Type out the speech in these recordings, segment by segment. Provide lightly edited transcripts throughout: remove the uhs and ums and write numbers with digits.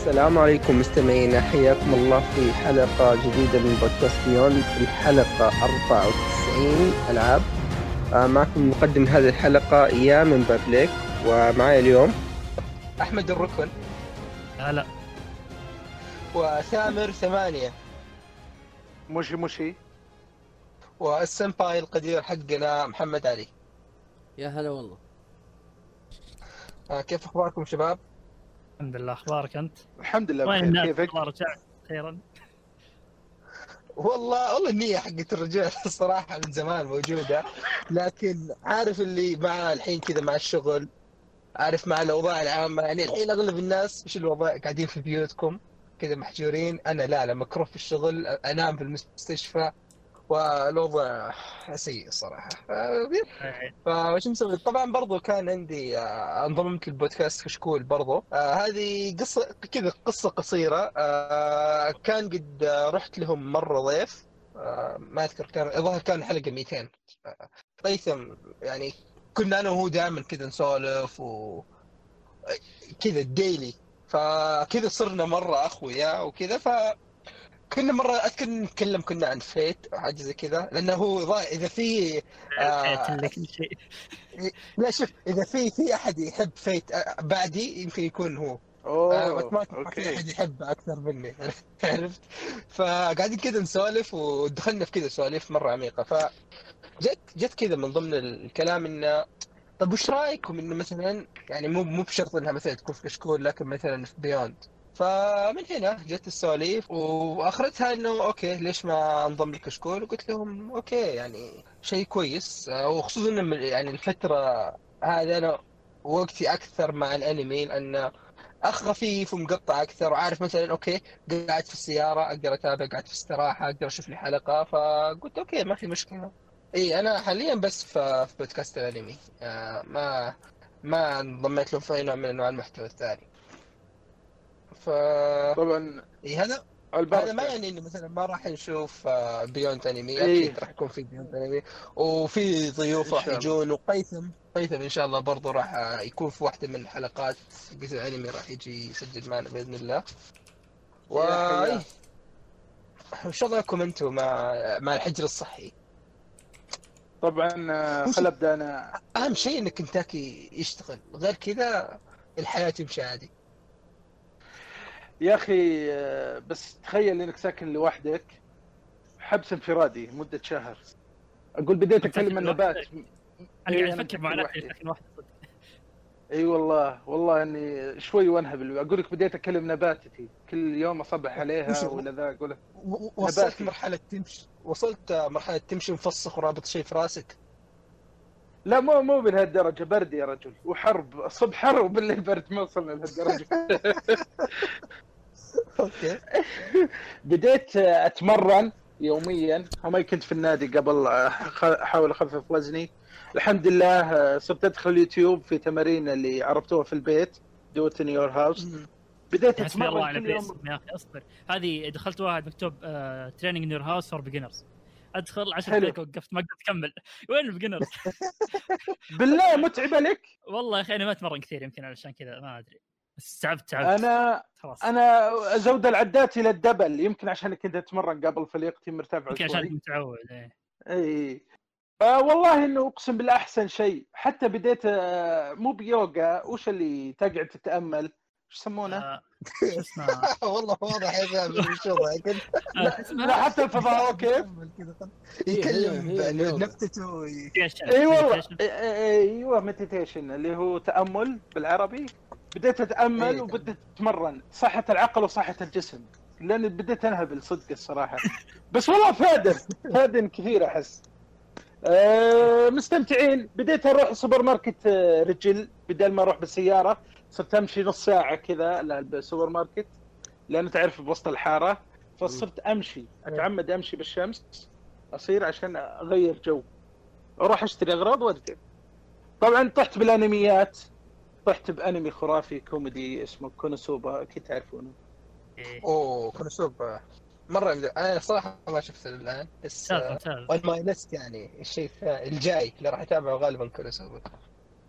السلام عليكم مستمعينا، حياكم الله في حلقة جديدة من بودكاست بيوند، الحلقة 94 ألعاب. معكم مقدم هذه الحلقة إياه من بابليك، ومعي اليوم أحمد الركن لا وثامر 8 مشي والسمباي القدير حقنا محمد علي. يا هلا والله. كيف أخباركم شباب؟ الحمد لله. اخبارك انت؟ الحمد لله وين بخير. الناس؟ كيفك؟ والله رجعت خيرا. والله النية حقت الرجال الصراحة من زمان موجودة، لكن عارف اللي مع الحين كذا مع الشغل، عارف مع الأوضاع العامة، يعني الحين أغلب الناس إيش الوضع، قاعدين في بيوتكم كذا محجورين. أنا لا مكروه في الشغل، أنام في المستشفى والوضع سيء الصراحة. فايش مسوي؟ طبعا برضو كان عندي انضممت للبودكاست كشكول برضو. هذه قصة كذا، قصة قصيرة. كان قد رحت لهم مرة ضيف. ما اذكر، كان الظاهر كان حلقة 200. قيثم يعني كنا انا وهو دائما كذا نسولف وكذا الديلي، فكذا صرنا مرة اخويا وكذا. كنا مرة أذكر نتكلم كنا عن فيت أو حاجة زي كذا، لأنه هو إذا في فيت اللي كل شيء. لا شوف، إذا في أحد يحب فيت بعدي يمكن يكون هو. ما في أحد يحب أكثر مني عرفت؟ فقاعدين كذا نسولف ودخلنا في كذا سواليف مرة عميقة. جت كذا من ضمن الكلام إنه طب وش رايكم انه مثلا، يعني مو بشرط انها مثلا تكون في كشكول، لكن مثلا في بيوند. فمن هنا جت السواليف، واخرتها انه اوكي ليش ما انضم لكشكول، وقلت لهم اوكي يعني شيء كويس. وخصوصا إن يعني الفتره هذه انا وقتي اكثر مع الانمي، لان خفيف ومقطع اكثر، وعارف مثلا اوكي قاعد في السياره اقدر اتابع، قاعد في استراحه اقدر اشوف لي حلقه، فقلت اوكي ما في مشكله. اي انا حاليا بس في بودكاست الانمي. ما انضميت له في اي نوع من انواع المحتوى الثاني. ف طبعا اي هذا ما يعني انه مثلا ما راح نشوف بيوند انمي. اكيد راح يكون في بيوند انمي، وفي ضيوف ان راح شاء الله. يجون، وقيثم ان شاء الله برضو راح يكون في واحده من الحلقات حقت الانمي، راح يجي يسجل معنا باذن الله. يا حيا. وش وضعكم انتم مع الحجر الصحي؟ طبعا خل ابدا انا. اهم شيء ان كنتاكي يشتغل، غير كذا الحياه تمشي عادي. يا اخي بس تخيل انك ساكن لوحدك، حبس انفرادي مده شهر. اقول بديت اكلم النبات. انا قاعد افكر مع نفسي لكن واحد صدق. اي والله اني شوي وانهبل. اقول لك بديت اكلم نباتتي كل يوم اصبح عليها ولا ذا اقول وصلت مرحله تمشي مفسخ ورابط شيء في راسك؟ لا مو بهالدرجه، برد يا رجل، وحرب الصبح حر وبالليل برد، ما وصلنا لهالدرجه. اوكي. بديت اتمرن يوميا. هم كنت في النادي قبل، احاول اخفف وزني. الحمد لله صرت ادخل اليوتيوب في تمارين اللي عرفتوها في البيت، دو ات ان يور هاوس. بديت اتمرن كل يوم. يا اخي اصبر، هذه دخلت واحد مكتوب تريننج ان يور هاوس فور بيجنرز، ادخل 10 دقائق وقفت ما قدرت اكمل. وين البيجنرز؟ بالله متعبه لك والله يا اخي انا ما اتمرن كثير، يمكن علشان كذا ما ادري، بس تعبت خلاص. انا ازود العدات الى الدبل، يمكن عشان كنت اتمرن قبل فليقتي مرتفعه شوي، عشان متعود. اي والله انه اقسم بالله احسن شيء. حتى بديت مو بيوغا، وش اللي تقعد تتامل، ايش يسمونه؟ شو اسمه؟ والله واضح يا فهد وش وضعك. لا حتى الفضاء كيف يكلم نفسه. اي والله ايوه مديتيشن اللي هو تامل بالعربي. بديت اتامل وبديت اتمرن صحه العقل وصحه الجسم، لان بديت انهبل صدق الصراحه. بس والله فادن كثير احس. مستمتعين. بديت اروح سوبر ماركت رجل بدل ما اروح بالسياره، صرت امشي نص ساعه كذا للسوبر ماركت، لانه تعرف بوسط الحاره. فصرت امشي، اتعمد امشي بالشمس اصير عشان اغير جو، اروح اشتري اغراض وارجع. طبعا طحت بالانميات، طحت بانمي خرافي كوميدي اسمه كونوسوبا، اكيد تعرفونه. اوه كونوسوبا مره انا صراحه ما شفته الان، بس ممتاز. وان ماي ليست، يعني الشيء الجاي اللي راح اتابعه غالبا كونوسوبا.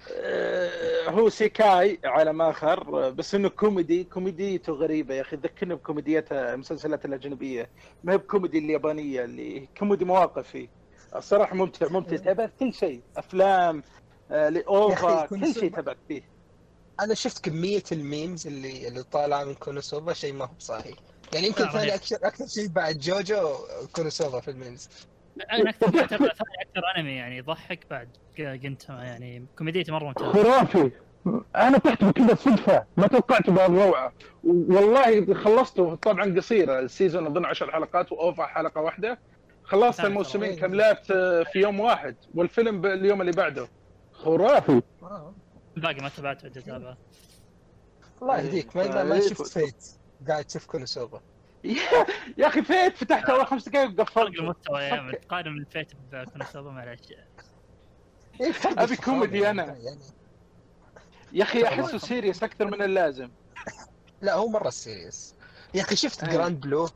هو سيكاي عالم اخر، بس انه كوميديته غريبه يا اخي، تذكرني بكوميديات المسلسلات الاجنبيه، ما هي بكوميدي اليابانيه اللي كوميدي مواقف فيه. الصراحه ممتع تابعت كل شيء، افلام لاوفا كل شيء تابعت فيه. انا شفت كميه الميمز اللي طالعه من كونوسوفا شيء ما هو صحيح، يعني يمكن ثاني اكثر شيء بعد جوجو كونوسوفا في الميمز. انا ثاني اكثر انمي يعني يضحك بعد جنتما، يعني كوميديته مره ممتازه خرافي. انا تحت بكذا صدفه، ما توقعت بهالروعه والله. خلصته طبعا قصيره، السيزون اظن 10 حلقات واوفا حلقه واحده، خلصت الموسمين كاملات في يوم واحد، والفيلم باليوم اللي بعده. خرافي. باقي ما تابعته تتابعه. الله يهديك، ما شفت فيت، قاعد تشوف كونوسوفا. يا اخي فيت فتحت اول 5 دقائق وقفلت. المستوى يا تقارن من فيت بكونوسوفا معلش. ابي كوميدي انا يعني. يا اخي احسه سيريس اكثر من اللازم. لا هو مره سيريس يا اخي. شفت جراند بلو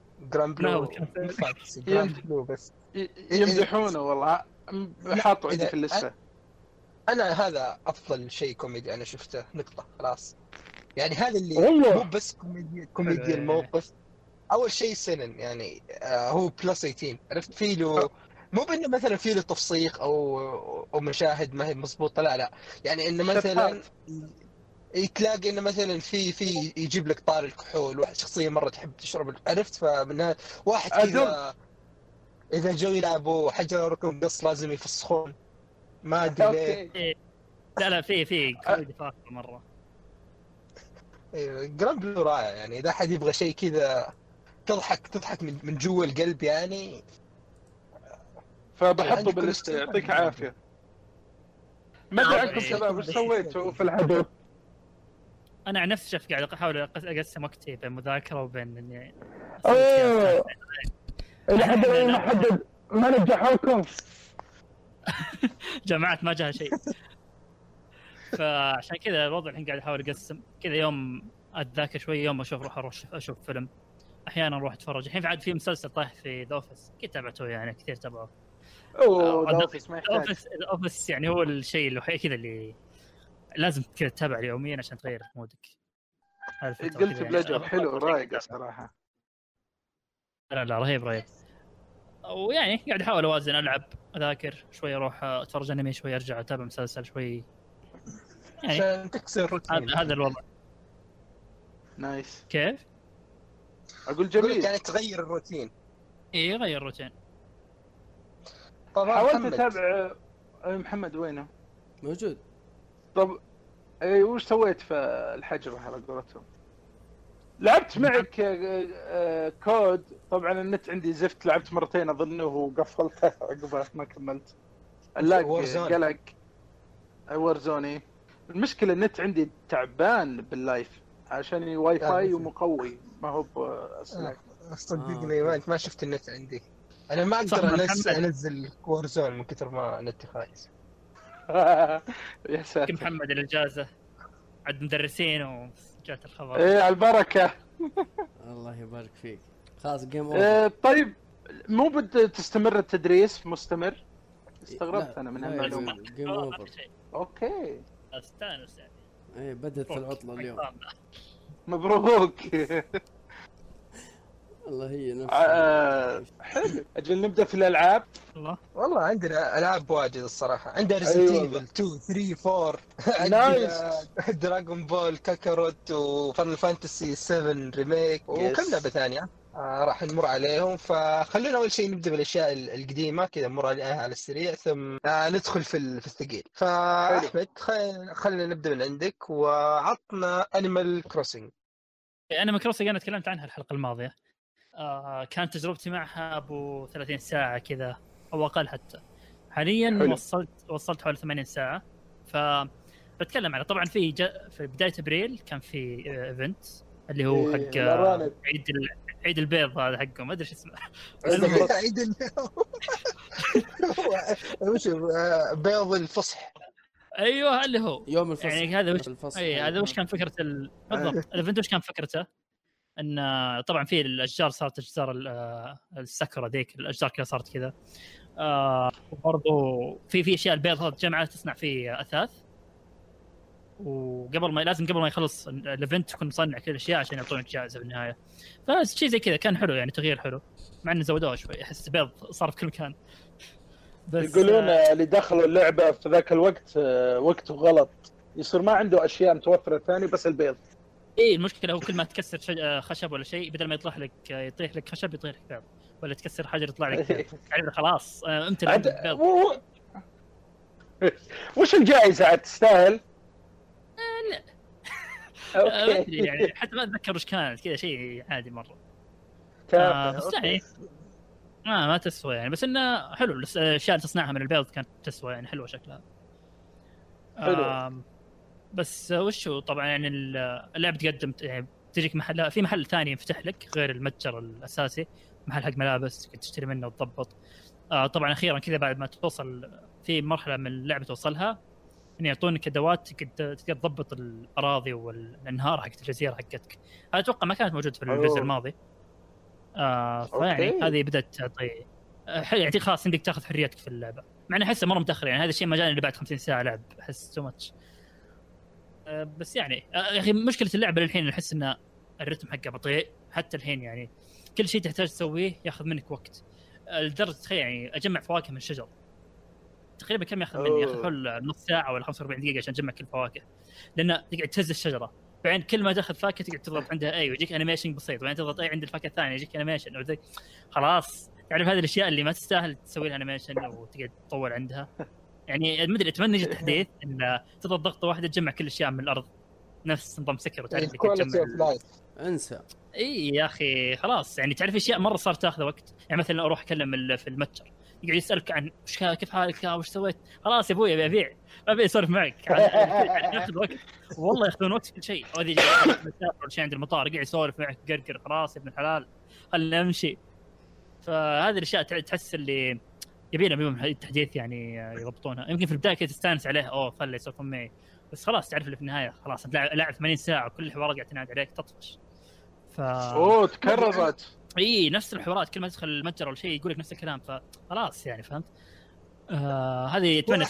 بس يمدحونه والله، حاطه عندي في اللسته. انا هذا افضل شيء كوميدي انا شفته، نقطه خلاص. يعني هذا اللي مو بس كوميديا الموقف. اول شيء سنن يعني هو بلس 18، عرفت فيه له مو بانه مثلا فيه له تفسيق او مشاهد ما هي مضبوطه، لا يعني انه مثلا تلاقي انه مثلا في يجيب لك طار الكحول، واحد شخصيه مره تحب تشرب، عرفت؟ فمنها واحد كذا اذا جو يلعبوا حجر ركن قص لازم يفسخون ما ادري ليه. لا في كوميدي فاخر مره. ايوه جراند بلو رائع يعني، اذا حد يبغى شيء كذا تضحك من جوا القلب يعني، فبحطه باللسته. يعطيك عافيه. ما ادري عنكم شباب ايش سويتوا في الحدث؟ انا عن نفسي قاعد احاول اقسم وقتي بين مذاكره وبين اني لحد الان ما حدد ما نجحوكم. جامعات ما جاها شيء. فعشان كذا الوضع الحين قاعد احاول اقسم كذا، يوم اتذاكر شوي، يوم اروح اشوف فيلم، احيانا اروح اتفرج. الحين بعد في مسلسل طايح في ذا اوفيس، كنت تابعته يعني كثير تابعه. ذا اوفيس ما يحتاج. اوفيس يعني هو الشيء الوحيد كذا اللي لازم كذا تتابعه يوميا عشان تغير مودك. قلت بلجر حلو رايق الصراحه. لا رهيب. ويعني قاعد احاول اوازن، العب اذاكر شوي، اروح اتفرج انمي شوي، ارجع اتابع مسلسل شوي يعني عشان تكسر روتين. هذا الوضع. نايس. كيف اقول جميل يعني تغير الروتين. ايه غير الروتين. طبعا حاولت اتابع محمد وينه موجود. طب وش سويت في الحجر على قولتهم؟ لعبت معك كود، طبعا النت عندي زفت، لعبت مرتين اظنه وقفلته عقبه ما كملت. قلق وورزوني. المشكله النت عندي تعبان باللايف عشان واي فاي ومقوي ما هو باسلاك. صدقني ما انت ما شفت النت عندي، انا ما اقدر انزل وورزون من كثر ما نتي خايس. يا ساتر. محمد الاجازه عند مدرسين وجات الخبر. ايه على البركه. الله يبارك فيك. خلاص جيم اوفر. طيب مو بد تستمر التدريس مستمر؟ استغربت انا من هالمعلومه. جيم اوفر. اوكي استانس يعني. ايه بدت العطله اليوم. مبروك. والله هي نفس حلو. اجل نبدا في الالعاب. والله عندنا العاب واجد الصراحه. عندنا ريزنت ايفل 2 3 4 نايس. دراغون بول كاكاروت وفاينل فانتسي 7 ريميك وكم لعبه ثانيه راح نمر عليهم. فخلونا اول شيء نبدا بالاشياء القديمه كذا، نمر عليها على السريع، ثم ندخل في الثقيل. فاحمد خلينا نبدا من عندك، وعطنا انيمال كروسنج. انيمال كروسنج انا تكلمت عنها الحلقه الماضيه. كانت تجربتي معها ابو 30 ساعه كذا او اقل حتى. حاليا وصلت حوالي 80 ساعه. فبتكلم عنها. طبعا في بدايه ابريل كان في ايفنت اللي هو حق عيد البيض، هذا حقه ما ادري ايش اسمه. عيد وش بيض الفصح. ايوه اللي هو يوم الفصح. يعني هذا وش هذا وش كان فكره بالضبط الايفنت؟ وش كان فكرته؟ ان طبعا في الاشجار صارت اشجار السكره ذيك، الاشجار كلها صارت كذا. وبرضه في اشياء البيض هذا جمعت تصنع فيه اثاث. وقبل ما يخلص الايفنت تكون مصنع كل الاشياء عشان يعطونك جائزه في النهايه. فشيء زي كذا كان حلو يعني، تغيير حلو، مع انه زودوه شوي، احس بيض صار في كل مكان. بس يقولون اللي دخلوا اللعبه في ذاك الوقت وقته غلط، يصير ما عنده اشياء متوفره ثاني بس البيض. ايه المشكله هو كل ما تكسر خشب ولا شيء، بدل ما يطيح لك خشب يطيح لك بيض، ولا تكسر حجر يطلع لك بيض. يعني خلاص انت البيض. وش الجائزه عاد تستاهل؟ لا اوكي يعني حتى ما اتذكر وش كانت، كذا شيء عادي مره. بس يعني ما تسوى يعني، بس انه حلو الاشياء اللي تصنعها من البيض كانت تسوى يعني، حلوه شكلها حلو. بس وشو طبعا يعني اللعبه تقدم يعني تجيك محل، في محل ثاني يفتح لك غير المتجر الاساسي، محل حق ملابس تشتري منه وتضبط. طبعا اخيرا كذا بعد ما توصل في مرحله من اللعبه توصلها ان يعطونك ادوات تقدر تضبط الاراضي والانهار حقت الجزيره حقتك. هذا اتوقع ما كانت موجوده في الجزء الماضي. فيعني هذه بدات تعطي يعني خلاص عندك تاخذ حريتك في اللعبه، مع اني احسه مره متاخر يعني، هذا الشيء ما جاني الا بعد 50 ساعه لعب، احس تو ماتش. بس يعني يا اخي مشكله اللعبه للحين احس ان الرتم حقه بطيء حتى الحين يعني، كل شيء تحتاج تسويه ياخذ منك وقت. لدرجه تخيل يعني اجمع فواكه من الشجر تقريبا كم ياخذ مني؟ ياخذ حول نص ساعه ولا 45 دقيقه عشان اجمع كل الفواكه، لان تقعد تهز الشجره، بعدين كل ما تاخذ فاكهه تقعد تضغط عندها اي ويجيك انيميشن بسيط، بعدين تضغط اي عند الفاكهه الثانيه يجيك انيميشن، خلاص تعرف هذه الاشياء اللي ما تستاهل تسوي لها انيميشن وتقعد تطول عندها يعني. ما ادري اتمنى يجي تحديث ان تضغط ضغطه واحده تجمع كل الاشياء من الارض نفس نظام سكر، وتعرف تجمع انسى. اي يا اخي خلاص يعني تعرف اشياء مره صار تاخذ وقت يعني. مثلا اروح اكلم في المتجر يقعد يسالك عن كيف حالك وش سويت، خلاص يا ابوي ابيع ما ابي اسولف معك ياخذ وقت والله، ياخذون وقت في كل شيء. او اذا مسافر شيء عند المطار قاعد يسولف معك قرقر، خلاص يا ابن الحلال خلينا نمشي. فهذه الاشياء تحس اللي يبينا بيهم التحديث يعني يضبطونها. يمكن في البدايه كنت تستانس عليه خلي يسولفون معي، بس خلاص تعرف اللي في النهايه خلاص انت لاعب 80 ساعه وكل الحوارات قاعد تنادي عليك تطفش. تكررت اي نفس الحوارات، كل ما تدخل المتجر ولا شيء يقول لك نفس الكلام، فخلاص يعني فهمت. هذه اتمنى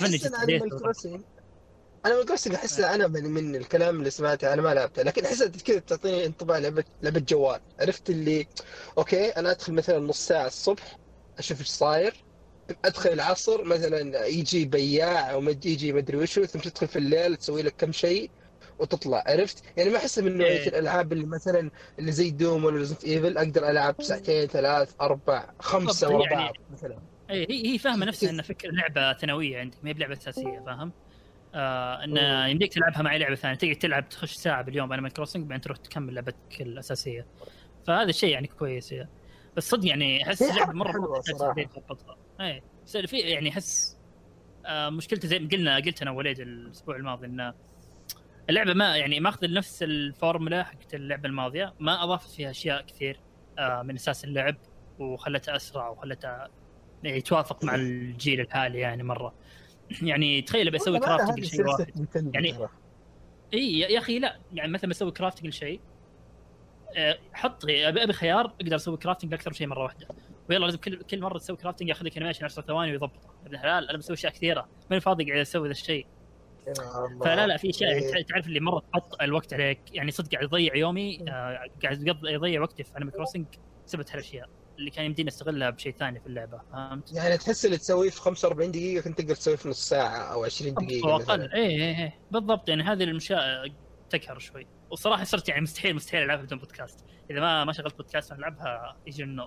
انا من قصدي احس انا من الكلام اللي سمعته، انا ما لعبته لكن احس كذا تعطيني انطباع لعبه جوال، عرفت اللي اوكي انا ادخل مثلا نص ساعه الصبح اشوف ايش صاير، ادخل العصر مثلا يجي بياع او يجي ما ادري وشو، ثم تدخل في الليل تسوي لك كم شيء وتطلع، عرفت يعني. ما احس من نوعيه الالعاب اللي مثلا اللي زي دوم ولا ريزنت ايفل اقدر العب ساعتين 3 4 5 ورا بعض مثلا. هي فاهمه نفسها ان فكره لعبه ثانويه عندك، ما هي بلعبه اساسيه، فاهم؟ ان يمديك تلعبها مع لعبه ثانيه، تقعد تلعب تخش ساعه باليوم انيمال كروسنج بعدين تروح تكمل لعبتك الاساسيه، فهذا الشيء يعني كويس يعني. بس صدق يعني احس لعبه مره تضبطها. اي بس في يعني احس مشكلته زي ما قلت انا وليد الاسبوع الماضي ان اللعبه ما يعني ماخذ نفس الفورمولا حقت اللعبه الماضيه، ما اضافت فيها اشياء كثير من اساس اللعب وخلتها اسرع وخلتها يعني توافق مع الجيل الحالي يعني مره. يعني تخيل بسوي كرافتنج لشيء واحد يعني اي يا اخي لا يعني مثلا بسوي كرافتنج لشيء حط ابي خيار اقدر اسوي كرافتنج اكثر من شيء مره واحده، ويلا لازم كل مره تسوي كرافتنج ياخذ لك انيميشن 10 ثواني ويضبطه. ابن الحلال انا بسوي اشياء كثيره ماني فاضي قاعد اسوي ذا الشيء. فلا في اشياء يعني تعرف اللي مره تحط الوقت عليك يعني صدق قاعد يضيع يومي قاعد يضيع وقتي في انيمال كروسنج بسبب هالاشياء اللي كان يمدينا نستغلها بشيء ثاني في اللعبه، فهمت؟ يعني تحس اللي تسويه في 45 دقيقه كنت تقدر تسويه في نص ساعه او 20 دقيقه مثلا. اي بالضبط يعني هذه الاشياء تكهر شوي. والصراحه صرت يعني مستحيل العبها بدون بودكاست، اذا ما شغلت بودكاست العبها يجي النوم،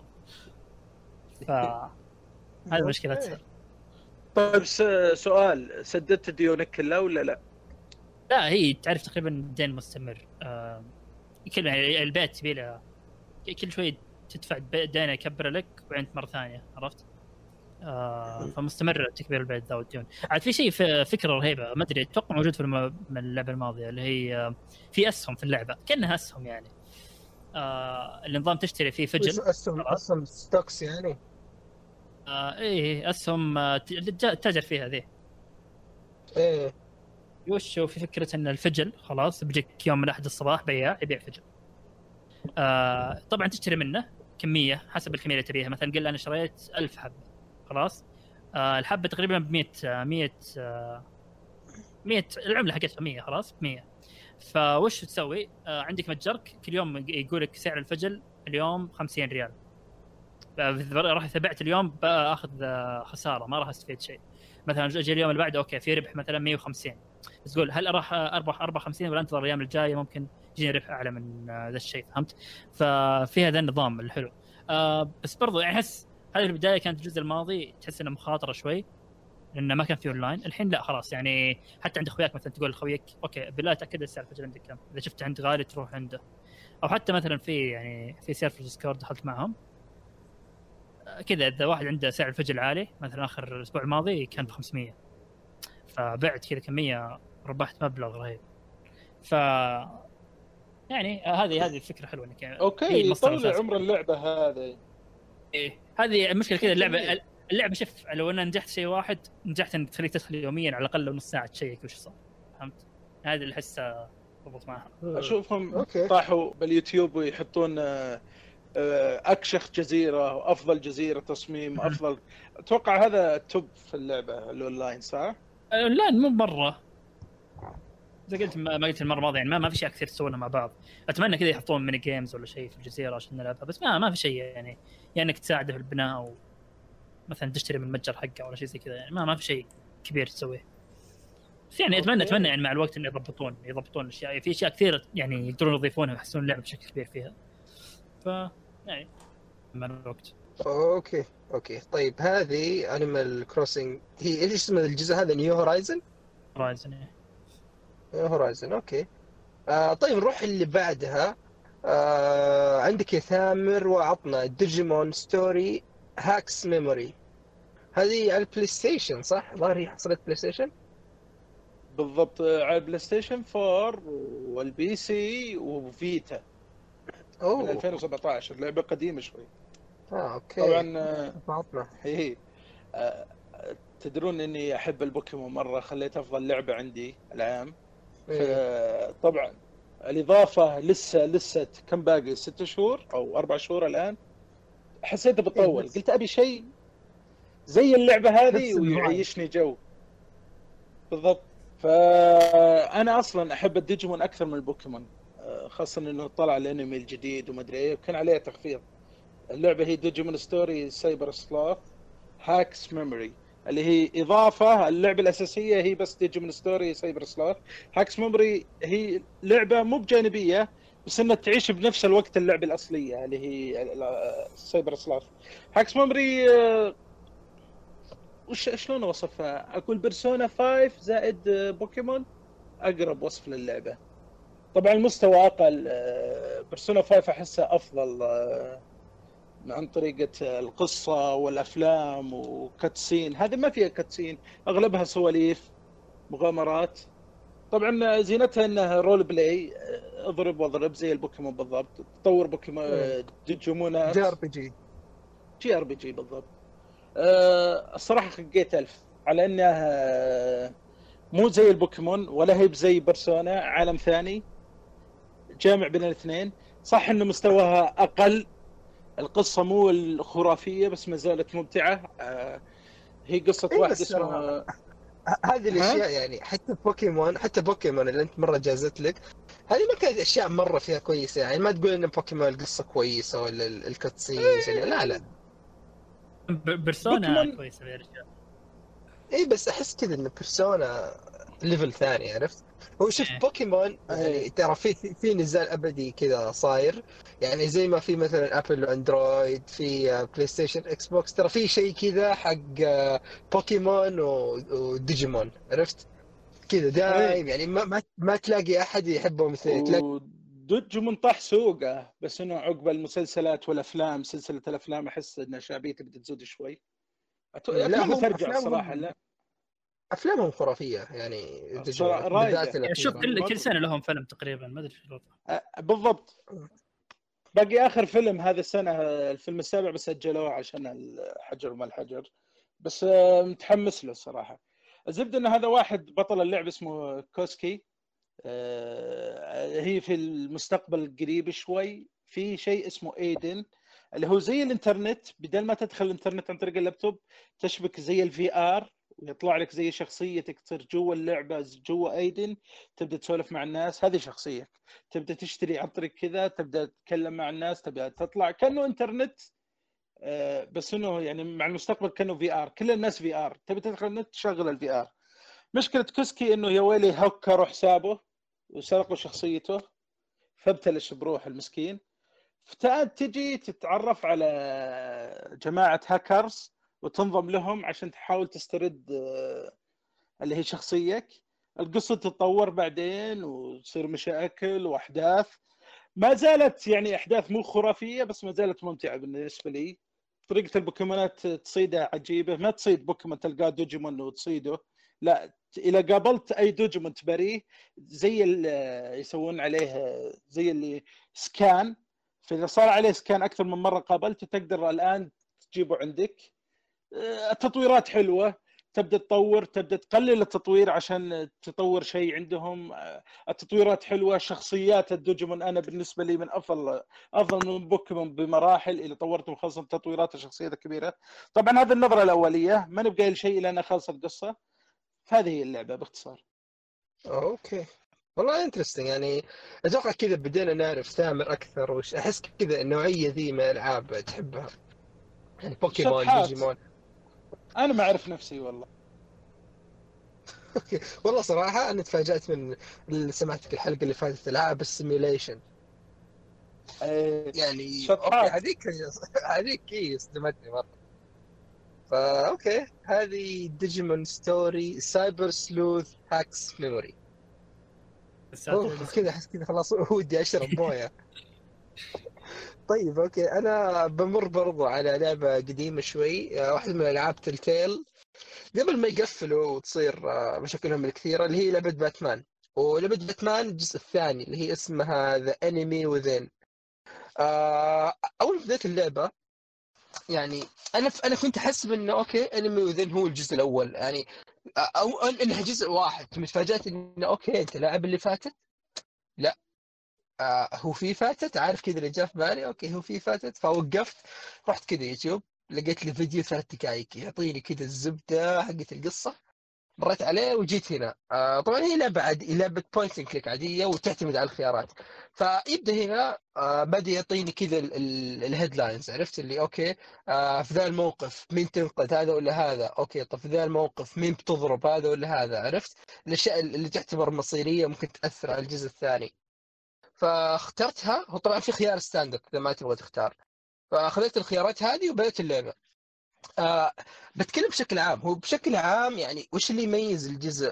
هذه مشكلتها. طيب سؤال، سددت ديونك كلها ولا لا؟ لا هي تعرف تقريبا دين مستمر. كل البيت بيله كل شوي تدفع دين يكبر لك وبعدين مره ثانيه، عرفت؟ فمستمر تكبير البيت ذا والديون. عاد في شيء في فكره رهيبه ما ادري اتوقع موجود في من اللعبه الماضيه اللي هي في اسهم في اللعبه كانها اسهم يعني. النظام تشتري فيه فجل اسهم ستوكس يعني. ايه اسهم تاجر فيها ذي. ايه وشو في فكره ان الفجل خلاص بيجيك يوم من احد الصباح بياع يبيع فجل. طبعا تشتري منه كميه حسب الكميه اللي تبيها. مثلا قل انا شريت 1000 حبه خلاص. الحبه تقريبا ب 100 100 العمله حقتها 100 خلاص 100. فوش تسوي؟ عندك متجرك كل يوم يقول لك سعر الفجل اليوم 50 ريال. راح اذا بعت اليوم باخذ خساره، ما راح استفيد شيء. مثلا اجي اليوم اللي بعده اوكي في ربح مثلا 150، بس تقول هل راح اربح 54 ولا انتظر الايام الجايه ممكن يجيني ربح اعلى من ذا الشيء، فهمت؟ ففي هذا النظام الحلو. بس برضو يعني احس هذه البدايه كانت الجزء الماضي تحس انها مخاطره شوي، لانه ما كان في اونلاين. الحين لا خلاص، يعني حتى عند اخوياك مثلا تقول لخويك اوكي بالله تاكد السعر الفجر عندك كم، اذا شفت عند غالي تروح عنده. او حتى مثلا في يعني في سيرفر ديسكورد دخلت معهم كذا، اذا واحد عنده سعر الفجر عالي مثلا اخر الاسبوع الماضي كان ب 500، فبعت كذا كميه ربحت مبلغ رهيب. ف يعني هذه الفكره حلوه انك اوكي يطول عمر اللعبه هذه. إيه هذه المشكله كذا اللعبه شوف لو انا نجحت شيء واحد، نجحت انك تخليك تدخل يوميا على الاقل نص ساعه تشيك وش صار، فهمت؟ هذا اللي احسه ضبط معها. اشوفهم طاحوا باليوتيوب ويحطون اكشخ جزيره وافضل جزيره تصميم افضل. اتوقع هذا توب في اللعبه الاونلاين صح؟ لا مو مره زي قلت، ما قلت المره الماضيه يعني ما في شيء كثير تسوونه مع بعض. اتمنى كذا يحطون ميني جيمز ولا شيء في الجزيره عشان نلعبها، بس ما في شيء يعني انك تساعده في البناء او مثلا تشتري من المتجر حقه ولا شيء زي كذا، يعني ما في شيء كبير تسويه. بس يعني اتمنى يعني مع الوقت ان يضبطون الاشياء، في اشياء كثير يعني يقدرون يضيفونها ويحسنون اللعبه بشكل كبير فيها. ف يعني مع الوقت. اوكي طيب هذه انيمال كروسنج هي ايش اسم الجزء هذا؟ نيو هورايزن اوكي. طيب نروح اللي بعدها. عندك يا ثامر وعطنا ديجيمون ستوري هاكس ميموري. هذه على البلاي ستيشن صح؟ ظاهر هي حصلت بلاي ستيشن بالضبط، على البلاي ستيشن 4 والبي سي وفيتا من 2017. اللعبه قديمه شوي. اوكي طبعا هي تدرون اني احب البوكيمون مره، خليت افضل لعبه عندي العام. طبعا الاضافه لسه كم باقي 6 شهور او 4 شهور الان. حسيت بطول قلت ابي شيء زي اللعبه هذه ويعيشني جو. بالضبط. فانا اصلا احب الديجيمون اكثر من البوكيمون، خاصه انه طلع الانمي الجديد وما ادري ايه وكان عليه تخفيض. اللعبه هي ديجيمون ستوري سايبر سلاث هاكس ميموري، اللي هي اضافه. اللعبه الاساسيه هي بس ديجيمون ستوري سايبر سلاث. هاكس ميموري هي لعبه مو بجانبيه بس انها تعيش بنفس الوقت اللعبه الاصليه اللي هي سايبر سلاث. هاكس ميموري شلون اوصفها؟ اقول بيرسونا 5 زائد بوكيمون، اقرب وصف للعبه. طبعا المستوى اقل، بيرسونا 5 احسها افضل عن طريقه القصه والافلام وكاتسين. هذه ما فيها كاتسين، اغلبها سواليف مغامرات. طبعا زينتها انها رول بلاي، اضرب واضرب زي البوكيمون بالضبط. تطور بوكيمون ديجيمونات جي ار بي جي بالضبط. الصراحه خقيت 1000 على انها مو زي البوكيمون ولا هي زي بيرسونا، عالم ثاني جامع بين الاثنين. صح انه مستواها اقل، القصه مو الخرافيه بس ما زالت ممتعه. هي قصه واحد اسمه هذه الاشياء يعني حتى بوكيمون اللي انت مره جازت لك، هذه ما كانت اشياء مره فيها كويسه. يعني ما تقول ان بوكيمون القصه كويسه ولا الكاتسينز لا بيرسونا كويسه يا رجال. اي بس احس كذا ان بيرسونا ليفل ثاني، عرفت؟ هو شوف بوكيمون يعني ترى في نزال ابدي كذا صاير، يعني زي ما في مثلا ابل واندرويد في بلاي ستيشن اكس بوكس، ترى في شيء كذا حق بوكيمون وديجيمون، عرفت؟ كذا دايم يعني ما تلاقي احد يحبهم مثل تلاقي ديجيمون طاح سوقه. بس انه عقب المسلسلات والافلام، سلسله الافلام احس ان شعبيته بدها تزود شوي. افلام ترجع صراحه. لا افلامهم خرافيه يعني بالذات شوف كل سنه لهم فيلم تقريبا، ما ادري ايش الوضع بالضبط. باقي اخر فيلم هذا السنه الفيلم السابع بس اجلوه عشان الحجر وما الحجر، بس متحمس له صراحه. الزبده ان هذا واحد بطل اللعبه اسمه كوسكي. هي في المستقبل القريب شوي في شيء اسمه ايدن، اللي هو زي الانترنت. بدل ما تدخل الانترنت عن طريق اللابتوب تشبك زي الفي ار ويطلع لك زي شخصيتك تصير جوا اللعبه، جوا ايدن، تبدا تسولف مع الناس، هذه شخصيتك. تبدا تشتري عن طريق كذا، تبدا تتكلم مع الناس، تبدا تطلع كانه انترنت. بس انه يعني مع المستقبل كانه في ار، كل الناس في ار، تبي تدخل النت تشغل الفي ار. مشكله كوسكي انه يا ويلي هكروا حسابه وسرقوا شخصيته، فابتلش بروح المسكين. تجي تتعرف على جماعه هاكرز وتنضم لهم عشان تحاول تسترد اللي هي شخصيتك. القصه تتطور بعدين وتصير مشاكل واحداث. ما زالت يعني احداث مو خرافيه، بس ما زالت ممتعه بالنسبه لي. طريقه البوكيمونات تصيدها عجيبه، ما تصيد بوكيمون تلقاه دوجيمون وتصيده، لا، اذا قابلت اي دوجيمون تبريه زي اللي يسوون عليه زي اللي سكان. فاذا صار عليه سكان اكثر من مره قابلته تقدر الان تجيبه عندك. التطويرات حلوه، تبدا تطور، تبدا تقلل التطوير عشان تطور شيء عندهم. التطويرات حلوه، شخصيات الدوجيمون انا بالنسبه لي من افضل من بوكيمون بمراحل اللي طورتهم، خاصه تطويرات الشخصيات الكبيره. طبعا هذه النظره الاوليه، ما نبقى شيء الا انا خلص القصه. هذه هي اللعبه باختصار. اوكي والله انترستنج. يعني اتوقع كذا بدينا نعرف ثامر اكثر، وش احس كذا النوعيه ذي من الالعاب تحبها، يعني بوكيمون شطحات. ديجيمون. انا ما اعرف نفسي والله. والله صراحه انا تفاجات من اللي سمعت الحلقه اللي فاتت، العاب السيميوليشن. يعني اوكي شطحات. هذيك صدمتني مره. فا اوكي هذه ديجيمون ستوري سايبر سلوث هاكس ميموري. كذا احس كذا خلاص ودي اشرب مويه. طيب اوكي انا بمر برضو على لعبه قديمه شوي، واحده من العاب تلتيل قبل ما يقفلوا وتصير مشاكلهم الكثيره، اللي هي لعبه باتمان. ولعبه باتمان الجزء الثاني اللي هي اسمها ذا انمي وذين. اول بدايه اللعبه يعني انا كنت احسب انه اوكي انمي وذين هو الجزء الاول، يعني او انها جزء واحد. تفاجأت انه اوكي انت لاعب اللي فاتت. لا هو في فاتت، عارف كذا اللي جاء في بالي. اوكي هو في فاتت، فوقفت رحت كذا يوتيوب، لقيت لي فيديو 3 دقائق يعطيني كذا الزبده حقت القصه، مريت عليه وجيت هنا. طبعا هي لعبه لعبه بوينت اند كليك عاديه وتعتمد على الخيارات. فيبدا هنا بدا يعطيني كذا الهيدلاينز، عرفت اللي اوكي في ذا الموقف مين تنقذ، هذا ولا هذا. اوكي طب في ذا الموقف مين بتضرب، هذا ولا هذا. عرفت الاشياء اللي تعتبر مصيريه ممكن تاثر على الجزء الثاني. فاخترتها. وطبعا في خيار ستاندرد اذا ما تبغى تختار، فاخذت الخيارات هذه وبدأت اللعبه. بتكلم بشكل عام. هو بشكل عام يعني وش اللي يميز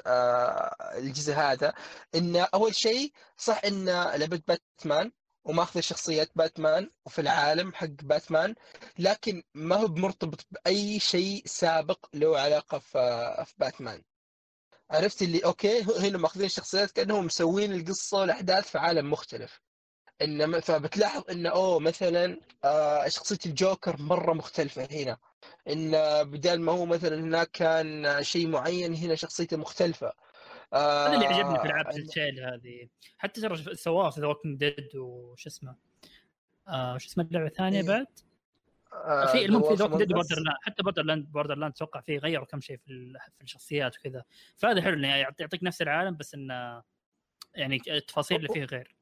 الجزء هذا، إن أول شيء صح إن لعبة باتمان وماخذ شخصيات باتمان وفي العالم حق باتمان، لكن ما هو مرتبط بأي شيء سابق له علاقة في باتمان. عرفت اللي أوكي هنا ماخذين شخصيات كأنهم مسوين القصة والأحداث في عالم مختلف. إنما فبتلاحظ إنه مثلا شخصية الجوكر مرة مختلفة هنا، إن بدال ما هو مثلا هناك كان شيء معين هنا شخصيته مختلفة. هذا اللي عجبني في العاب تلتيل هذه. حتى ترى سواه في ذا ووكينج ديد وش اسمه وش اسمه اللعبة الثانية بعد في المهم في ذا ووكينج ديد بوردرلاند. حتى بوردرلاند توقع فيه غيروا كم شيء في الشخصيات وكذا. فهذا حلو انه يعطيك نفس العالم بس انه يعني التفاصيل اللي فيه غير.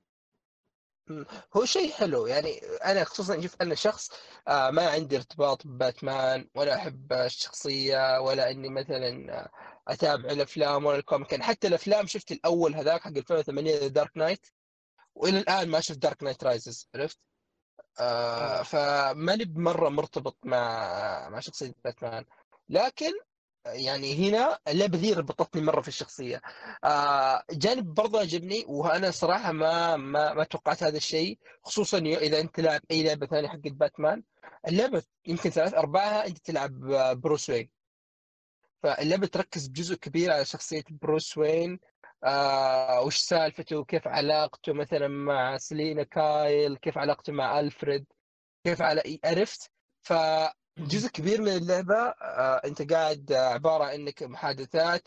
هو شيء حلو. يعني انا خصوصا شوف انا شخص ما عندي ارتباط بباتمان ولا احب الشخصيه ولا اني مثلا اتابع الافلام ولا الكوميك. حتى الافلام شفت الاول هذاك حق 2008 دارك نايت، والى الان ما شفت دارك نايت رايزز. عرفت فماني بمره مرتبط مع شخصيه باتمان. لكن يعني هنا اللعبة ذي ربطتني مرة في الشخصية. جانب برضه عجبني، وأنا صراحة ما توقعت هذا الشيء، خصوصا إذا أنت تلعب أي لعبة ثانية حق باتمان. اللعبة يمكن 3/4 أنت تلعب بروس وين. فاللعبة تركز بجزء كبير على شخصية بروس وين. وش سالفته، كيف علاقته مثلا مع سلينا كايل، كيف علاقته مع ألفريد، كيف عرفت. جزء كبير من اللعبة أنت قاعد عبارة أنك محادثات،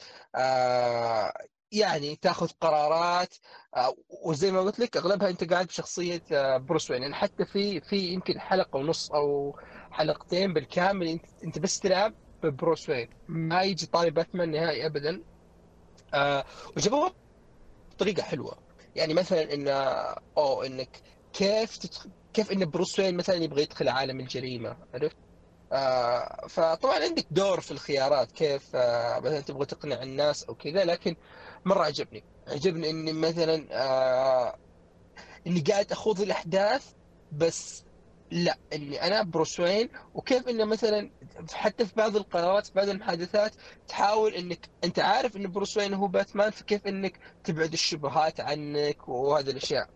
يعني تأخذ قرارات، وزي ما قلت لك أغلبها أنت قاعد بشخصية بروس وين. يعني حتى في يمكن حلقة ونص أو حلقتين بالكامل أنت بس تلعب ببروس وين، ما يجي طاري باتمان نهائي ابدا. وجابوها بطريقه حلوه. يعني مثلا ان انك كيف ان بروس وين مثلا يبغى يدخل عالم الجريمه، عرفت؟ فطبعا عندك دور في الخيارات، كيف مثلا تبغى تقنع الناس او كذا. لكن مره عجبني اني مثلا اني قاعد اخوض الاحداث، بس لا اني انا بروس وين، وكيف انه مثلا حتى في بعض القرارات في بعض المحادثات تحاول انك انت عارف ان بروس وين هو باتمان، فكيف انك تبعد الشبهات عنك وهذه الاشياء.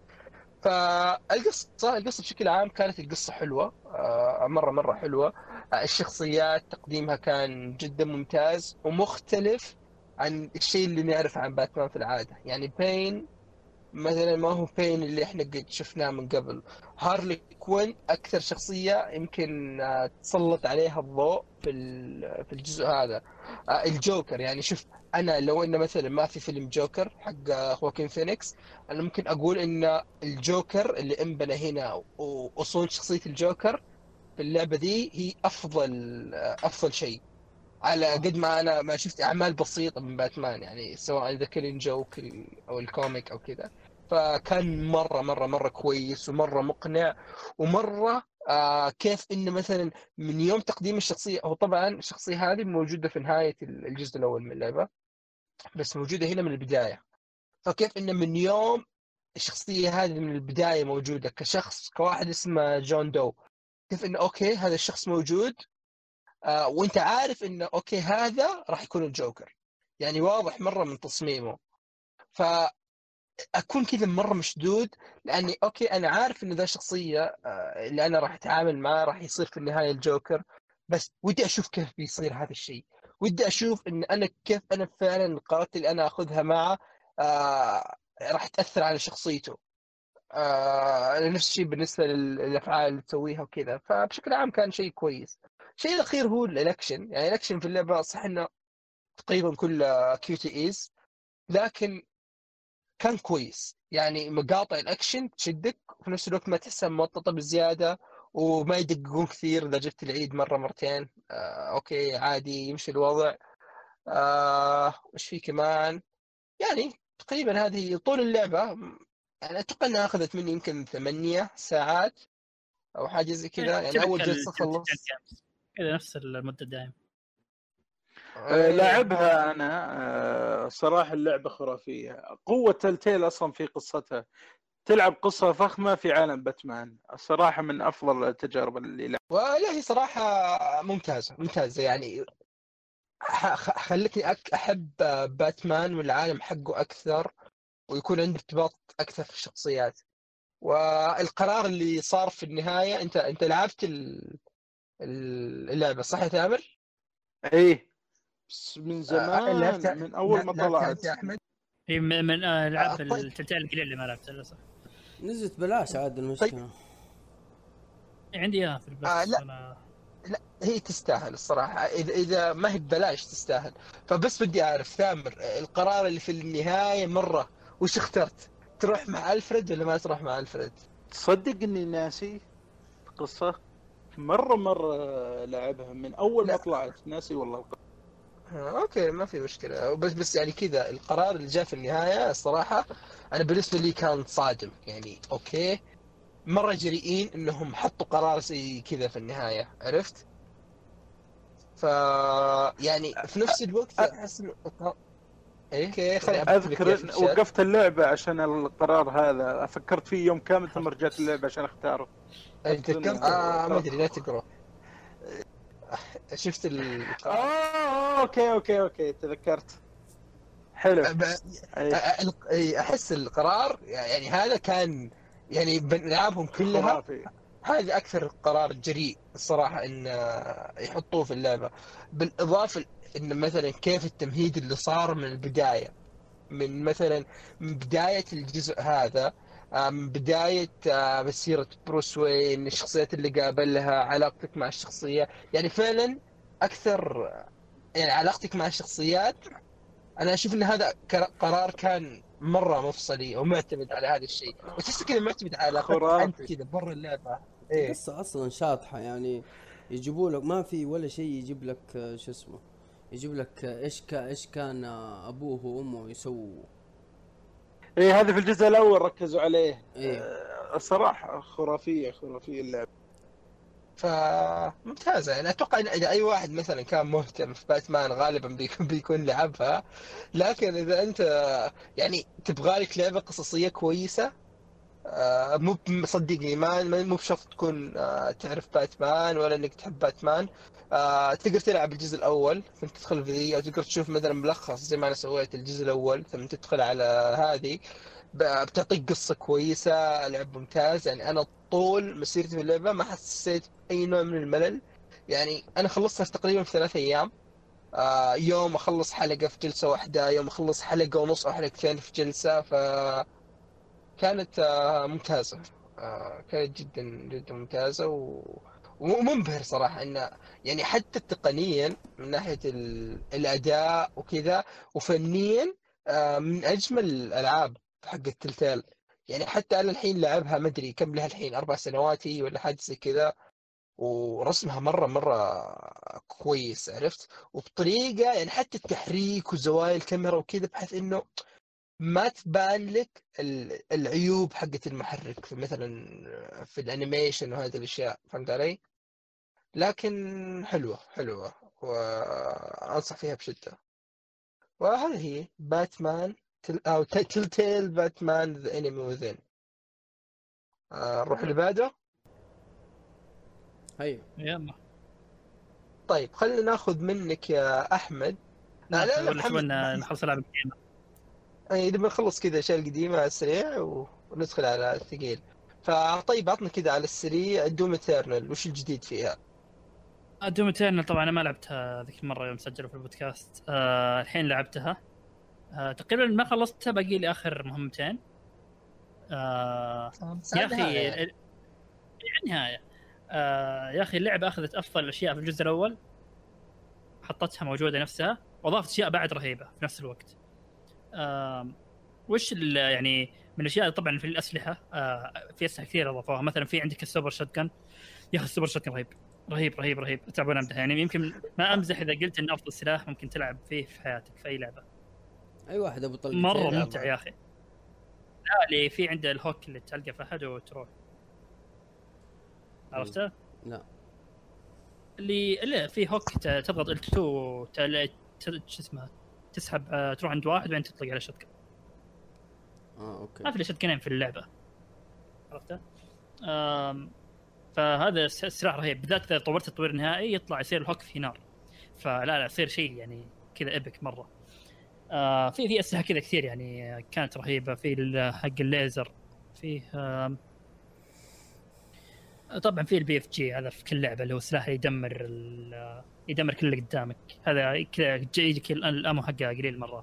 القصة بشكل عام كانت القصة حلوة، مرة حلوة. الشخصيات تقديمها كان جدا ممتاز ومختلف عن الشيء اللي نعرفه عن باتمان في العادة. يعني بين مثلا ما هو بين اللي احنا قد شفناه من قبل. هارلي كوين اكثر شخصيه يمكن تسلط عليها الضوء في الجزء هذا. الجوكر، يعني شوف، انا لو انه مثلا ما في فيلم جوكر حق خواكين فينيكس، انا ممكن اقول ان الجوكر اللي انبنى هنا واصول شخصيه الجوكر في اللعبه دي هي افضل شيء. على قد ما انا ما شفت اعمال بسيطه من باتمان، يعني سواء ذا كيلينج جوك او الكوميك او كذا، فكان مره كويس ومره مقنع ومره كيف انه مثلا من يوم تقديم الشخصيه، او طبعا الشخصيه هذه موجوده في نهايه الجزء الاول من اللعبه، بس موجوده هنا من البدايه. فكيف انه من يوم الشخصيه هذه من البدايه موجوده كشخص، كواحد اسمه جون دو، كيف انه اوكي هذا الشخص موجود، وانت عارف انه اوكي هذا راح يكون الجوكر، يعني واضح مره من تصميمه. فاكون كذا مره مشدود، لاني اوكي انا عارف ان ذا الشخصيه اللي انا راح اتعامل معاه راح يصير في النهايه الجوكر، بس ودي اشوف كيف بيصير هذا الشيء. ودي اشوف ان انا كيف انا فعلا القرارات اللي انا اخذها معه راح تاثر على شخصيته. نفس الشيء بالنسبه للافعال اللي تسويها وكذا. فبشكل عام كان شيء كويس. الشيء الاخير هو الاكشن. يعني الاكشن في اللعبه صح انه تقريبا كله كيو تي ايز، لكن كان كويس. يعني مقاطع الاكشن تشدك وفي نفس الوقت ما تحسها ممططه بزياده، وما يدققون كثير. اذا جبت العيد مره مرتين اوكي عادي يمشي الوضع. وش في كمان؟ يعني تقريبا هذه طول اللعبه. يعني اتوقع انها اخذت مني يمكن 8 ساعات او حاجه زي كذا. يعني اول جلسه خلص كذا نفس المده دائما. لاعبها انا صراحه اللعبه خرافيه. قوه تلتيل اصلا في قصتها، تلعب قصه فخمه في عالم باتمان. الصراحه من افضل التجارب اللي لعبها، ولا هي صراحه ممتازه. يعني خلتني احب باتمان والعالم حقه اكثر، ويكون عندي ارتباط اكثر في الشخصيات. والقرار اللي صار في النهايه، انت لعبت اللعبه صح يا تامر؟ ايه بس من زمان، من اول ما طلعت. يا احمد هي من العاب التلتيل القليل اللي ما لعبتها للاسف. نزلت بلاش عاد المشكله. عندي اياها في البث. لا هي تستاهل الصراحه. اذا ما هي ببلاش تستاهل. فبس بدي اعرف ثامر، القرار اللي في النهايه مره وش اخترت؟ تروح مع الفريد ولا ما تروح مع الفريد؟ تصدق اني ناسي القصه؟ مره لعبها من اول ما طلعت، ناسي والله. اوكي ما في مشكله. بس يعني كذا القرار اللي جاء في النهايه الصراحه انا بالنسبه لي كان صادم. يعني اوكي مره جريئين انهم حطوا قرار زي كذا في النهايه، عرفت؟ يعني في نفس الوقت احس انه اوكي خليني اذكر وقفت اللعبه عشان القرار هذا، فكرت فيه يوم كامل ثم رجعت اللعبه عشان اختاره. انت ما ادري لا تقرا. شفت اوكي تذكرت. حلو. احس القرار يعني هذا كان يعني بنلعبهم كلها هذا اكثر قرار جريء الصراحه ان يحطوه في اللعبه. بالاضافه ان مثلا كيف التمهيد اللي صار من البدايه، من مثلا من بدايه الجزء هذا، من بدايه مسيره بروس وين، الشخصيات اللي قابلها، علاقتك مع الشخصيه. يعني فعلا اكثر يعني علاقتك مع الشخصيات. انا اشوف ان هذا قرار كان مره مفصلي ومعتمد على هذا الشيء، وتحس كذا معتمد على علاقتك انت كذا برا اللعبه. القصه اصلا شاطحه يعني. يجيبوا لك ما في ولا شيء، يجيب لك شو اسمه، يجيب لك ايش كان ابوه وامه يسووا. ايه هذا في الجزء الاول ركزوا عليه. ايه الصراحه خرافيه اللعبه. فممتازة يعني. أتوقع إن إذا أي واحد مثلا كان مهتم في باتمان غالبا بيكون لعبها. لكن إذا أنت يعني تبغالك لعبة قصصية كويسة، مو صدقني مو بشرط تكون تعرف باتمان ولا إنك تحب باتمان. تقدر تلعب الجزء الأول ثم تدخل في أو تقدر تشوف مثلا ملخص زي ما أنا سويت الجزء الأول ثم تدخل على هذه. بتعطيك قصة كويسة، لعب ممتاز يعني. أنا طول مسيرتي في اللعبة ما حسيت أي نوع من الملل يعني. أنا خلصتها تقريبا في 3 أيام. يوم أخلص حلقة في جلسة واحدة، يوم أخلص حلقة ونص أو حلقتين في جلسة. فكانت ممتازة. كانت جدا جدا ممتازة ومنبهر صراحة إنه يعني حتى تقنيا من ناحية الأداء وكذا وفنيا من أجمل الألعاب حق التلتيل يعني. حتى أنا الحين لعبها مدري كم لها الحين 4 سنوات ولا حاجة زي كذا، ورسمها مرة كويس عرفت. وبطريقة يعني حتى التحريك وزوايا الكاميرا وكذا بحيث إنه ما تبان لك العيوب حقت المحرك مثلا في الانيميشن وهذه الاشياء. فهمت علي؟ لكن حلوة وانصح فيها بشدة. وهذه هي باتمان او تيل باتمان ذا انمي وذين. نروح اللي بعده. ايوه يلا طيب خلينا ناخذ منك يا احمد. لا ولا تبغى نخلص العاب القديمه؟ اذا بنخلص كذا الاشياء القديمه على السريع وندخل على الثقيل. فطيب عطنا كذا على السريع دوم إترنال وش الجديد فيها؟ دوم إترنال طبعا انا ما لعبتها ذيك المره يوم سجلوا في البودكاست. الحين لعبتها. تقريبا ما خلصتها، باقي لي اخر مهمتين. يا اخي النهايه. يا اخي اللعبه اخذت افضل الاشياء في الجزء الاول، حطتها موجوده نفسها، واضافت اشياء بعد رهيبه في نفس الوقت. وش يعني من الاشياء طبعا في الاسلحه. في اسلحه كثير اضافوها. مثلا في عندك السوبر شوتجن. يا اخي السوبر شوتجن رهيب رهيب رهيب رهيب. اتعب وانا امدح يعني. يمكن ما امزح اذا قلت انه افضل سلاح ممكن تلعب فيه في حياتك في اي لعبه. اي واحد ابو طلقتين مره ممتع يا اخي. لا اللي في عنده الهوك اللي تلقى في احد وتروح. عرفته؟ لا اللي في هوك تضغط ال2 شو اسمه تسحب تروح عند واحد وبعدين تطلق على شوتجن. اوكي. ما في شوتجنين في اللعبه. عرفته؟ فهذا السلاح رهيب، بالذات اذا طورت التطوير النهائي يطلع يصير الهوك في نار. فلا يصير شيء يعني كذا ايبك مره. في اسلحه كذا كثير يعني كانت رهيبه. في حق الليزر فيه طبعا في البي اف جي هذا في كل لعبه اللي هو سلاح يدمر كل اللي قدامك. هذا كذا يجيك الامو حقه قليل مره.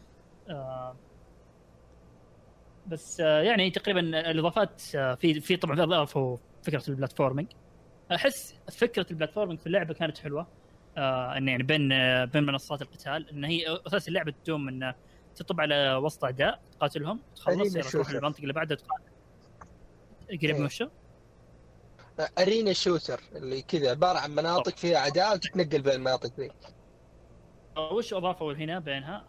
بس يعني تقريبا الاضافات في طبعا اضافوا فكره البلاتفورمينج. احس فكره البلاتفورمينج في اللعبه كانت حلوه. انه يعني بين منصات القتال، ان هي اساس اللعبه تدوم ان تطب على وسط اعداء تقاتلهم تخلص تروح المنطقه اللي بعدها قريب من وشه ارينا شوتر اللي كذا عباره عن مناطق فيها اعداء وتتنقل بين المناطق ذي. وش اضافوا هنا بينها؟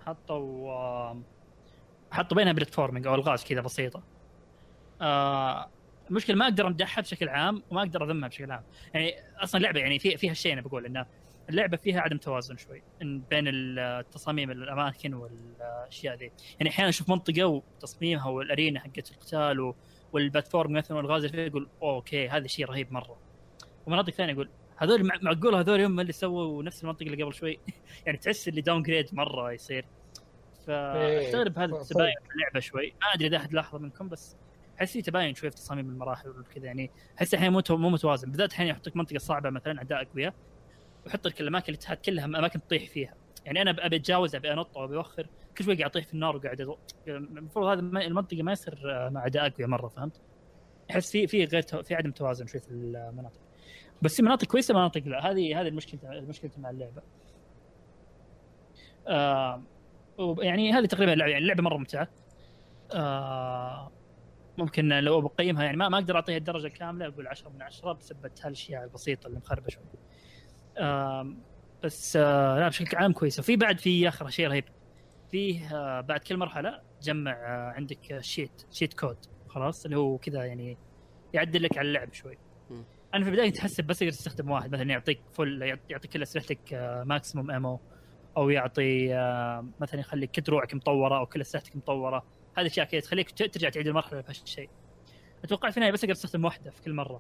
حطوا بينها بلاتفورمينج او الغاز كذا بسيطه. المشكله ما اقدر امدحها بشكل عام وما اقدر اذمها بشكل عام. يعني اصلا اللعبه يعني فيها الشيء انا بقول انه اللعبه فيها عدم توازن شوي بين التصاميم الاماكن والاشياء ذي. يعني احيانا اشوف منطقه وتصميمها والارينا حقت القتال والبلاتفورم مثلا والغاز اللي فيه يقول اوكي هذا شيء رهيب مره. ومناطق ثانيه يقول هذول معقول هذول هم اللي سووا نفس المنطقه اللي قبل شوي. يعني تحس اللي داون جريد مره يصير. فاستغرب هذا التباين في اللعبه شوي. ما ادري اذا احد لاحظ منكم بس احس في تباين شوي في تصاميم المراحل وكذا. يعني احس احيانا مو متوازن. بالذات الحين يحطك منطقه صعبه مثلا اعداء اقوياء ويحط لك الاماكن اللي تحت كلها اماكن تطيح فيها. يعني انا ابي اتجاوز ابي انط او ابي اوخر كل شوي قاعد اطيح في النار وقاعد المفروض هذا المنطقه ما يصير مع اعداء اقوياء مره. فهمت؟ احس في عدم توازن شوي في المناطق. بس في مناطق كويسه مناطق لا. هذه المشكله مع اللعبه. ويعني هذه تقريبا اللعبه. يعني اللعبه مره ممتعه. ممكن لو بقيمها يعني ما اقدر اعطيها الدرجه الكامله، اقول 10 من 10 بسبب هالاشياء البسيطه اللي مخربه شوي. بس لا بشكل عام كويس. وفي بعد في اخر شيء رهيب فيه، بعد كل مرحله تجمع عندك شيت كود خلاص، اللي هو كذا يعني يعدل لك على اللعب شوي. انا في البدايه تحسب بس تقدر تستخدم واحد، مثلا يعطيك فل، يعطيك كل اسلحتك ماكسيموم امو، او يعطي مثلا يخليك كل دروعك مطوره او كل اسلحتك مطوره. هذه اشياء كذا تخليك ترجع تعيد المرحله في هالشيء. اتوقع في النهايه بس اقدر استخدم واحده في كل مره.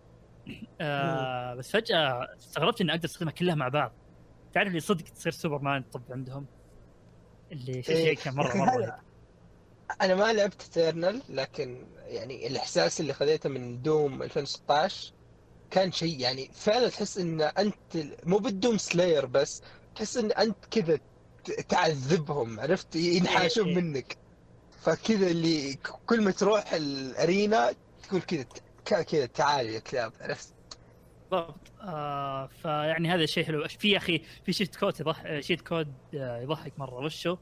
بس فجاه استغربت اني اقدر استخدمها كلها مع بعض. تعرف اللي صدق تصير سوبرمان طب عندهم اللي شيء كان مره انا ما لعبت تيرنال، لكن يعني الاحساس اللي خذيته من دوم 2016 كان شيء يعني فعلا تحس ان انت مو بالدوم سلاير، بس تحس ان انت كذا تعذبهم، عرفت، ينحاشون منك. فكذا اللي كل ما تروح الارينا تقول كذا تعال يا كلاب، عرفت بالضبط. فيعني هذا الشيء حلو. في يا اخي في شيت كود يضحك مره. وشو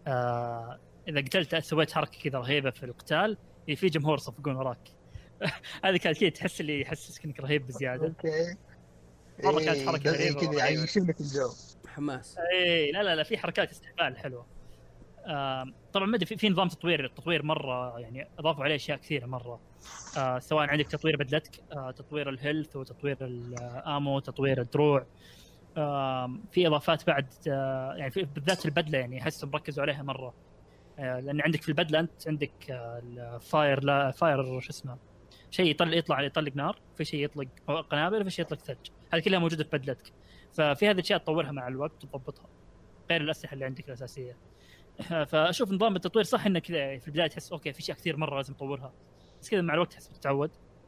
اذا قتلت سويت حركه كذا رهيبه في القتال في جمهور صفقون وراك. هذه كانت كذا تحس اللي يحسسك انك رهيب بزياده. اوكي مره كانت حركه غريبه كذا يعني يشوفك الجو حماس. لا في حركات استقبال حلوه. طبعا ما ادري في نظام التطوير مره يعني اضافوا عليه اشياء كثيره مره. سواء عندك تطوير بدلتك، تطوير الهيلث، وتطوير الامو، تطوير الدروع. في اضافات بعد يعني في بالذات البدله يعني احسهم ركزوا عليها مره. لان عندك في البدله انت عندك الفاير شو اسمه، شيء يطلق نار، في شيء يطلق قنابل، وفي شيء يطلق ثلج. هذه كلها موجوده في بدلتك. ففي هذه الاشياء تطورها مع الوقت وتضبطها غير الاسلحه اللي عندك الاساسيه. فاشوف نظام التطوير صح انه كذا في البدايه تحس اوكي في اشياء كثير مره لازم تطورها، بس كذا مع الوقت تحس بتتعود.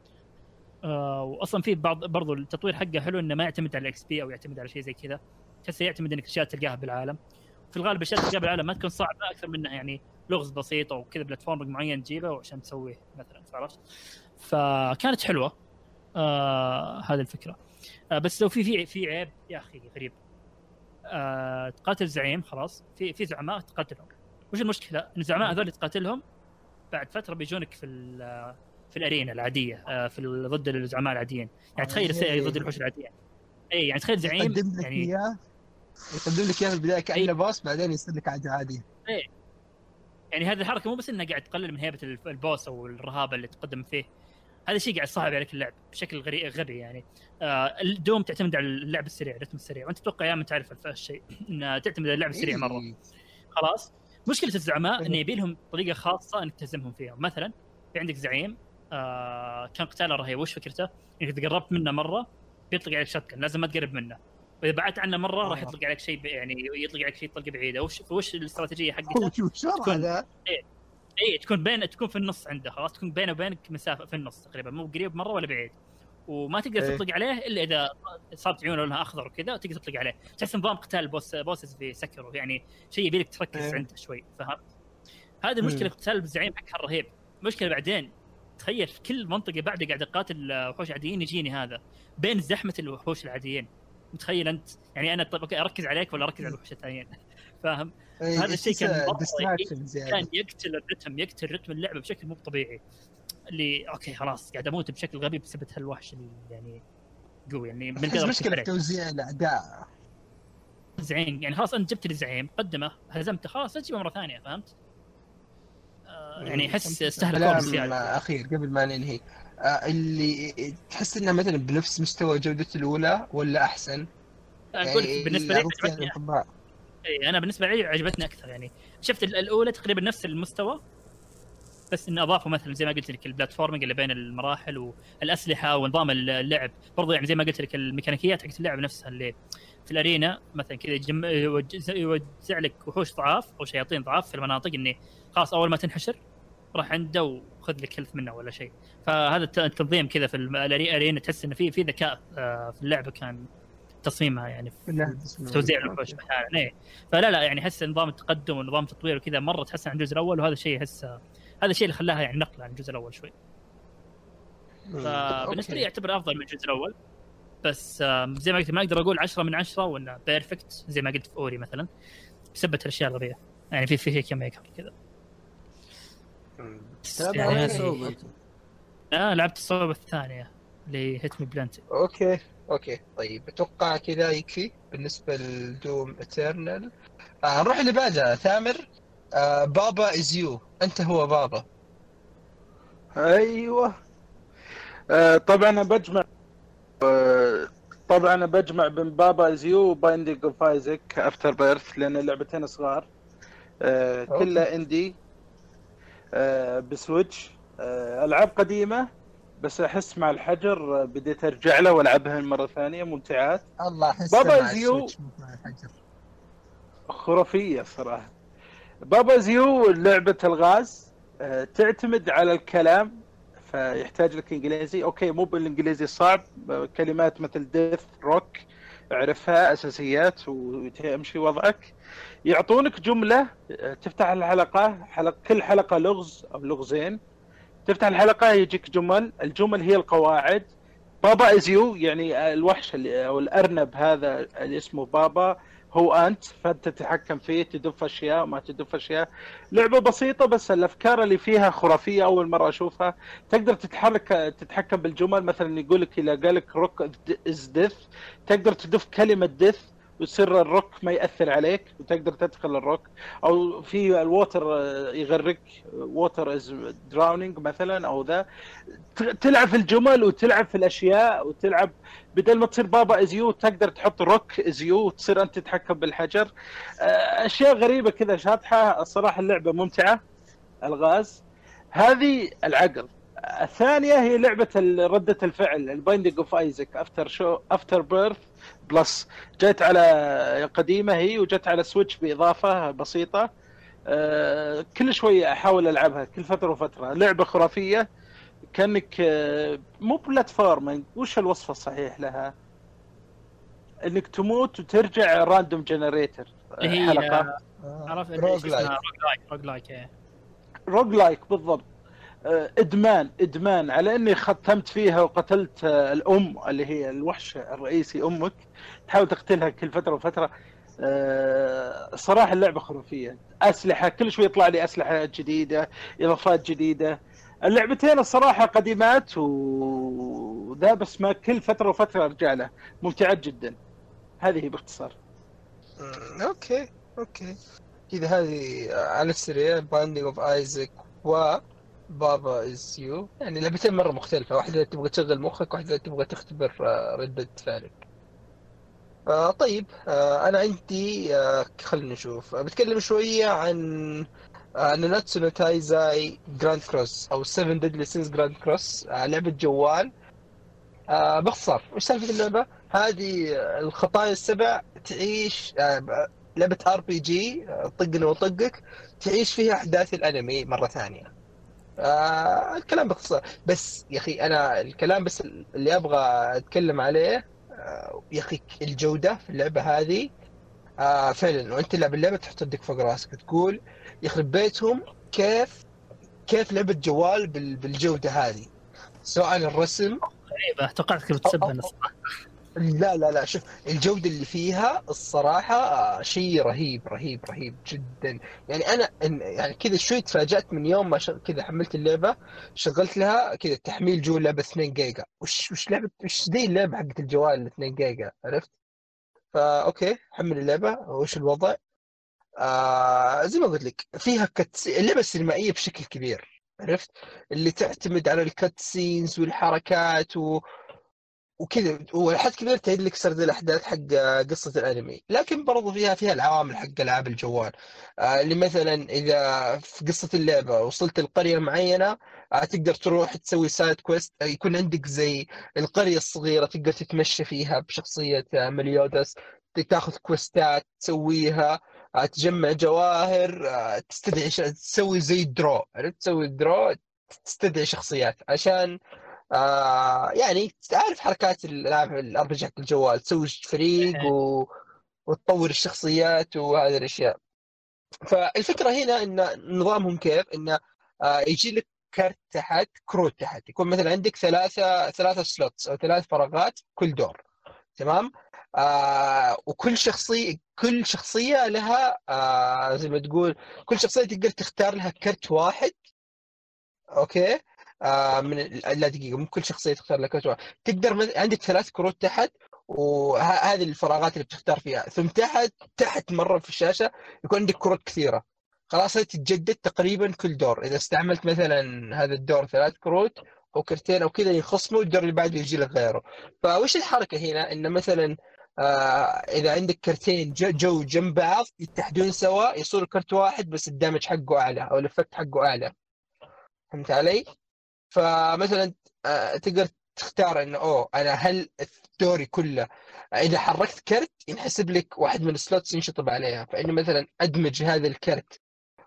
واصلا في بعض برضو التطوير حقه حلو انه ما يعتمد على الاكس بي او يعتمد على شيء زي كذا، تحس يعتمد انك اشياء تلقاها بالعالم. في الغالب الاشياء تلقاها بالعالم ما تكون صعبه اكثر منها يعني لغز بسيطه وكذا بلاتفورم معين تجيبه عشان تسويه مثلا، عرفت؟ فكانت حلوه هذه الفكره. بس لو في عيب يا اخي غريب. تقاتل زعيم خلاص، في زعماء تقاتلهم. وش المشكله؟ ان الزعماء هذول تقاتلهم بعد فتره بيجونك في الارينا العاديه، في ضد الزعماء العاديين. يعني تخيل ضد الوحوش العاديين. اي يعني تخيل زعيم يعني يقدم لك اياه في البدايه كانه باص، بعدين يصير لك عادي. اي يعني هذه الحركه مو بس انها قاعد تقلل من هيبه البوس او الرهابه اللي تقدم فيه، هذا الشيء قاعد يصعب عليك اللعب بشكل غبي يعني. الدوم تعتمد على اللعب السريع، الرتم السريع، وانت تتوقع يا من تعرف الشيء ان تعتمد على اللعب السريع مره. خلاص مشكله الزعماء ان يبي لهم طريقه خاصه انك تهزمهم فيها. مثلا في عندك زعيم كان قتاله رهيب. وش فكرته؟ انك اذا قربت منه مره بيطلق عليك شتكن، لازم ما تقرب منه. واذا بعدت عنه مره راح يطلق عليك شيء يعني يطلق عليك شيء طلقه بعيده. وش الاستراتيجيه حقته؟ تكون في النص عنده، خلاص تكون بينه وبينك مسافه في النص تقريبا، مو قريب مره ولا بعيد. وما تقدر تطلق عليه الا اذا صارت عيونه لونها اخضر وكذا وتقدر تطلق عليه. تحس نظام قتال بوسز في سكرو يعني شيء يبي لك تركز عنده شوي، فهمت؟ هذه المشكله في قتال الزعيم حقها الرهيب. مشكله بعدين تخيل في كل منطقه بعد قاعد اقاتل وحوش عاديين يجيني هذا بين زحمه الوحوش العاديين. متخيل انت يعني انا طب اوكي اركز عليك ولا اركز على الوحوش الثانيين؟ فاهم؟ هذا الشيء كان يقتل رتم اللعبه بشكل مو طبيعي. اللي اوكي خلاص قاعد اموت بشكل غبي بسبب هالوحش اللي يعني قوي يعني من قدر مشكله توزيع الاعداء. زعيم يعني خلاص انت جبت لي زعيم قدمه هزمته، خلاص تجيبه مره ثانيه، فهمت؟ يعني احس استهلك زياده. اخير قبل ما ننهي، اللي تحس انها مثلا بنفس مستوى جوده الاولى ولا احسن؟ اقول يعني بالنسبه لي انا بالنسبه لي عجبتني اكثر. يعني شفت الاولى تقريبا نفس المستوى، بس ان اضافوا مثلا زي ما قلت لك البلاتفورمينج اللي بين المراحل والاسلحه ونظام اللعب برضو. يعني زي ما قلت لك الميكانيكيات حقت اللعب نفسها اللي في الارينا مثلا كذا يوزع لك وحوش ضعاف او شياطين ضعاف في المناطق، اني خلاص اول ما تنحشر راح عنده وخذ لك هيلث منه ولا شيء. فهذا التنظيم كذا في الارينا تحس انه في ذكاء في اللعبه كان تصميمها يعني في توزيع الوحوش احيانا. ايه فلا يعني احس نظام التقدم ونظام التطوير وكذا مره تحسن عن الجزء الاول، وهذا الشيء احس هذا الشيء اللي خلاها يعني نقله عن الجزء الاول شوي. فبالنسبه لي يعتبر افضل من الجزء الاول، بس زي ما قلت ما اقدر اقول 10 من 10 ولا بيرفكت زي ما قلت في اوري مثلا بسبب الاشياء الغبيه. يعني في كم يكره كذا. تلعب يعني على صعوبة أنت. لعبت الصعوبة الثانية اللي هيت مي بلانتي. اوكي طيب اتوقع كذا يكفي بالنسبه لدوم اترنال. نروح اللي بعدها ثامر. بابا از يو، انت هو بابا. ايوه. طبعا انا بجمع طبعا انا بجمع بين بابا ازيو وبايندينج اوف ايزك افتر بيرث، لان اللعبتين صغار. كلها اندي بسويتش. العاب قديمه، بس احس مع الحجر بديت ارجع له والعبها مره ثانيه، ممتعات. الله احس بابا مع ازيو السويتش مع الحجر خرافيه صراحه. بابا زيو لعبة الغاز، تعتمد على الكلام، فيحتاج لك انجليزي. اوكي مو بالانجليزي صعب، كلمات مثل ديث روك اعرفها اساسيات وتمشي وضعك. يعطونك جملة، تفتح الحلقة كل حلقة لغز او لغزين. تفتح الحلقة يجيك الجمل هي القواعد. بابا ازيو يعني الوحش اللي او الارنب هذا اللي اسمه بابا هو انت، فانت تتحكم فيه، تدف اشياء ما تدف اشياء. لعبه بسيطه بس الافكار اللي فيها خرافيه، اول مره اشوفها. تقدر تتحكم بالجمل، مثلا يقول لك اذا قال لك روك از ديث، تقدر تدف كلمه ديث ويصير الروك ما ياثر عليك وتقدر تدخل الروك. او في الووتر يغرق، ووتر از دراونينج مثلا، او ذا. تلعب في الجمل وتلعب في الاشياء وتلعب. بدل ما تصير بابا ازيو تقدر تحط روك ازيو وتصير انت تتحكم بالحجر. اشياء غريبه كذا شاطحه. الصراحه اللعبه ممتعه. الغاز هذه العقل. الثانيه هي لعبه رده الفعل، البايندينج اوف ايزك افتر بيرث بلس. جت على قديمه هي، وجت على سويتش باضافه بسيطه. كل شويه احاول العبها كل فتره وفتره. لعبه خرافيه، كانك مو بلاتفورم، وش الوصف الصحيح لها؟ انك تموت وترجع راندوم جنريتر حلقه. عرفت روج لايك بالضبط. ادمان على اني ختمت فيها وقتلت الام اللي هي الوحش الرئيسي امك، تحاول تقتلها كل فتره وفتره. صراحه اللعبه خرافيه. اسلحه كل شوي يطلع لي اسلحه جديده، اضافات جديده. اللعبتين الصراحه قديمات وذا، بس ما كل فتره وفتره ارجع له. ممتعات جدا. هذه باختصار. اوكي كذا هذه على السريع بايندينج اوف ايزك وبابا از يو. يعني لعبتين مره مختلفه، واحده تبغى تشغل مخك، واحده تبغى تختبر ردة فعلك. طيب انا عندي خلينا نشوف. بتكلم شويه عن ناناتسو نو تايزاي جراند كروس او 7 ديدلي سينز جراند كروس. لعبه جوال. باختصار وش سالفه اللعبه هذه؟ الخطايا السبع تعيش لعبه ار بي جي، طقنا وطقك، تعيش فيها احداث الانمي مره ثانيه. الكلام باختصار. بس يا اخي انا الكلام بس اللي ابغى اتكلم عليه يا اخي الجوده في اللعبه هذه فعلا. وانت تلعب اللعبه تحط يدك فوق راسك تقول يخرب بيتهم كيف لعبه جوال بالجوده هذه، سواء الرسم. غريبة، توقعتك بتسبنا الصراحة. لا شوف الجودة اللي فيها الصراحة شيء رهيب جدا. يعني أنا يعني كذا شوي تفاجأت من يوم ما كذا حملت اللعبة، شغلت لها كذا تحميل جو لعبة 2 جيجا. وش لعبة، وش دي اللعبة حقت الجوال 2 جيجا، عرفت؟ فأوكي حمل اللعبة. وش الوضع؟ زي ما قلت لك فيها اللعبة سينمائية بشكل كبير، عرفت؟ اللي تعتمد على الكت سينز والحركات وكذا، ولحد كبير تعيد لك سرد الاحداث حق قصه الانمي. لكن برضو فيها العوامل حق العاب الجوال. اللي مثلا اذا في قصه اللعبه وصلت القريه معينه، تقدر تروح تسوي سايد كويست. يكون عندك زي القريه الصغيره تقدر تتمشى فيها بشخصيه مليودس، تاخذ كويستات تسويها، تجمع جواهر، تستدعي تسوي زي درو، عرفت؟ تسوي درو، تستدعي شخصيات عشان يعني تعرف حركات الالعاب الار بي جي حق الجوال، تسوي فريق وتطور الشخصيات وهذه الاشياء. فالفكره هنا ان نظامهم كيف انه يجي لك كرت تحت، كروت تحت، يكون مثلا عندك ثلاثه سلوتس او 3 فراغات كل دور، تمام؟ وكل شخصيه لها زي ما تقول، كل شخصيه تقدر تختار لها كرت واحد اوكي. لا دقيقه، مو كل شخصيه تختار لك كروت واحد. تقدر عندك 3 كروت تحت، وهذه الفراغات اللي بتختار فيها، ثم تحت مره في الشاشه يكون عندك كروت كثيره. خلاص هي تتجدد تقريبا كل دور. اذا استعملت مثلا هذا الدور 3 كروت او كرتين او كذا ينخصموا، الدور اللي بعده يجي لك غيره. فوش الحركه هنا؟ انه مثلا اذا عندك كرتين جو جنب بعض يتحدون سوا، يصير كرت واحد بس الدمج حقه اعلى او الافكت حقه اعلى. فهمت علي؟ فمثلا تقدر تختار انه انا هل دوري كله اذا حركت كرت ينحسب لك واحد من السلوتس ينشطب عليها، فاني مثلا ادمج هذا الكرت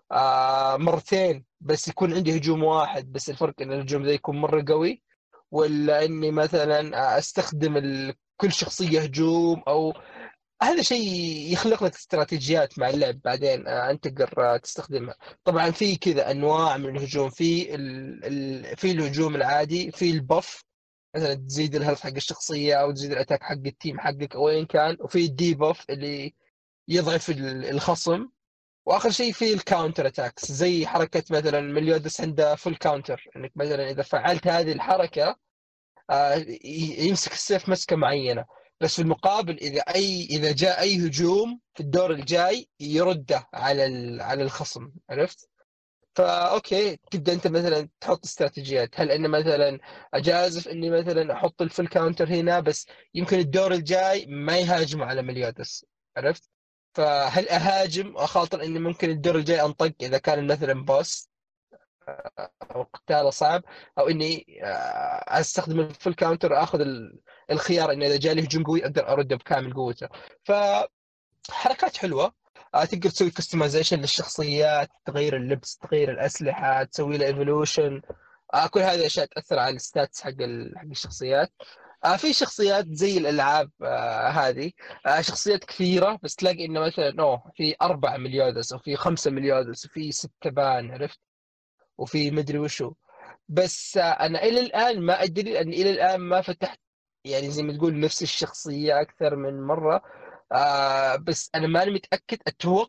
مرتين بس يكون عندي هجوم واحد، بس الفرق ان الهجوم ذا يكون مره قوي، ولا اني مثلا استخدم كل شخصيه هجوم. او هذا شيء يخلق لك استراتيجيات مع اللعب بعدين انت تقدر تستخدمها. طبعا في كذا انواع من الهجوم، في الهجوم العادي، في البف مثلا تزيد الهيلث حق الشخصيه او تزيد الاتاك حق التيم حقك او ايا كان، وفي الدي بف اللي يضعف الخصم، واخر شيء في الكاونتر اتاكس زي حركه مثلا مليودس عنده فول كاونتر، انك مثلا اذا فعلت هذه الحركه يمسك السيف مسكه معينه، بس في المقابل اذا جاء اي هجوم في الدور الجاي يرده على الخصم. عرفت؟ فاوكي تبدا انت مثلا تحط استراتيجيات. هل ان مثلا اجازف اني مثلا احط الفل كاونتر هنا، بس يمكن الدور الجاي ما يهاجم على مليودس. عرفت؟ فهل اهاجم اخاطر اني ممكن الدور الجاي انطق اذا كان مثلا بوس او قتاله صعب، او اني استخدم الفول كاونتر، اخذ الخيار انه اذا جالي هجوم قوي اقدر ارده بكامل قوته. فحركات حلوه. تقدر تسوي كستمايزيشن للشخصيات، تغير اللبس، تغير الاسلحه، تسوي له ايفولوشن. كل هذه الاشياء تاثر على الستاتس حق الشخصيات. في شخصيات زي الالعاب هذه شخصيات كثيره، بس تلاقي انه مثلا في 4 مليودس او في 5 مليودس وفي 6 بان. عرفت؟ وفي مدري وشو. بس انا الى الان ما ادري، لاني الى الان ما فتحت يعني زي ما تقول نفس الشخصيه اكثر من مره. بس انا ماني متاكد.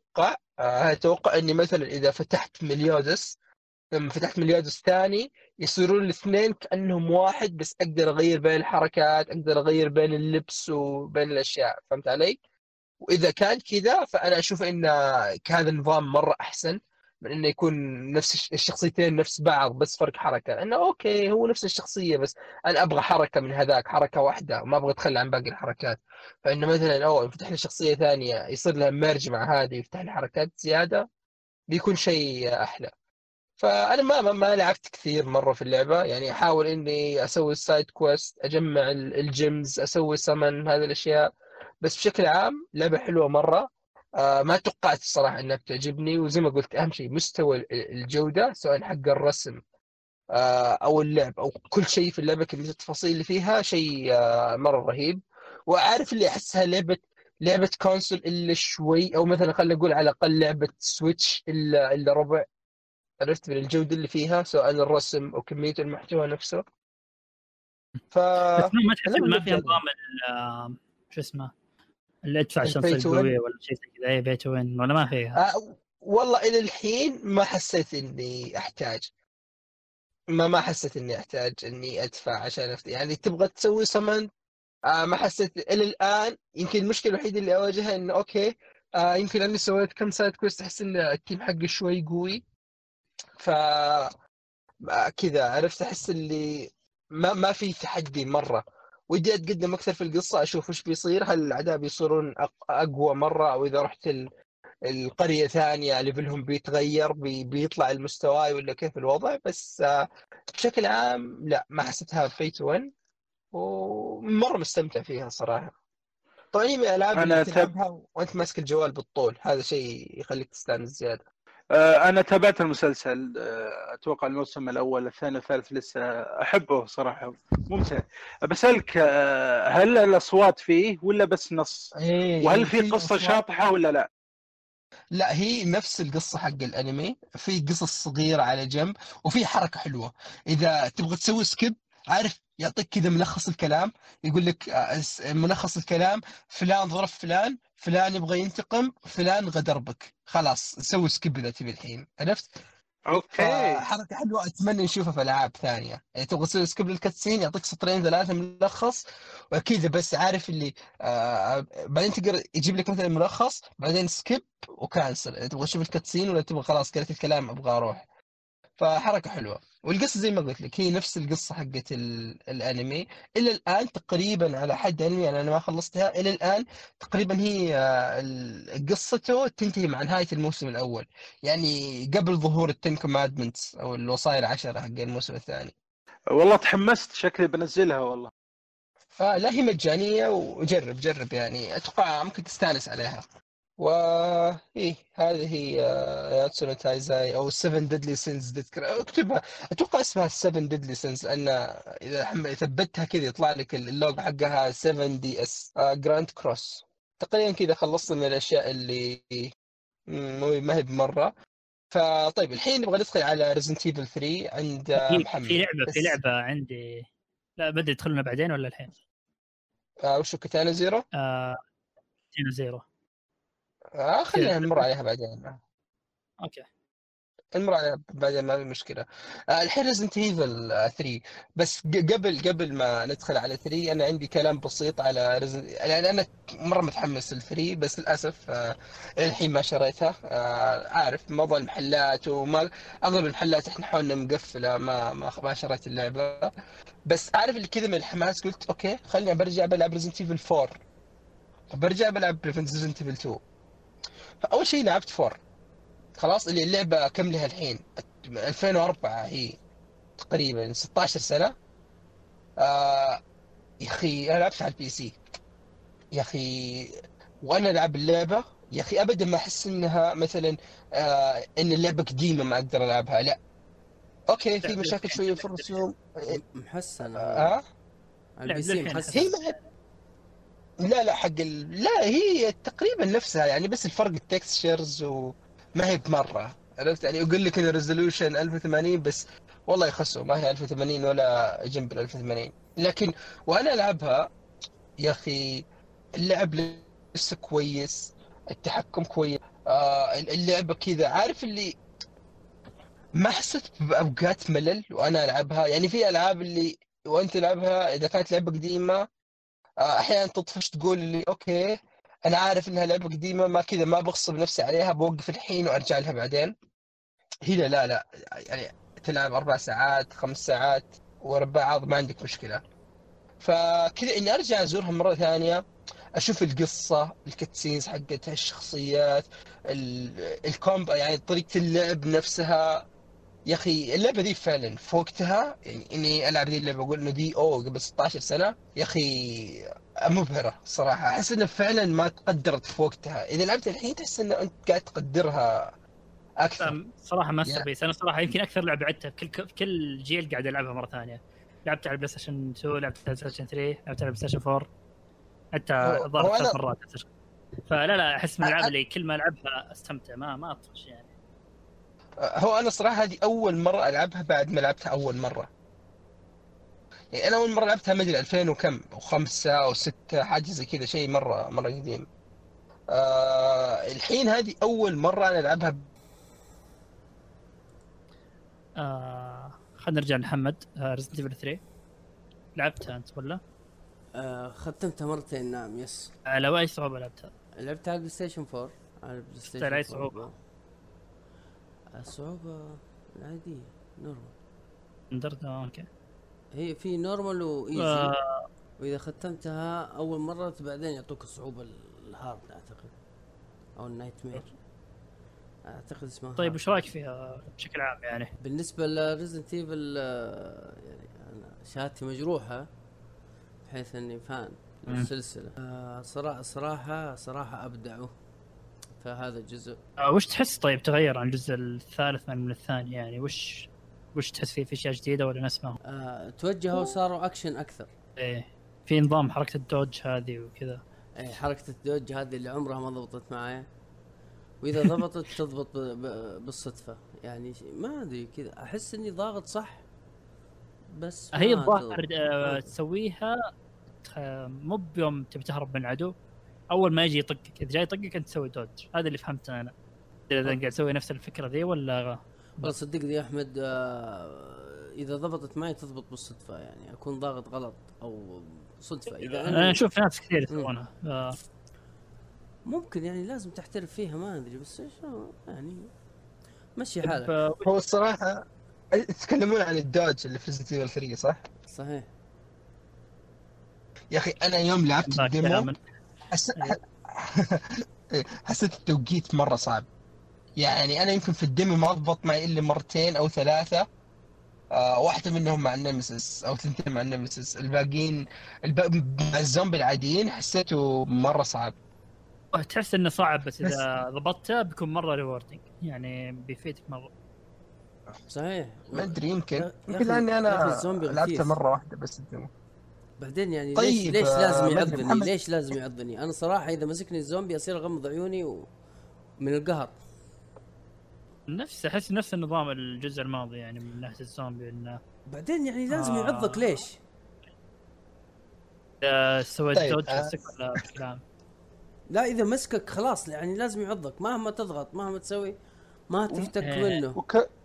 اتوقع اني مثلا اذا فتحت مليودس، لما فتحت مليودس ثاني يصيرون الاثنين كانهم واحد، بس اقدر اغير بين الحركات، اقدر اغير بين اللبس وبين الاشياء. فهمت علي؟ واذا كان كذا فانا اشوف ان هذا النظام مره احسن من انه يكون نفس الشخصيتين نفس بعض بس فرق حركه. انه اوكي هو نفس الشخصيه، بس انا ابغى حركه من هذاك، حركه واحده، ما ابغى اتخلى عن باقي الحركات. فانه مثلا يفتح لي شخصيه ثانيه يصير لها ميرج مع هذه، يفتح لي حركات زياده، بيكون شيء احلى. فانا ما لعبت كثير مره في اللعبه، يعني احاول اني اسوي السايد كويست، اجمع الجيمز، اسوي سمن، هذه الاشياء. بس بشكل عام لعبه حلوه مره. ما توقعت الصراحه انها بتعجبني، وزي ما قلت اهم شيء مستوى الجوده، سواء حق الرسم او اللعب او كل شيء في اللعبه، كميه التفاصيل اللي فيها شيء مره رهيب. واعرف اللي احسها لعبه كونسول الا شوي، او مثلا خلينا نقول على الاقل لعبه سويتش الا ربع. عرفت؟ من الجودة اللي فيها سواء الرسم أو كمية المحتوى نفسه. بس ما تحس ما في نظام شو اسمه اللي ادفع عشان تصير قوية ولا شيء زي كذا، بي تو وين ولا ما فيها؟ والله إلى الحين ما حسيت إني أحتاج. ما حسيت إني أحتاج إني أدفع عشان يعني تبغى تسوي سمن. ما حسيت إلى الآن. يمكن المشكلة الوحيدة اللي أواجهها إنه أوكي يمكن أني سويت كم سايد كويست أحس إن التيم حقي شوي قوي، ف كذا عرفت احس اللي ما في تحدي مره. ودي اتقدم اكثر في القصه، اشوف وش بيصير، هل الاعداء بيصيرون اقوى مره، او اذا رحت القريه ثانيه ليفلهم بيتغير، بيطلع المستوى، ولا كيف الوضع. بس بشكل عام لا، ما حسيتها في تو وين، ومره مستمتع فيها صراحه. طبعا هي من الالعاب اللي تلعبها وانت ماسك الجوال بالطول، هذا شيء يخليك تستانس زياده. أنا تابعت المسلسل، أتوقع الموسم الأول، الثاني والثالث لسه. أحبه صراحة، ممتع. بسألك هل الأصوات فيه ولا بس نص؟ وهل في قصة شاطحة ولا لا؟ لا، هي نفس القصة حق الأنمي، في قصص صغيرة على جنب، وفي حركة حلوة. إذا تبغى تسوي سكيب، عارف يعطيك كذا ملخص الكلام، يقول لك ملخص الكلام: فلان ضرب فلان، فلان يبغى ينتقم، فلان غدر بك، خلاص سوي سكيب إذا تبي الحين. عرفت؟ اوكي. حركه حلوه، اتمنى نشوفها في العاب ثانيه. يعني تبغى تسوي سكيب للكاتسين، يعطيك سطرين ثلاثه ملخص وكذا، بس عارف اللي بعدين تقدر يجيب لك مثلا ملخص بعدين سكيب وكانسل. يعني تبغى تشوف الكاتسين ولا تبغى خلاص قريت الكلام ابغى اروح. فحركه حلوه. والقصه زي ما قلت لك هي نفس القصه حقت الانمي الى الان تقريبا، على حد علمي يعني انا ما خلصتها الى الان. تقريبا هي قصته تنتهي مع نهايه الموسم الاول، يعني قبل ظهور التن كوماندمنتس او الوصايا العشره حق الموسم الثاني. والله تحمست، شكلي بنزلها والله. لا هي مجانيه وجرب يعني اتوقع ممكن تستانس عليها. إيه هذه هي ياتسونو تايزاي او 7 ديدلي سينز. اكتبها، اتوقع اسمها 7 ديدلي سينز، لان اذا ثبتها كذا يطلع لك اللوجو حقها 7 دي اس جراند كروس. تقريبا كذا خلصت من الاشياء اللي ما هي بمره. فطيب الحين نبغى ندخل على ريزنت ايفل 3 عند محمد. في لعبه عندي، لا بدي يدخلنا بعدين ولا الحين؟ وشو كتانا زيرو؟ كتانا زيرو خلينا نمر عليها بعدين. اوكي نمر عليها بعدين ما في مشكله. الحين ريزنت ايفل 3. بس قبل ما ندخل على 3 انا عندي كلام بسيط على يعني انا مره متحمس ل3 بس للاسف الحين ما شريتها. عارف موضوع المحلات وما اغلب المحلات احنا حولنا مقفله، ما شريت اللعبه. بس عارف اللي كذا من الحماس قلت اوكي خليني برجع بلعب ريزنت ايفل 4، برجع بلعب ريزنت ايفل 2. فاول شيء لعبت 4 خلاص، اللي اللعبة كم لها الحين 2004 هي تقريبا 16 سنة. يا أخي أنا لعبت على البي سي يا أخي، وأنا ألعب اللعبة يا أخي أبدا ما أحس إنها مثلا إن اللعبة قديمة ما أقدر ألعبها. لا أوكي في مشاكل شوية في الرسوم محسنة. على البي سي محسن. هي لا حق لا هي تقريبا نفسها يعني، بس الفرق التكستشرز وما هي بمرة. عرفت يعني يقول لك ان الريزولوشن 1080 بس والله يخسوا ما هي 1080 ولا جنب ال 1080. لكن وانا العبها يا اخي اللعب لسه كويس، التحكم كويس. اللعبة كذا عارف اللي ما حسيت بأوقات ملل وانا العبها. يعني في العاب اللي وانت تلعبها اذا كانت لعبة قديمة احيانا تطفش تقول لي اوكي انا عارف انها لعبه قديمه ما كذا ما بغصب نفسي عليها بوقف الحين وارجع لها بعدين. هنا لا يعني تلعب 4 ساعات 5 ساعات ورا بعض ما عندك مشكله. فكذا اني ارجع ازورها مره ثانيه اشوف القصه الكتسينز حقتها الشخصيات الكومب يعني طريقه اللعب نفسها. يا اخي اللعبه دي فعلا في وقتها يعني اني العب ذي اللعبه اقول انه دي قبل 16 سنه يا اخي مبهره صراحه. احس انه فعلا ما تقدرت في وقتها. اذا لعبت الحين تحس انه انت قاعد تقدرها اكثر. صراحه ماستر بيس انا صراحه يمكن اكثر لعبه لعبتها كل جيل قاعد العبها مره ثانيه. لعبت على البلاي ستيشن 2، لعبت على البلاي ستيشن 3، لعبت على البلاي ستيشن 4، حتى ضربت 3 مرات. فلا احس من الالعاب اللي كل ما العبها استمتع ما اطفش يعني. هو انا صراحه هذه اول مره العبها بعد ما لعبتها اول مره. يعني انا اول مره لعبتها ما ادري 2000 وكم و5 او 6 حاجه زي كذا شيء مره قديم. الحين هذه اول مره انا العبها. خلينا نرجع لمحمد. ريزنت ايفل 3 لعبتها انت ولا؟ ختمتها مرتين نعم يس. على اي صعوبه لعبتها؟ لعبتها على البلاي ستيشن 4. على البلاي ستيشن 4 صعوبه؟ الصعوبة العادية نورمال ندرت اوكي. هي في نورمال وايزي واذا ختمتها اول مرة بعدين يعطوك الصعوبة الهارد اعتقد او النايت مير اعتقد اسمها. طيب وش رايك فيها بشكل عام يعني؟ بالنسبة لريزنت ايفل يعني انا شهادتي مجروحة بحيث اني فان السلسلة. صراحة ابدعوا فهذا الجزء. وش تحس طيب تغير عن الجزء الثالث من الثاني يعني؟ وش تحس فيه في اشياء جديده ولا نفس ما هو؟ توجهوا صاروا اكشن اكثر. ايه في نظام حركه الدوج هذه وكذا. ايه حركه الدوج هذه اللي عمرها ما ضبطت معايا، واذا ضبطت تضبط بالصدفه يعني ما ادري كذا احس اني ضاغط صح بس هي الظاهر تسويها مو بيوم تبي تهرب من العدو اول ما يجي يطقك، اذا جاي يطقك انت تسوي دوج. هذا اللي فهمته انا. اذا قاعد تسوي نفس الفكره ذي ولا اكبر. صدقني يا احمد، اذا ضبطت معي تضبط بالصدفه، يعني اكون ضاغط غلط او صدفه. اذا انا اشوف ناس كثير يسوونها. ممكن يعني لازم تحترف فيها، ما ادري، بس ايش يعني مشي حالك. هو الصراحه تتكلمون عن الدوج اللي في ريزنت ايفل 3 صح؟ صحيح يا اخي انا يوم لعبت الديمو حسيت التوقيت مره صعب. يعني انا يمكن في الديمو ما ضبط معي الا مرتين او ثلاثه، واحده منهم مع النمسيس او ثنتين مع النمسيس، الباقيين مع الزومبي العاديين حسيته مره صعب. تحس انه صعب، بس اذا ضبطته بيكون مره ريوردنج، يعني بيفيدك مره. صحيح. ما ادري، يمكن لاني انا لعبته مره واحده بس الديمو. بعدين يعني طيب ليش لازم يعضني؟ ليش لازم يعضني؟ انا صراحه اذا مسكني الزومبي اصير اغمض عيوني من القهر. احس نفس النظام الجزء الماضي، يعني من ناحيه الزومبي انه بعدين يعني لازم يعضك. ليش؟ سويت دوج ولا كلام؟ لا اذا مسكك خلاص يعني لازم يعضك، مهما تضغط مهما تسوي ما تفتك منه.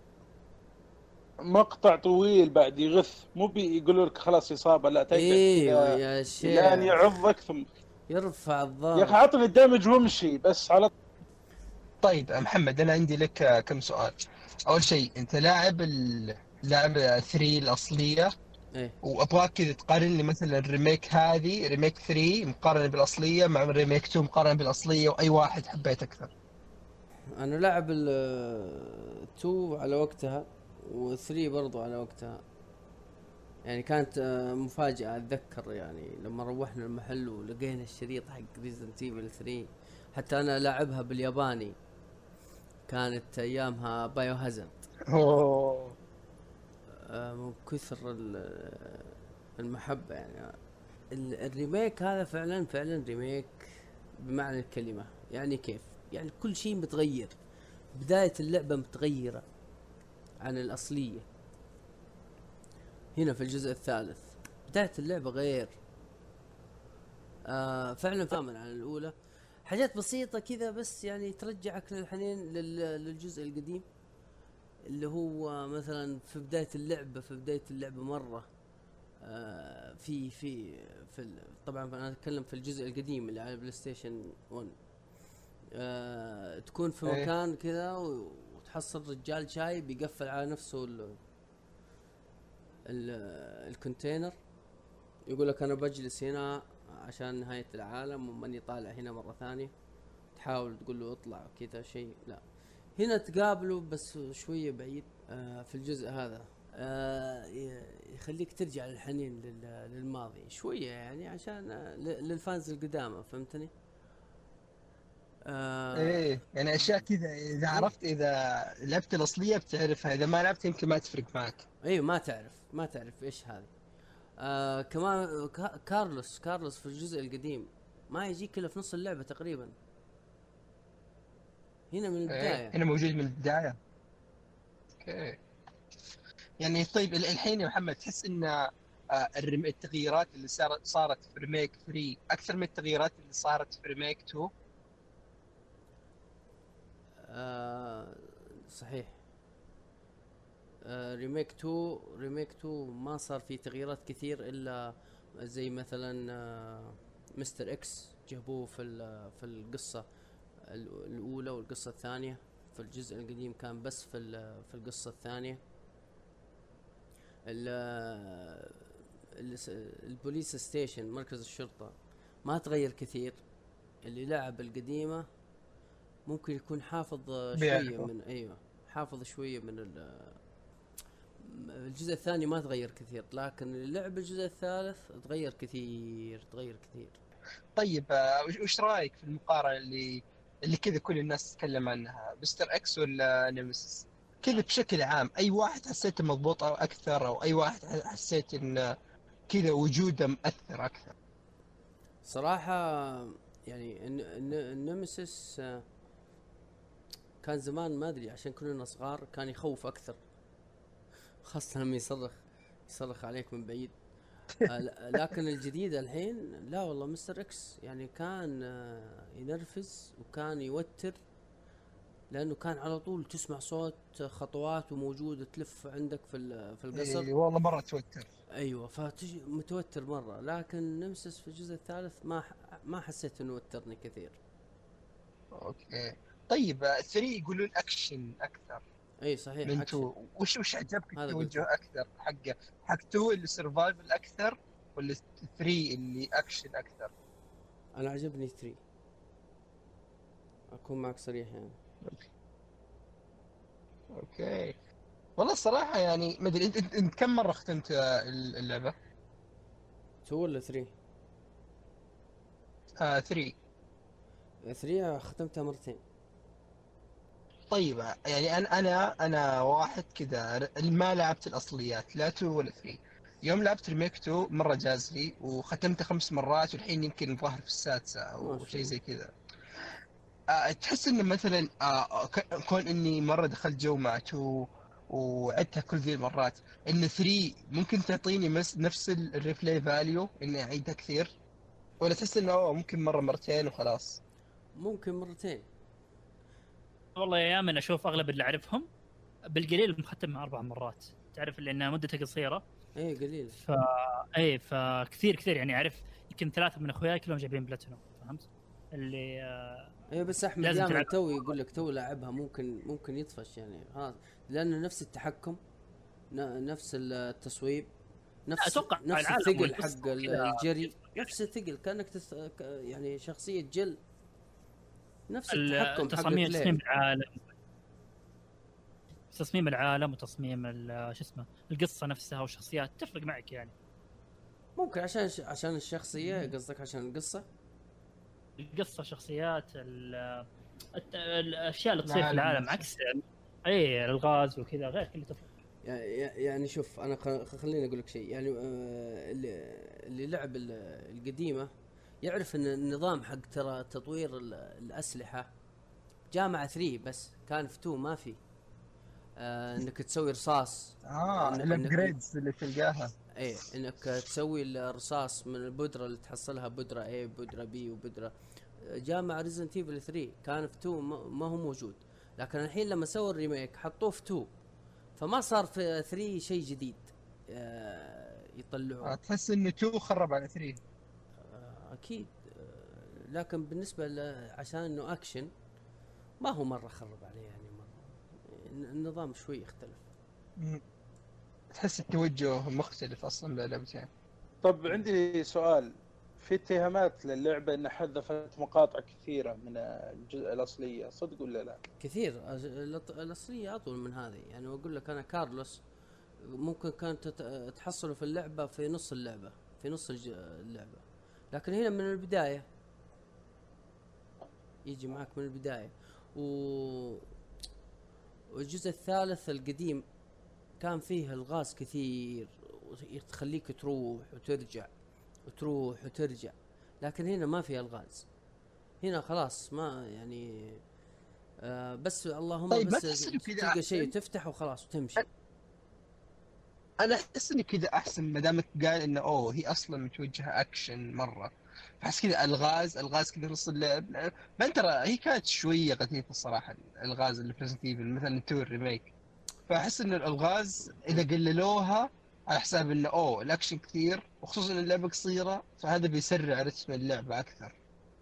مقطع طويل بعد يغث، مو بيقولوا لك خلاص اصابه، لا تقعد يا شيخ لان يعضك ثم يرفع الضغط. يا اخي عطني الدمج وامشي بس على. طيب محمد انا عندي لك كم سؤال. اول شيء انت لاعب اللعبه 3 الاصليه، وابغاك كذا تقارن لي مثلا الريميك هذه ريميك 3 مقارنه بالاصليه مع ريميك 2 مقارنه بالاصليه، واي واحد حبيت اكثر. انا لاعب ال2 على وقتها و3 برضو على وقتها، يعني كانت مفاجأة. اتذكر يعني لما روحنا المحل ولقينا الشريط حق ريزنت ايفل 3، حتى انا لاعبها بالياباني، كانت ايامها بايو هازارد. من كثر المحبة يعني. الريميك هذا فعلا ريميك بمعنى الكلمة. يعني كيف؟ يعني كل شيء متغير، بداية اللعبة متغيرة عن الأصلية. هنا في الجزء الثالث بداية اللعبة غير، فعلا فاهمن عن الأولى. حاجات بسيطة كذا بس يعني ترجعك للحنين للجزء القديم، اللي هو مثلا في بداية اللعبة مرة في طبعا انا اتكلم في الجزء القديم اللي على بلاي ستيشن 1. تكون في مكان كذا وتحصل رجال شاي بيقفل على نفسه الكونتينر، يقول لك انا بجلس هنا عشان نهاية العالم وماني طالع هنا مرة ثانية. تحاول تقول له اطلع كذا شيء، لا، هنا تقابله بس شوية بعيد. في الجزء هذا يخليك ترجع للحنين للماضي شوية، يعني عشان للفانز القدامى، فهمتني؟ يعني اشياء كذا اذا عرفت، اذا لعبت الاصلية بتعرفها، اذا ما لعبت يمكن ما تفرق معك. ايوه ما تعرف ايش هذه. كمان كارلوس في الجزء القديم ما يجيك الا في نص اللعبة تقريبا. هنا من البداية. هنا موجود من البداية. اوكي. يعني طيب الحين يا محمد تحس ان التغييرات اللي صارت في ريميك 3 اكثر من التغييرات اللي صارت في ريميك 2؟ صحيح. ريميك 2 ما صار فيه تغييرات كثير، الا زي مثلا مستر اكس جابوه في القصة الاولى والقصة الثانية. في الجزء القديم كان بس في القصة الثانية. البوليس ستيشن، مركز الشرطة، ما تغير كثير. اللي لعب القديمة ممكن يكون حافظ شوية من حافظ شوية من الجزء الثاني ما تغير كثير، لكن اللي لعب الجزء الثالث تغير كثير. طيب وش رايك في المقارنة اللي كذا كل الناس تتكلم عنها، مستر اكس ولا نيمسيس؟ كذا بشكل عام اي واحد حسيت مضبوط اكثر، او اي واحد حسيت ان كذا وجوده مؤثر اكثر؟ صراحة يعني النيمسيس كان زمان ما ادري عشان كلنا صغار كان يخوف اكثر، خاصة لما يصرخ عليك من بعيد. لكن الجديد الحين لا والله، مستر اكس يعني كان ينرفز وكان يوتر، لانه كان على طول تسمع صوت خطوات وموجوده تلف عندك في القصر. إيه والله مره توتر. ايوه فتجي متوتر مره. لكن نمسس في الجزء الثالث ما حسيت انه وترني كثير. اوكي طيب 3 يقولون اكشن اكثر. اي صحيح من أكشن. 2 وش عجبك هذا التوجه قلته. اكثر حق 2 اللي سرفايفل اكثر ولا 3 اللي اكشن اكثر؟ انا عجبني 3 اكون معك صريح يعني. اوكي والله الصراحه يعني ما ادري انت كم مره ختمت اللعبه؟ 2 ولا 3؟ 3. 3 ختمتها مرتين. طيب يعني انا واحد كذا ما لعبت الاصليات لا 2 ولا 3. يوم لعبت ريميك 2 مره جاز لي وختمته 5 مرات والحين يمكن الظاهر في السادسه او شيء زي كذا. تحس انه مثلا كون اني مره دخلت جو مع 2 وعدتها كل ذي المرات، ان 3 ممكن تعطيني نفس الريبلاي فاليو اني اعيدها كثير، ولا تحس انه ممكن مره مرتين وخلاص؟ ممكن مرتين. والله يا من اشوف اغلب اللي اعرفهم بالقليل مختمها 4 مرات، تعرف لانها مدتها قصيره. اي قليل. فكثير يعني اعرف يمكن 3 من اخوياي كلهم جايبين بلاتينوم، فهمت اللي اي بس احمد دائما تو يقول لك تو لاعبها ممكن يطفش يعني خلاص، لانه نفس التحكم نفس التصويب نفس الثقل حق الجري، نفس الثقل كانك يعني شخصيه جل، نفس التحكم حق تصميم العالم، تصميم العالم وتصميم شو اسمه القصه نفسها والشخصيات تفرق معك يعني. ممكن عشان الشخصيه قصدك، عشان القصه شخصيات الاشياء اللي تصير في العالم عكس اي الغاز وكذا غير كله تفرق. يعني شوف انا خليني اقول لك شيء يعني اللي لعب القديمه يعرف ان النظام حق ترى تطوير الاسلحه جاء مع 3 بس، كان في 2 ما في انك تسوي رصاص الابجريدز اللي تلقاها. ايه انك تسوي الرصاص من البودره اللي تحصلها بودره A بودره B وبودره، جاء مع ريزنت ايفل 3 كان في 2 ما هو موجود، لكن الحين لما سووا الريميك حطوه في 2 فما صار في 3 شيء جديد يطلعوه. تحس انه 2 خرب على 3 اكيد. لكن بالنسبه عشان انه اكشن ما هو مره خرب عليه يعني، مره النظام شوي يختلف. تحس التوجه مختلف اصلا باللعبتين. طب عندي سؤال، في اتهامات للعبه انها حذفت مقاطع كثيره من الجزء الاصليه، صدق ولا لا؟ كثير. الاصليه اطول من هذه يعني. اقول لك انا كارلوس ممكن كانت تحصله في اللعبه في نص اللعبه، في نص اللعبه، لكن هنا من البدايه يجي معك من البدايه. والجزء الثالث القديم كان فيه الغاز كثير تخليك تروح وترجع وتروح وترجع، لكن هنا ما فيها الغاز، هنا خلاص ما يعني بس اللهم طيب بس تلقى شيء تفتح وخلاص وتمشي. انا احس انه كذا احسن ما دامك قال انه هي اصلا متوجهه اكشن مره، فحس كذا الغاز كذا نص اللعب. ما ترى هي كانت شويه غثيثه الصراحه الغاز اللي في ريزنت ايفل مثلا 2 ريميك، فاحس ان الغاز اذا قللوها على حساب انه الاكشن كثير وخصوصا ان اللعبه قصيره فهذا بيسرع رتم اللعبه اكثر.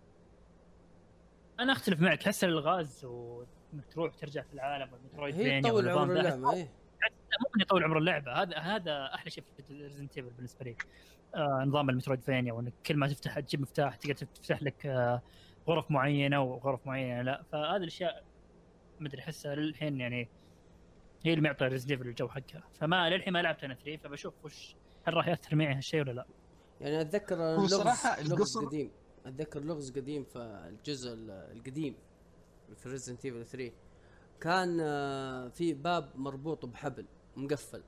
انا اختلف معك، حس الغاز وانك تروح ترجع في العالم والمترويدفينيا يطول عمر اللعبه. ممكن يطول عمر اللعبه، هذا احلى شيء في ريزنت ايفل بالنسبه لي. نظام المترويدفينيا وانك كل ما تفتح تجيب مفتاح تقدر تفتح لك غرف معينه وغرف معينه، لا فهذه الاشياء ما ادري احسها للحين يعني هي اللي معطيه ريزنت ايفل الجو حقها. فما للحين ما لعبت انا 3 فبشوف هل راح ياثر معي هالشيء ولا لا. يعني اتذكر لغز قديم، اتذكر لغز قديم في الجزء القديم في ريزنت ايفل 3 كان في باب مربوط بحبل مقفل.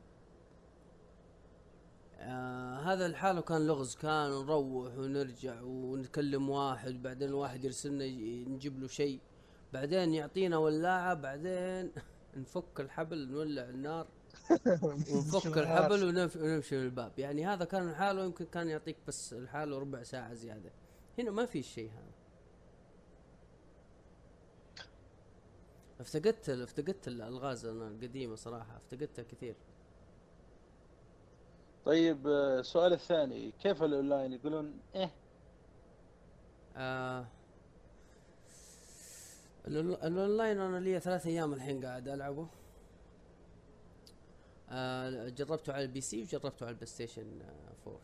هذا الحاله كان لغز، كان نروح ونرجع ونكلم واحد، بعدين الواحد يرسلنا نجيب له شيء، بعدين يعطينا ولاعه، بعدين نفك الحبل نولع النار ونفك الحبل ونمشي من الباب. يعني هذا كان الحاله، يمكن كان يعطيك بس الحاله ربع ساعه زياده. هنا ما في شيء هذا. افتقدت الالغاز انا القديمه صراحه، افتقدتها كثير. طيب السؤال الثاني، كيف الاونلاين؟ يقولون الاونلاين انا لي 3 ايام الحين قاعد العبه. جربته على البي سي وجربته على البلاي ستيشن 4.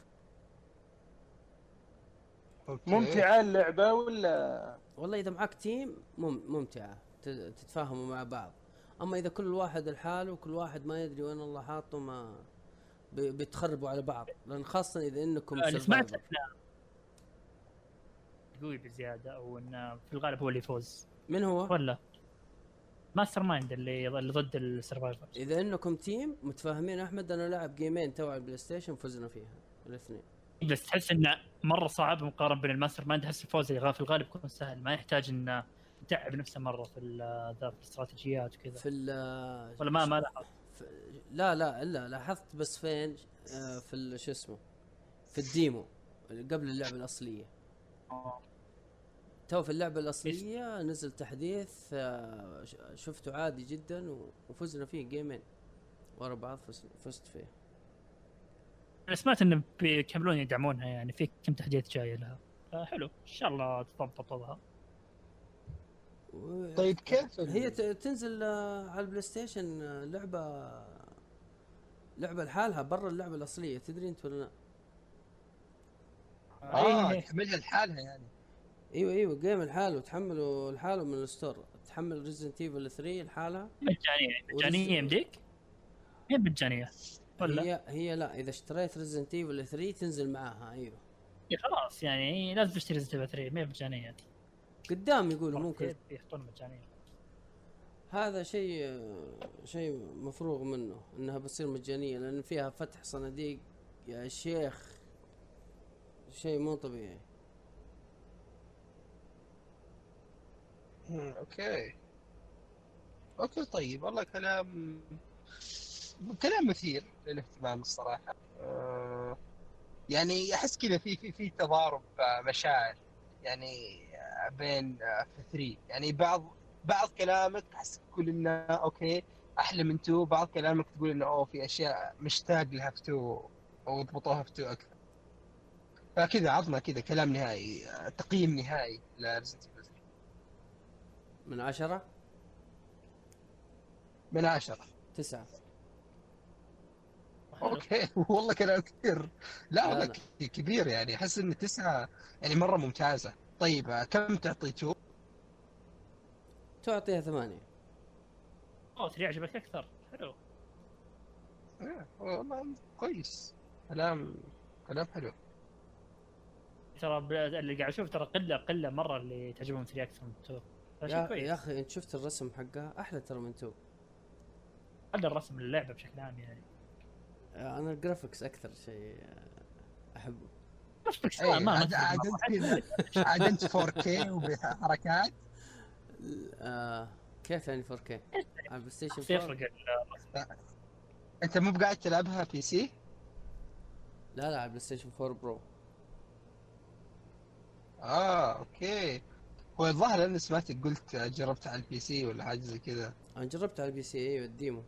ممتعه اللعبه ولا؟ والله اذا معك تيم ممتعه، تتفاهموا مع بعض. اما اذا كل واحد لحاله وكل واحد ما يدري وين الله حاطه، ما بتخربوا على بعض، لان خاصه اذا انكم سمعت قوي بزياده، او انه في الغالب هو اللي يفوز. من هو؟ ولا ماستر مايند اللي ضد السرفايفر. اذا انكم تيم متفاهمين. احمد انا لعب جيمين تو على البلاي ستيشن فزنا فيها الاثنين، بس تحس انه مره صعب مقارنه بين الماستر مايند. تحس الفوز اللي في الغالب يكون سهل، ما يحتاج انه يتعب نفسه مره في الاستراتيجيات وكذا. في ولا ما لاحظ؟ لا لاحظت بس فين؟ في شو اسمه، في الديمو قبل اللعبه الاصليه. تو في اللعبه الاصليه نزل تحديث، شفته عادي جدا وفزنا فيه جيمين ورا بعض، فزت فيه. انا سمعت انه بيكملون يدعمونها، يعني في كم تحديث جاي لها، حلو ان شاء الله تضبطها. طيب كيف هي تنزل على البلاي ستيشن لعبه لحالها برا اللعبه الاصليه، تدري انت ولا لا؟ تحملها لحالها يعني. ايوه جيم لحاله، تحمله لحاله من الستور. تحمل ريزنت ايفل 3 لحالها مجانيه يمديك؟ هي مجانيه ولا هي لا، اذا اشتريت ريزنت ايفل 3 تنزل معاها. ايوه خلاص يعني لازم تشتري ريزنت ايفل 3، ما هي مجانيه قدام يقولوا ممكن يحطون مجانيه. هذا شيء مفروغ منه انها بتصير مجانيه، لان فيها فتح صناديق يا شيخ، شيء مو طبيعي. اوكي طيب، والله كلام مثير للاهتمام الصراحه. يعني احس كذا في تضارب مشاعر يعني بين في 3. يعني بعض كلامك احس تقول انه اوكي احلى من 2، بعض كلامك تقول انه في اشياء مشتاق لها في 2 او يضبطوها في 2 اكثر. فكذا عطنا كذا كلام نهائي، تقييم نهائي لريزنت ايفل 3. من 10 من 10 9. اوكي والله كلام كثير. لا والله كبير يعني، احس ان 9 يعني مره ممتازه. طيب كم تعطي 2؟ تعطيها 8. 3 عجبك اكثر؟ حلو. والله كويس، كلام حلو. ترى اللي قاعد اشوف ترى قله مره اللي تعجبهم 3 اكثر من 2. يا اخي انت شفت الرسم حقها احلى ترى من 2. هذا الرسم اللعبه بشكل عام يعني. انا الجرافيكس اكثر شيء احبه. جرافيكس عاد انت 4K وبحركات. كيف يعني 4K على البلاي ستيشن 4؟ انت مو بقاعد تلعبها بي سي؟ لا على البلاي ستيشن 4 برو. اوكي. هو الظاهر اني سمعتك قلت جربت على البي سي ولا حاجه زي كذا. انا جربت على البي سي، ايوه الديمو.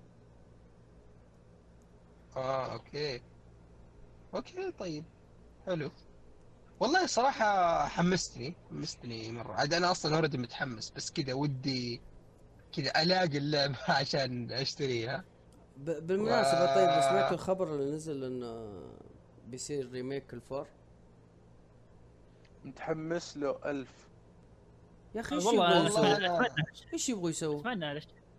اوكي طيب حلو. والله صراحه حمستني مره. عاد انا اصلا اوريدي متحمس، بس كذا ودي كذا الاقي اللعبه عشان اشتريها. بالمناسبه طيب سمعتوا الخبر اللي نزل انه بيصير ريميك الفور؟ متحمس له 1000 يا اخي. والله ايش يبغوا يسووا؟ اتمنى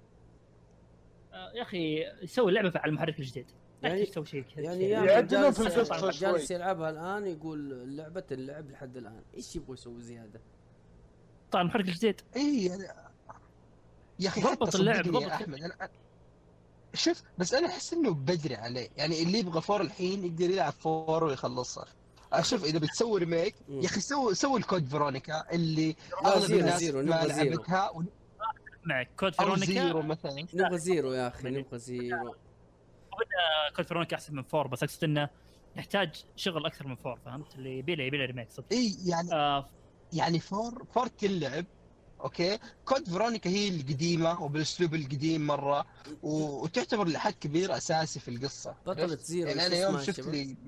يا اخي يسوي لعبه على المحرك الجديد، يعني يسوي شيء كذا يعني يعدلون في القصه شوي. جالس يلعبها الان يقول لعبه اللعب لحد الان، ايش يبغوا يسووا زياده؟ طبعا المحرك الجديد يعني يا اخي ضبط اللعب ضبط يا احمد. انا شوف، بس انا احس انه بدري عليه. يعني اللي يبغى فور الحين يقدر يلعب فور ويخلصها. اشوف اذا بتسوي ريميك يا اخي سوي الكود فيرونيكا اللي اغلب الناس ما لعبتها معك. كود فيرونيكا زيرو مثلا. نبغى زيرو يا اخي، نبغى زيرو. كود فيرونيكا احسن من فور، بس اقصد انه يحتاج شغل اكثر من فور، فهمت؟ اللي يبي له ريميك صدق. اي يعني يعني فور تلعب اوكي. كود فيرونيكا هي القديمه وبالاسلوب القديم مره، وتعتبر لحد كبير اساسي في القصه. بطلة زيرو يعني شو انا يوم اسمها شفت شباب؟ لي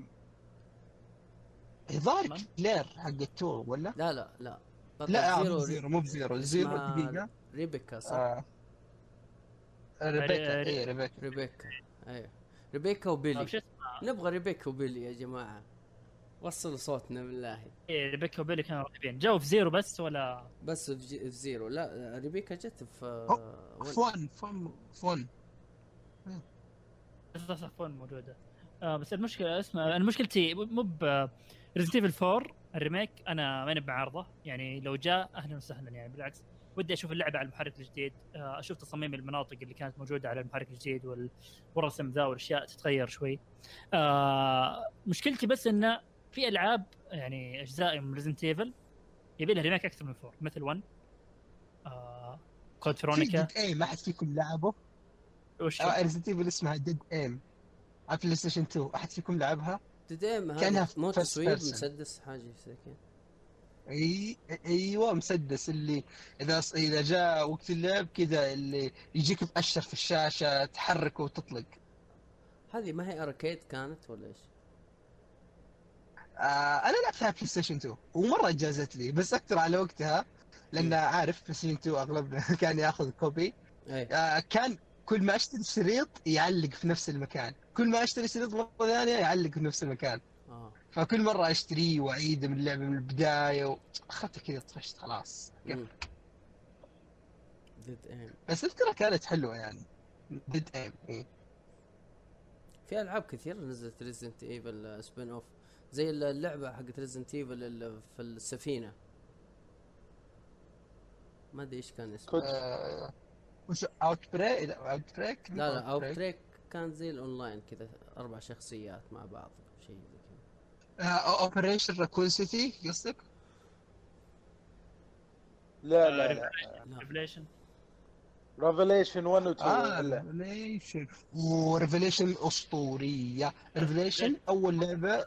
ظهر كلير حق التو ولا لا بطلة لا زيرو مو بزيرو مو بزيرو زيرو اسمها دقيقه. ريبيكا صح؟ ريبيكا. اي ريبيكا. ريبيكا ايوه، ريبيكا وبيلي. شو اسمه؟ نبغى ريبيكا وبيلي يا جماعة، وصلوا صوتنا بالله. إيه ريبيكا وبيلي كانوا رهيبين. جو في زيرو بس ولا بس في زيرو؟ لا ريبيكا جت في فون بس فون موجوده. بس المشكله اسمها، انا مشكلتي مو ب ريزنت ايفل 4 الريميك، انا ماني بعارضه يعني، لو جاء اهلا وسهلا يعني، بالعكس ودي اشوف اللعبه على المحرك الجديد، اشوف تصاميم المناطق اللي كانت موجوده على المحرك الجديد والرسم ذا والاشياء تتغير شوي. مشكلتي بس انه في العاب يعني اجزاء من ريزنت ايفل يبي لها ريميك اكثر من 4، مثل 1 كود فيرونيكا. اي ما حد فيكم لعبه؟ وش ريزنت ايفل اسمها ديد ايم على بلاي ستيشن 2، احد فيكم لعبها؟ تديم كانها هذا مو تصوير مسدس حاجه زي كذا. ايوه مسدس، اللي اذا جاء وقت اللعب كذا اللي يجيك مؤشر في الشاشه تحرك وتطلق. هذه ما هي اركيد كانت ولا ايش؟ انا لعبتها بلاي ستيشن 2 ومره جازت لي، بس اكثر على وقتها لان عارف بلاي ستيشن 2 اغلب كان ياخذ كوبي. كان كل ما اشتري شريط يعلق في نفس المكان، كل ما اشتري شريط مره ثانيه يعلق في نفس المكان. فكل مره اشتريه واعيده من اللعبه من البدايه اخذت كذا طفشت خلاص. بس الفكره كانت حلوه يعني. ديد ايم في العاب كثيره نزلت ريزنت ايفل سبين اوف، زي اللعبه حقت ريزنت ايفل اللي في السفينه، ما ادري ايش كان اسمه. وش اوت بريك؟ لا اوت بريك كان زي الاونلاين كذا 4 شخصيات مع بعض شيء زي كذا. اوبريشن راكون سيتي قصدك؟ لا ريفليشن 1 و 2. ريفليشن وريفليشن اسطوريه. ريفليشن اول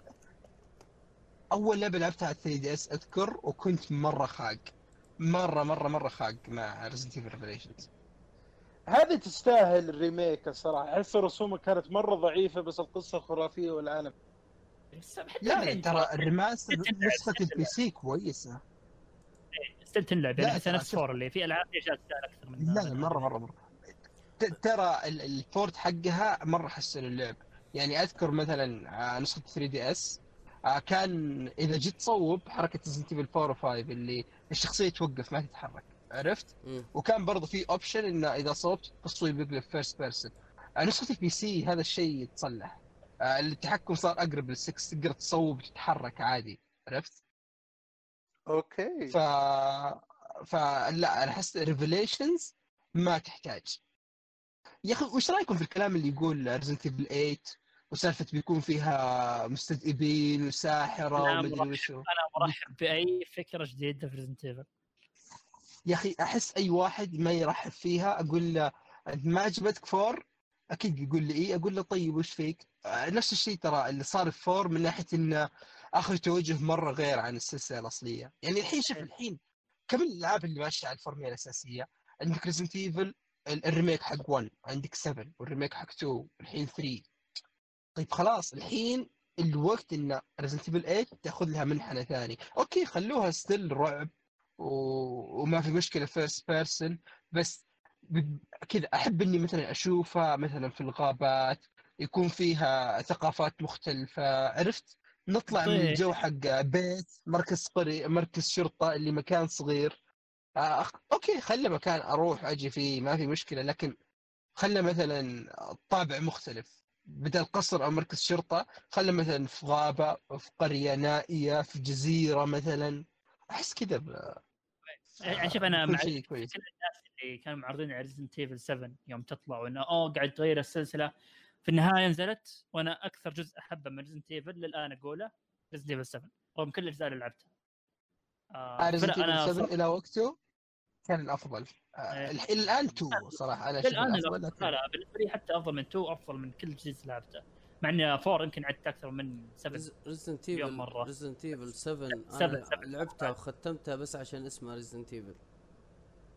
لعبه لعبتها على 3 دي اس اذكر، وكنت مره خاق مره خاق مع ريزنت ايفل ريفليشنز. هذه تستاهل الريميك الصراحه، احس رسومها كانت مره ضعيفه بس القصه خرافيه والعالم. لا ترى الريماستر نسخه البي سي كويسه، ستيل تنلعب يعني نفس 4 اللي في العاب اشياء تستاهل اكثر من لا مره ترى البورت حقها مره حسن اللعب. يعني اذكر مثلا نسخه 3 دي اس كان اذا جيت تصوب حركه ريزنت ايفل 4 و5 اللي الشخصيه توقف ما تتحرك، عرفت؟ وكان برضه في اوبشن انه اذا صوبت التصويب يقلب فيرست بيرسون. نسخه البي سي هذا الشيء يتصلح، التحكم صار اقرب لل6 تقدر تصوب وتتحرك عادي، عرفت؟ اوكي. فلا انا احس ريفيليشنز ما تحتاج. يا اخي وش رايكم في الكلام اللي يقول ريزنت ايفل 8 وسالفه بيكون فيها مستذئبين وساحره ومدري وشو؟ انا مرحب باي فكره جديده في ريزنت ايفل. يا اخي احس اي واحد ما يرحب فيها اقول له انت ما عجبتك فور؟ اكيد يقول لي ايه، اقول له طيب وش فيك؟ نفس الشيء ترى اللي صار في فور من ناحيه انه اخذ توجه مره غير عن السلسله الاصليه. يعني الحين شوف الحين كم الالعاب اللي ماشيه على الفورميلا الاساسيه. عندك ريزنت ايفل الريميك حق 1، عندك 7 والريميك حق 2 الحين 3. طيب خلاص الحين الوقت ان ريزنت ايفل 8 تاخذ لها منحنى ثاني. اوكي خلوها ستيل رعب وما في مشكله فيرست بيرسون، بس كذا احب اني مثلا اشوفها مثلا في الغابات يكون فيها ثقافات مختلفه، عرفت؟ نطلع من الجو حق بيت مركز شرطه اللي مكان صغير. اوكي خلي مكان اروح اجي فيه ما في مشكله، لكن خلى مثلا طابع مختلف، بدل قصر او مركز شرطه خلى مثلا في غابه في قريه نائيه في جزيره مثلا. احس كذا يعني شوف انا مع كل الناس اللي كانوا معرضين على ريزنت ايفل 7 يوم تطلع وانه قاعد تغير السلسله، في النهايه نزلت وانا اكثر جزء احبه من ريزنت ايفل للان اقوله ريزنت ايفل 7 رغم كل الاجزاء اللي لعبتها. ريزنت ايفل 7 الى وقته كان الافضل. الان 2 صراحه انا اشوف الافضل، لكن لا بالنسبه لي حتى افضل من 2 افضل من كل جزء لعبته، مع ان 4 يمكن عدت اكثر من 7 ريزنت ايفل 7 انا لعبتها وختمتها بس عشان اسمها ريزنت ايفل.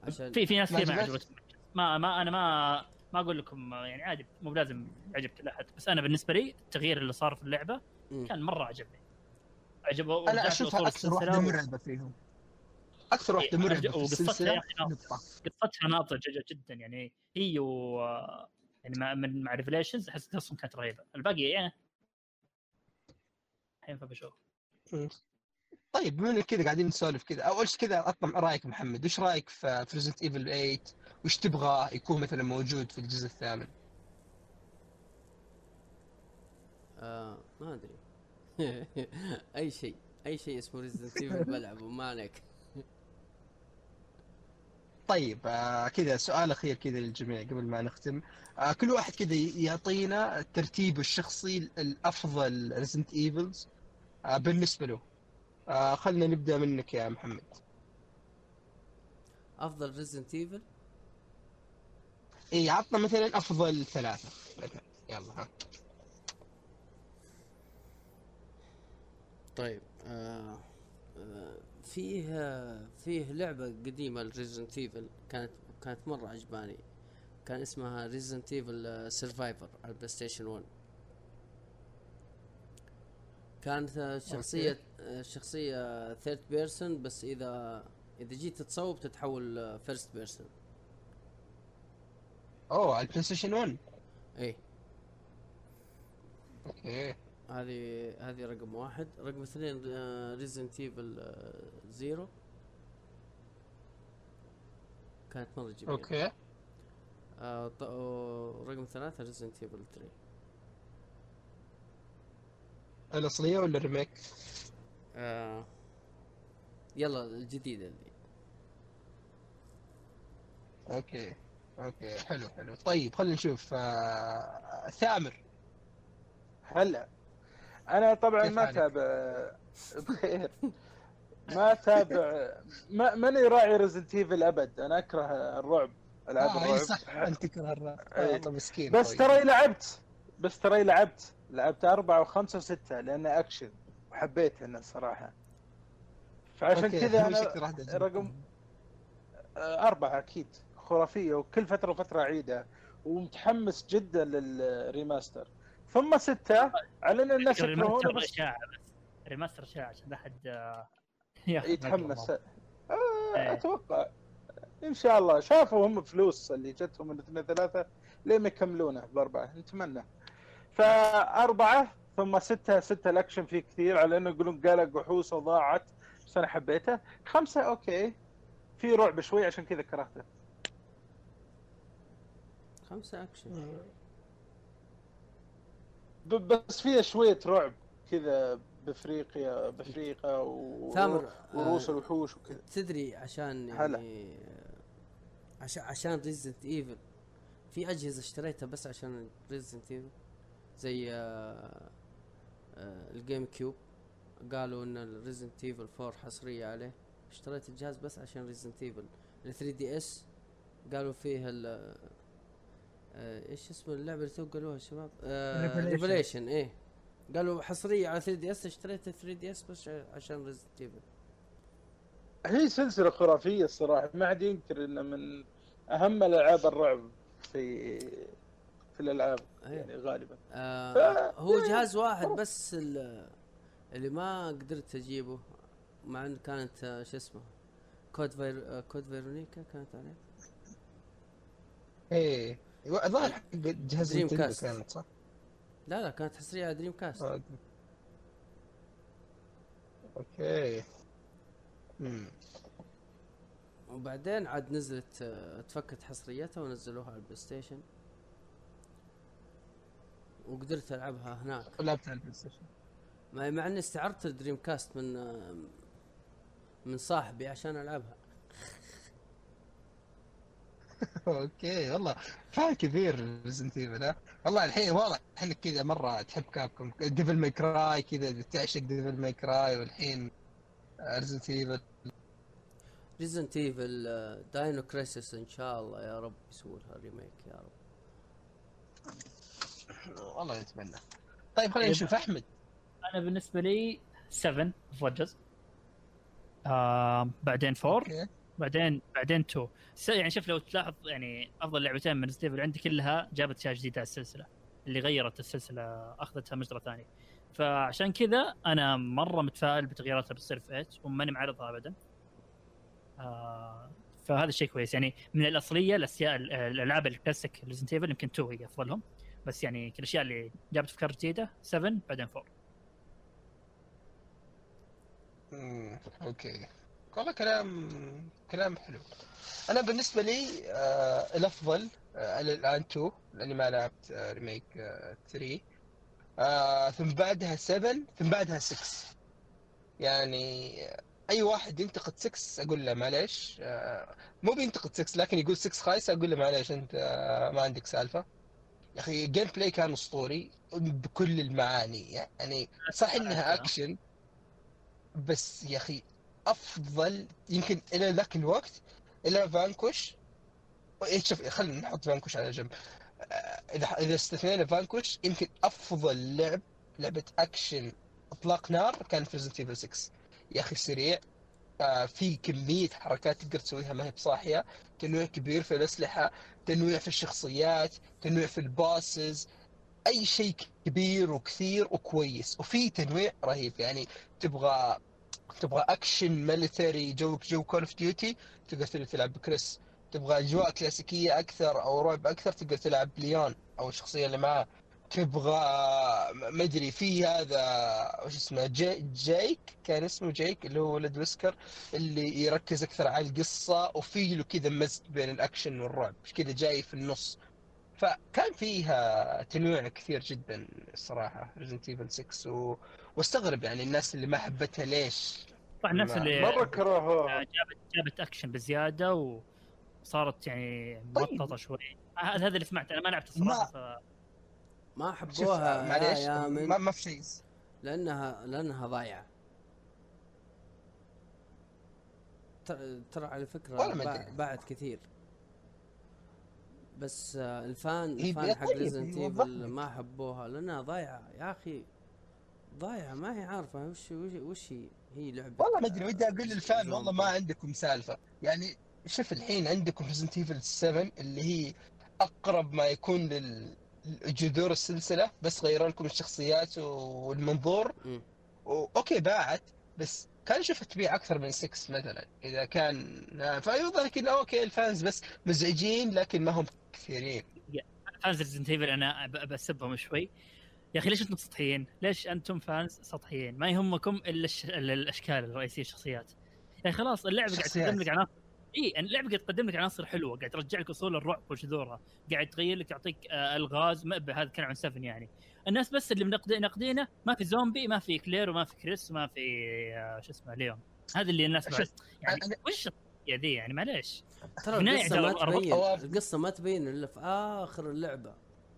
عشان في ناس كثير ما عجبتهم. ما انا ما اقول لكم يعني عادي، مو لازم يعجب كل احد، بس انا بالنسبه لي التغيير اللي صار في اللعبه كان مره عجبني. انا اشوفها اكثر واحده مرعبه فيهم، اكثر واحده مرعبه في السلسله. قصتها ناضجه جدا يعني، هي يعني مع ريفليشنز احس قصتهم كانت رهيبه. الباقي يعني الحين فبشوف. طيب بما انك كذا قاعدين نسولف كذا، اول شيء كذا اطلع رايك محمد، وش رايك في ريزنت ايفل 8؟ وش تبغى يكون مثلا موجود في الجزء الثامن؟ ما ادري. اي شيء اسمه ريزنت ايفل بلعبه ما عليك. طيب كذا سؤال اخير كذا للجميع قبل ما نختم. كل واحد كذا يعطينا ترتيبه الشخصي الافضل ريزنت ايفلز بالنسبه له. خلنا نبدا منك يا محمد. افضل ريزنت ايفل؟ اي عطنا مثلا افضل 3 مثلا، يلا ها. طيب فيه لعبة قديمة لريزنت ايفل كانت مرة عجباني، كان اسمها ريزنت ايفل سيرفايفر على البلاي ستيشن 1. كانت شخصية ثيرد بيرسون، بس اذا جيت تصوب تتحول فيرست بيرسون. على البلاي ستيشن 1. ايه اوكي، هذه رقم 1. رقم 2 ريزنت ايفل 0 كانت مرة جميلة. اوكي. رقم 3 ريزنت ايفل 3. الأصلية ولا الريميك؟ يلا الجديدة اللي. اوكي حلو. طيب خلينا نشوف ثامر. هلا انا طبعا ما تابع بخير. ما تابع ماني راعي ريزنت ايفل ابد. انا اكره الرعب، العاب الرعب. صح، انت تكره الرعب. والله مسكين. بس ترى لعبت 4 و5 و6 لانه اكشن وحبيت انه الصراحه، فعشان كذا انا رقم 4 اكيد خرافيه، وكل فتره وفتره عيدها، ومتحمس جدا للريماستر. ثم 6 على ان الناس يكرهونه، بس ريماستر شاع عشان احد يتحمس. اتوقع ان شاء الله شافوا هم فلوس اللي جتهم من 2 3 ليه ما يكملونه ب4. نتمنى. ف4 ثم 6 الاكشن فيه كثير، على انه يقولون قلق وحوسه وضاعت، بس انا حبيته. 5 اوكي في رعب شوي عشان كذا كرهته. 5 اكشن بس فيها شويه رعب كذا بافريقيا وروس الوحوش وكذا. تدري عشان يعني عشان ريزنت ايفل في اجهزه اشتريتها بس عشان ريزنت ايفل، زي الجيم كيوب. قالوا ان الريزنت ايفل 4 حصريه عليه، اشتريت الجهاز بس عشان ريزنت ايفل. ال 3 دي اس قالوا فيها ايش اسم اللعبه اللي تو قالوها الشباب؟ ريفليشن. ايه قالوا حصريه على 3 دي اس، اشتريت 3 دي اس بس عشان ريزنت ايفل. هي سلسله خرافيه الصراحه، ما حد ينكر انه من اهم الالعاب الرعب في الالعاب يعني غالبا. هو جهاز واحد بس اللي ما قدرت اجيبه، مع انه كانت شو اسمه كود فيرونيكا كانت عليه. ايه ظاهر جهاز دريم كاست كانت صح؟ لا كانت حصريه على دريم كاست. اوكي. وبعدين عاد نزلت تفكت حصريتها ونزلوها على البلاي ستيشن، وقدرت العبها هناك. لعبتها على البلاي ستيشن مع اني استعرت الدريم كاست من صاحبي عشان العبها. اوكي والله فاهم كثير ريزنت ايفل. والله الحين واضح انك كذا مره تحب كابكم. ديفل ماي كراي كذا تعشق ديفل ماي كراي، والحين ريزنت ايفل داينو كرايسيس ان شاء الله يا رب يسووا لها ريميك يا رب. والله نتمنى. طيب خلينا نشوف احمد. انا بالنسبه لي 7 افضل جزء، بعدين 4 بعدين 2 يعني شوف لو تلاحظ يعني افضل لعبتين من ريزنت ايفل عندي كلها جابت اشياء جديده على السلسله اللي غيرت السلسله اخذتها مجرى ثاني. فعشان كذا انا مره متفائل بتغييراتها بالصير في 8 وماني معرضها ابدا. فهذا الشيء كويس يعني من الاصليه الالعاب الكلاسيك ريزنت ايفل يمكن 2 هي افضلهم، بس يعني كل الاشياء اللي جابت افكار جديده 7 بعدين 4. اوكي والله كلام حلو. انا بالنسبه لي الافضل الان 2 لاني ما لعبت ريميك 3 ثم بعدها 7 ثم بعدها 6. يعني اي واحد ينتقد 6 اقول له معليش، مو بينتقد 6 لكن يقول 6 خايسه اقول له معليش انت ما عندك سالفه. يا اخي الجيم بلاي كان اسطوري بكل المعاني، يعني صح انها اكشن بس يا اخي افضل يمكن الى ذاك الوقت الى فانكوش. شوف خلينا نحط فانكوش على جنب. اذا استثنينا فانكوش يمكن افضل لعبه اكشن اطلاق نار كان في ريزنت ايفل 6. يا اخي سريع، في كميه حركات تقدر تسويها ما هي بصاحيه، تنويع كبير في الاسلحه، تنويع في الشخصيات، تنويع في الباسز، اي شيء كبير وكثير وكويس وفي تنويع رهيب. يعني تبغى اكشن ميليتري جو كول اوف ديوتي تقدر تلعب بكريس. تبغى اجواء كلاسيكيه اكثر او رعب اكثر تقدر تلعب ليون او الشخصيه اللي معاه. تبغى ما ادري في هذا وش اسمه جايك كان اسمه جايك اللي هو ولد ويسكر اللي يركز اكثر على القصه وفي له كذا مزج بين الاكشن والرعب كذا جاي في النص. فكان فيها تنويع كثير جدا الصراحه ريزنت ايفل 6 واستغرب يعني الناس اللي ما حبتها ليش. طبعا الناس اللي مره كرهوها جابت اكشن بزياده وصارت يعني مبططه شوي. هذا اللي سمعت، انا ما لعبت الصراحه ما حبوها معليش يا ما في شيء لانها ضايعه. ترى على فكره بعد كثير، بس الفان حق ريزنت ايفل ما حبوها لانها ضايعه يا اخي، ضايعه ما هي عارفه وش هي لعبه. والله ما ادري ودي اقول للفان والله ما عندكم سالفه. يعني شوف الحين عندكم ريزنت ايفل 7 اللي هي اقرب ما يكون لجذور السلسله، بس غيروا لكم الشخصيات والمنظور اوكي باعت، بس كان شوف تبيع اكثر من 6 مثلا اذا كان. فيظهر كذا اوكي الفانز بس مزعجين لكن ما هم كثيرين. فانز ريزنت ايفل انا بسبهم شوي يا اخي. ليش انتم سطحيين؟ ليش انتم فانز سطحيين؟ ما يهمكم الا الاشكال الرئيسيه الشخصيات. يعني خلاص اللعبه قاعد تقدم لك عناصر، اللعبه قاعد تقدم لك عناصر حلوه، قاعد ترجع لك اصول الرعب وجذورها، قاعد تغير لك تعطيك الغاز. هذا كان عن 7 يعني. الناس بس اللي ناقدينه ما في زومبي، ما في كلير، وما في كريس، وما في شو اسمه ليون. هذا اللي الناس يعني وش ذي يعني معليش. ترى القصه ما تبين الا في اخر اللعبه.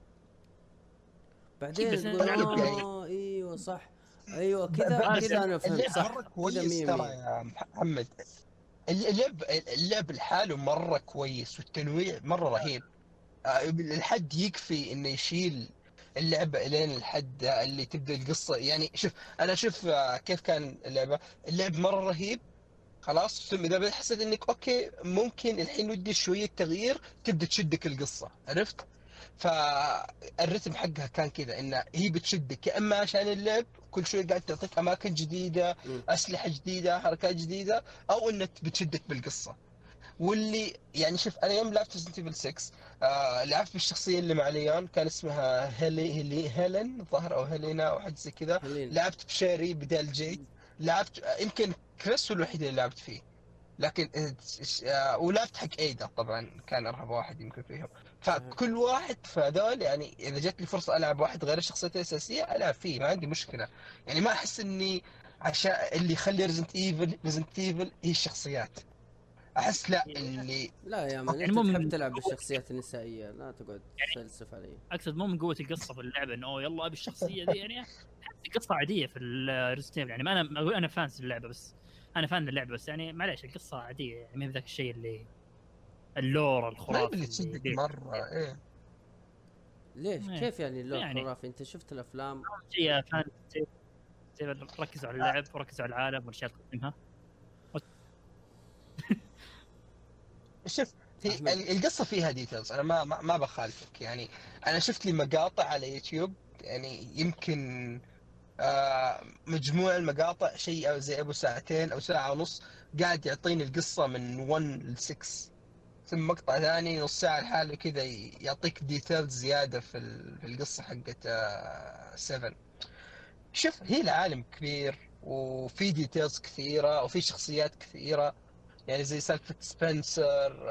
بعدين تقول ايوه صح ايوه كذا انا فهمت صح. مره كويس ترى يا محمد. اللعب لحاله مره كويس والتنويع مره رهيب. الحد يكفي انه يشيل اللعبه الين الحد اللي تبدا القصه. يعني شوف انا كيف كان اللعب مره رهيب خلاص. ثم اذا حسيت انك اوكي ممكن الحين ودي شويه تغيير تبدا تشدك القصه، عرفت؟ فالرتم حقها كان كذا ان هي بتشدك يا اما عشان اللعب كل شوي قاعد تعطيك اماكن جديده، اسلحه جديده، حركات جديده، او انك بتشدك بالقصه. واللي يعني شوف انا يوم لعبت ريزنت ايفل 6 لعبت بالشخصيه اللي مع ليون كان اسمها هيلين الظاهر او هيلينا او حاجه زي كذا. لعبت بشيري بدال جيد. لعبت يمكن كريس الوحيد اللي لعبت فيه، لكن ولعبت حق ايدا طبعا كان ارهب واحد يمكن فيهم. فكل واحد فهذول يعني اذا جت لي فرصه العب واحد غير الشخصيه الاساسيه العب فيه ما عندي مشكله. يعني ما احس اني عشان اللي يخلي ريزنت ايفل هي الشخصيات. احس لا اللي لا يا مان انت تحب تلعب بالشخصيات النسائيه لا تقعد تفلسف علي. اقصد مو من قوه القصه في اللعبه انه يلا ابي الشخصيه دي يعني القصه عاديه في الريزنت ايفل. يعني ما انا اقول انا فانز اللعبه بس انا فان اللعبه بس يعني معليش القصه عاديه يعني ما في ذاك الشيء اللي اللور الخرافي اللي تصدق مره ايه. ليش كيف يعني اللور الخرافي؟ انت شفت الافلام شيء فان ركزوا على اللعب وركزوا على العالم والاشياء اللي تقدمها شوف هي القصه فيها ديتيلز، انا ما بخالفك يعني. انا شفت لي مقاطع على يوتيوب يعني يمكن مجموع المقاطع شيء زي ابو ساعتين او ساعه ونص، قاعد يعطيني القصه من 1 ل 6. ثم مقطع ثاني نص ساعه لحاله كذا يعطيك ديتيلز زياده في القصه حقت 7. شوف هي العالم كبير وفي ديتيلز كثيره وفي شخصيات كثيره، يعني زي سالفه سبنسر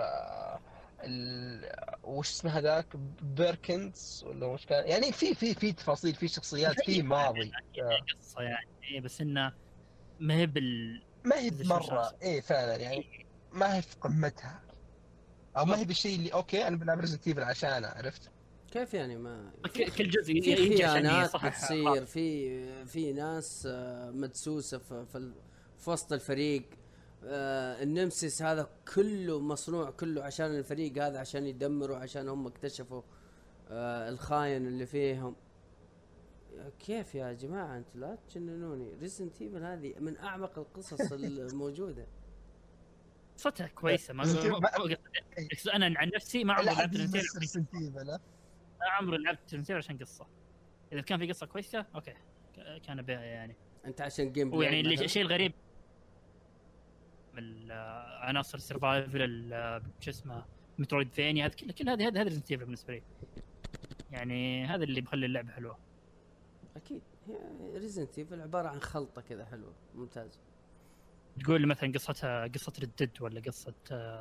وش اسمه هذاك بيركنز ولا وش كان، يعني في تفاصيل، في شخصيات، في ماضي قصه يعني، بس انه ما هي ما هي مره ايه فعلا يعني ما هي في قمتها، او ما هي بالشيء اللي اوكي انا بلعب ريزنت ايفل عشانه، عرفت كيف يعني؟ ما كل جزء في يجي خيانات بتصير، في ناس مدسوسه في وسط الفريق. النمسيس هذا كله مصنوع كله عشان الفريق هذا، عشان يدمروا، عشان هم اكتشفوا الخاين اللي فيهم. كيف يا جماعه انتوا لا تجننوني. ريزنت ايفل هذه من اعمق القصص الموجوده. قصتها كويسه. انا عن نفسي ما عمري لعبت ريزنت ايفل، ما عمري لعبت ريزنت ايفل عشان قصه. اذا كان في قصه كويسه اوكي كان بها يعني. انت عشان جيم بلاي ويعني الشيء الغريب من عناصر سرفايفل شو اسمه مترويد فيني، هذا كل هذا ريزنت ايفل بالنسبه لي يعني. هذا اللي بخلي اللعبه حلوه. اكيد ريزنت ايفل عباره عن خلطه كذا حلوه ممتازه. تقول مثلا قصتها قصه ردد ولا قصه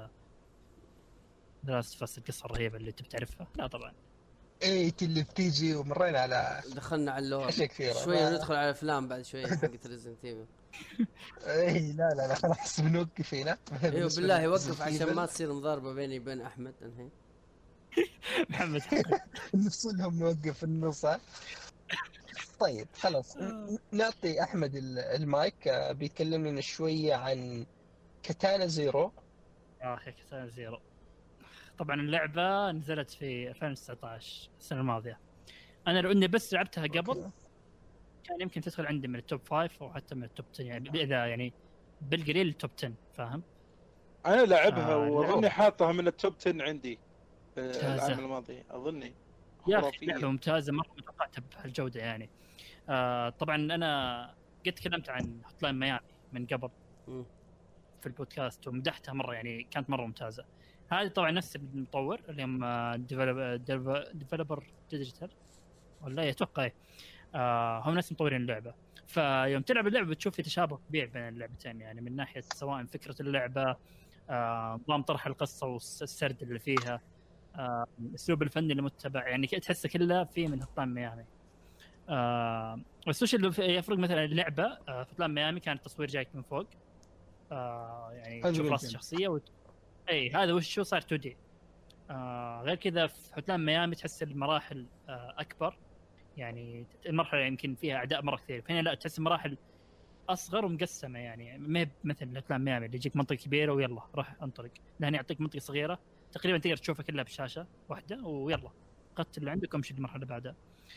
لاست فاس، القصه الرهيبه اللي تبي تعرفها؟ لا طبعا. ايه اللي بتيجي ومرينا على دخلنا على اللور شويه ندخل على الافلام بعد شويه حقت ريزنت ايفل. ايه لا خلاص بنوقف هنا. ايوه بالله وقف عشان ما تصير مضاربه بيني وبين احمد الحين. محمد نفصلهم نوقف النص. طيب خلاص نعطي احمد المايك بيتكلم لنا شويه عن كاتانا زيرو. كاتانا زيرو طبعا اللعبه نزلت في 2019 السنه الماضيه. انا لو اني بس لعبتها قبل كان يمكن تدخل عندي من التوب 5 او حتى من التوب 10 يعني، اذا يعني بالقليل التوب 10 فاهم. انا لعبها واظني حاطها من التوب 10 عندي العام الماضي اظني. لعبه ممتازه مره، متوقعتها بهالجوده يعني. طبعا انا قد تكلمت عن هوتلاين ميامي من قبل في البودكاست ومدحتها مره يعني، كانت مره ممتازه. هذه طبعا نفس المطور اللي هم ديفلوبر ديجيتال ولا يتوقع هم نفس مطورين اللعبه. فيوم تلعب اللعبه بتشوف في تشابه كبير بين اللعبتين يعني، من ناحيه سواء فكره اللعبه، نظام طرح القصه والسرد اللي فيها، الاسلوب الفني المتبع يعني، تحسه كله فيه من هوتلاين ميامي. بس وش اللي يفرق مثلا اللعبه في هوتلاين ميامي كان التصوير جايك من فوق، يعني تشوف راس الشخصيه اي هذا وش شو صار 2D. غير كذا في هوتلاين ميامي تحس المراحل اكبر يعني، المرحله يمكن فيها اعداء مره كثير. هنا لا، تحس المراحل اصغر ومقسمه يعني، ما مثل هوتلاين ميامي اللي يجيك منطقه كبيره ويلا راح انطلق. لهنا يعطيك منطقه صغيره تقريبا تقدر تشوفها كلها بشاشه واحده ويلا قتل اللي عندك وامشي للمرحله اللي بعدها.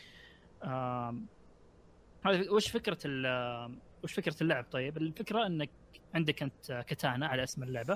هذا وش فكره اللعب؟ طيب الفكره انك عندك انت كاتانا على اسم اللعبه،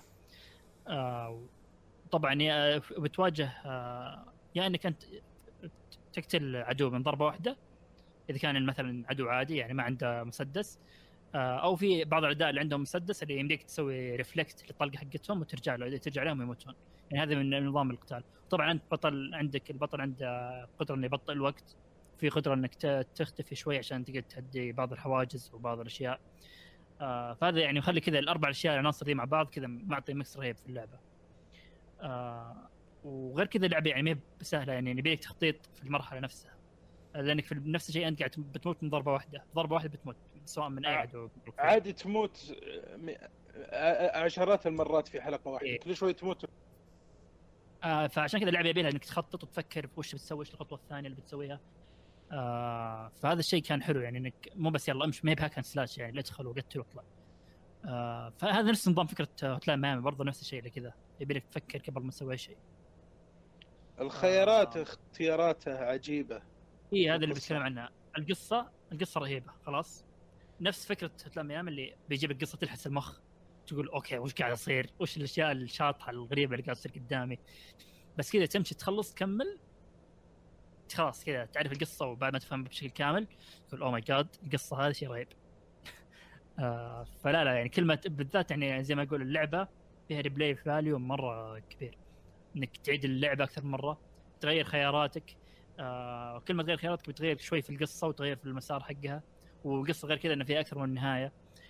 طبعا بتواجه يا انك انت تقتل عدو من ضربه واحده اذا كان مثلا عدو عادي يعني ما عنده مسدس، او في بعض الاعداء اللي عندهم مسدس اللي يمديك تسوي ريفلكت للطلقه حقتهم وترجع لهم يموتون يعني. هذا من نظام القتال. طبعا انت عندك البطل عنده قدره انه يبطئ الوقت، في قدره انك تختفي شوي عشان تقدر تهدي بعض الحواجز وبعض الاشياء. فهذا يعني يخلي كذا الاربع اشياء العناصر دي مع بعض كذا معطي مكس رهيب في اللعبه. وغير كذا اللعبه يعني ما بسهله يعني، يبيك تخطيط في المرحله نفسها، لانك في نفس الشيء انت قاعد بتموت من ضربه واحده بتموت سواء من اي عدو. عادي تموت عشرات المرات في حلقه واحده. كل شوي تموت. فعشان كذا اللعبه يبيلها انك تخطط وتفكر في وش بتسوي، ايش الخطوه الثانيه اللي بتسويها. فهذا الشيء كان حلو يعني، انك مو بس يلا امشي، ما يبها كان سلاش يعني لا ادخل وقتل واطلع. فهذا نفس نظام فكره هوتلاين ميامي برضه نفس الشيء اللي كذا يبيلك تفكر قبل ما تسوي شيء. الخيارات اختياراتها عجيبه. هذا اللي بتكلم عنها. القصه رهيبه خلاص، نفس فكره هوتلاين ميامي اللي بيجيب القصه تلحس المخ، تقول اوكي وش قاعد يصير، وش الاشياء الشاطحه الغريبه اللي قاعد تصير قدامي. بس كذا تمشي تخلص تكمل خلاص كذا تعرف القصه، وبعد ما تفهم بشكل كامل تقول اوه ماي جاد القصه هذه شيء رهيب. فلا يعني كلمه بالذات يعني زي ما اقول اللعبه فيها ريبلاي فاليو مره كبير، انك تعيد اللعبه اكثر من مره، تغير خياراتك. كل ما تغير خياراتك بتغير شوي في القصه وتغير في المسار حقها. والقصه غير كذا انه فيها اكثر من نهايه.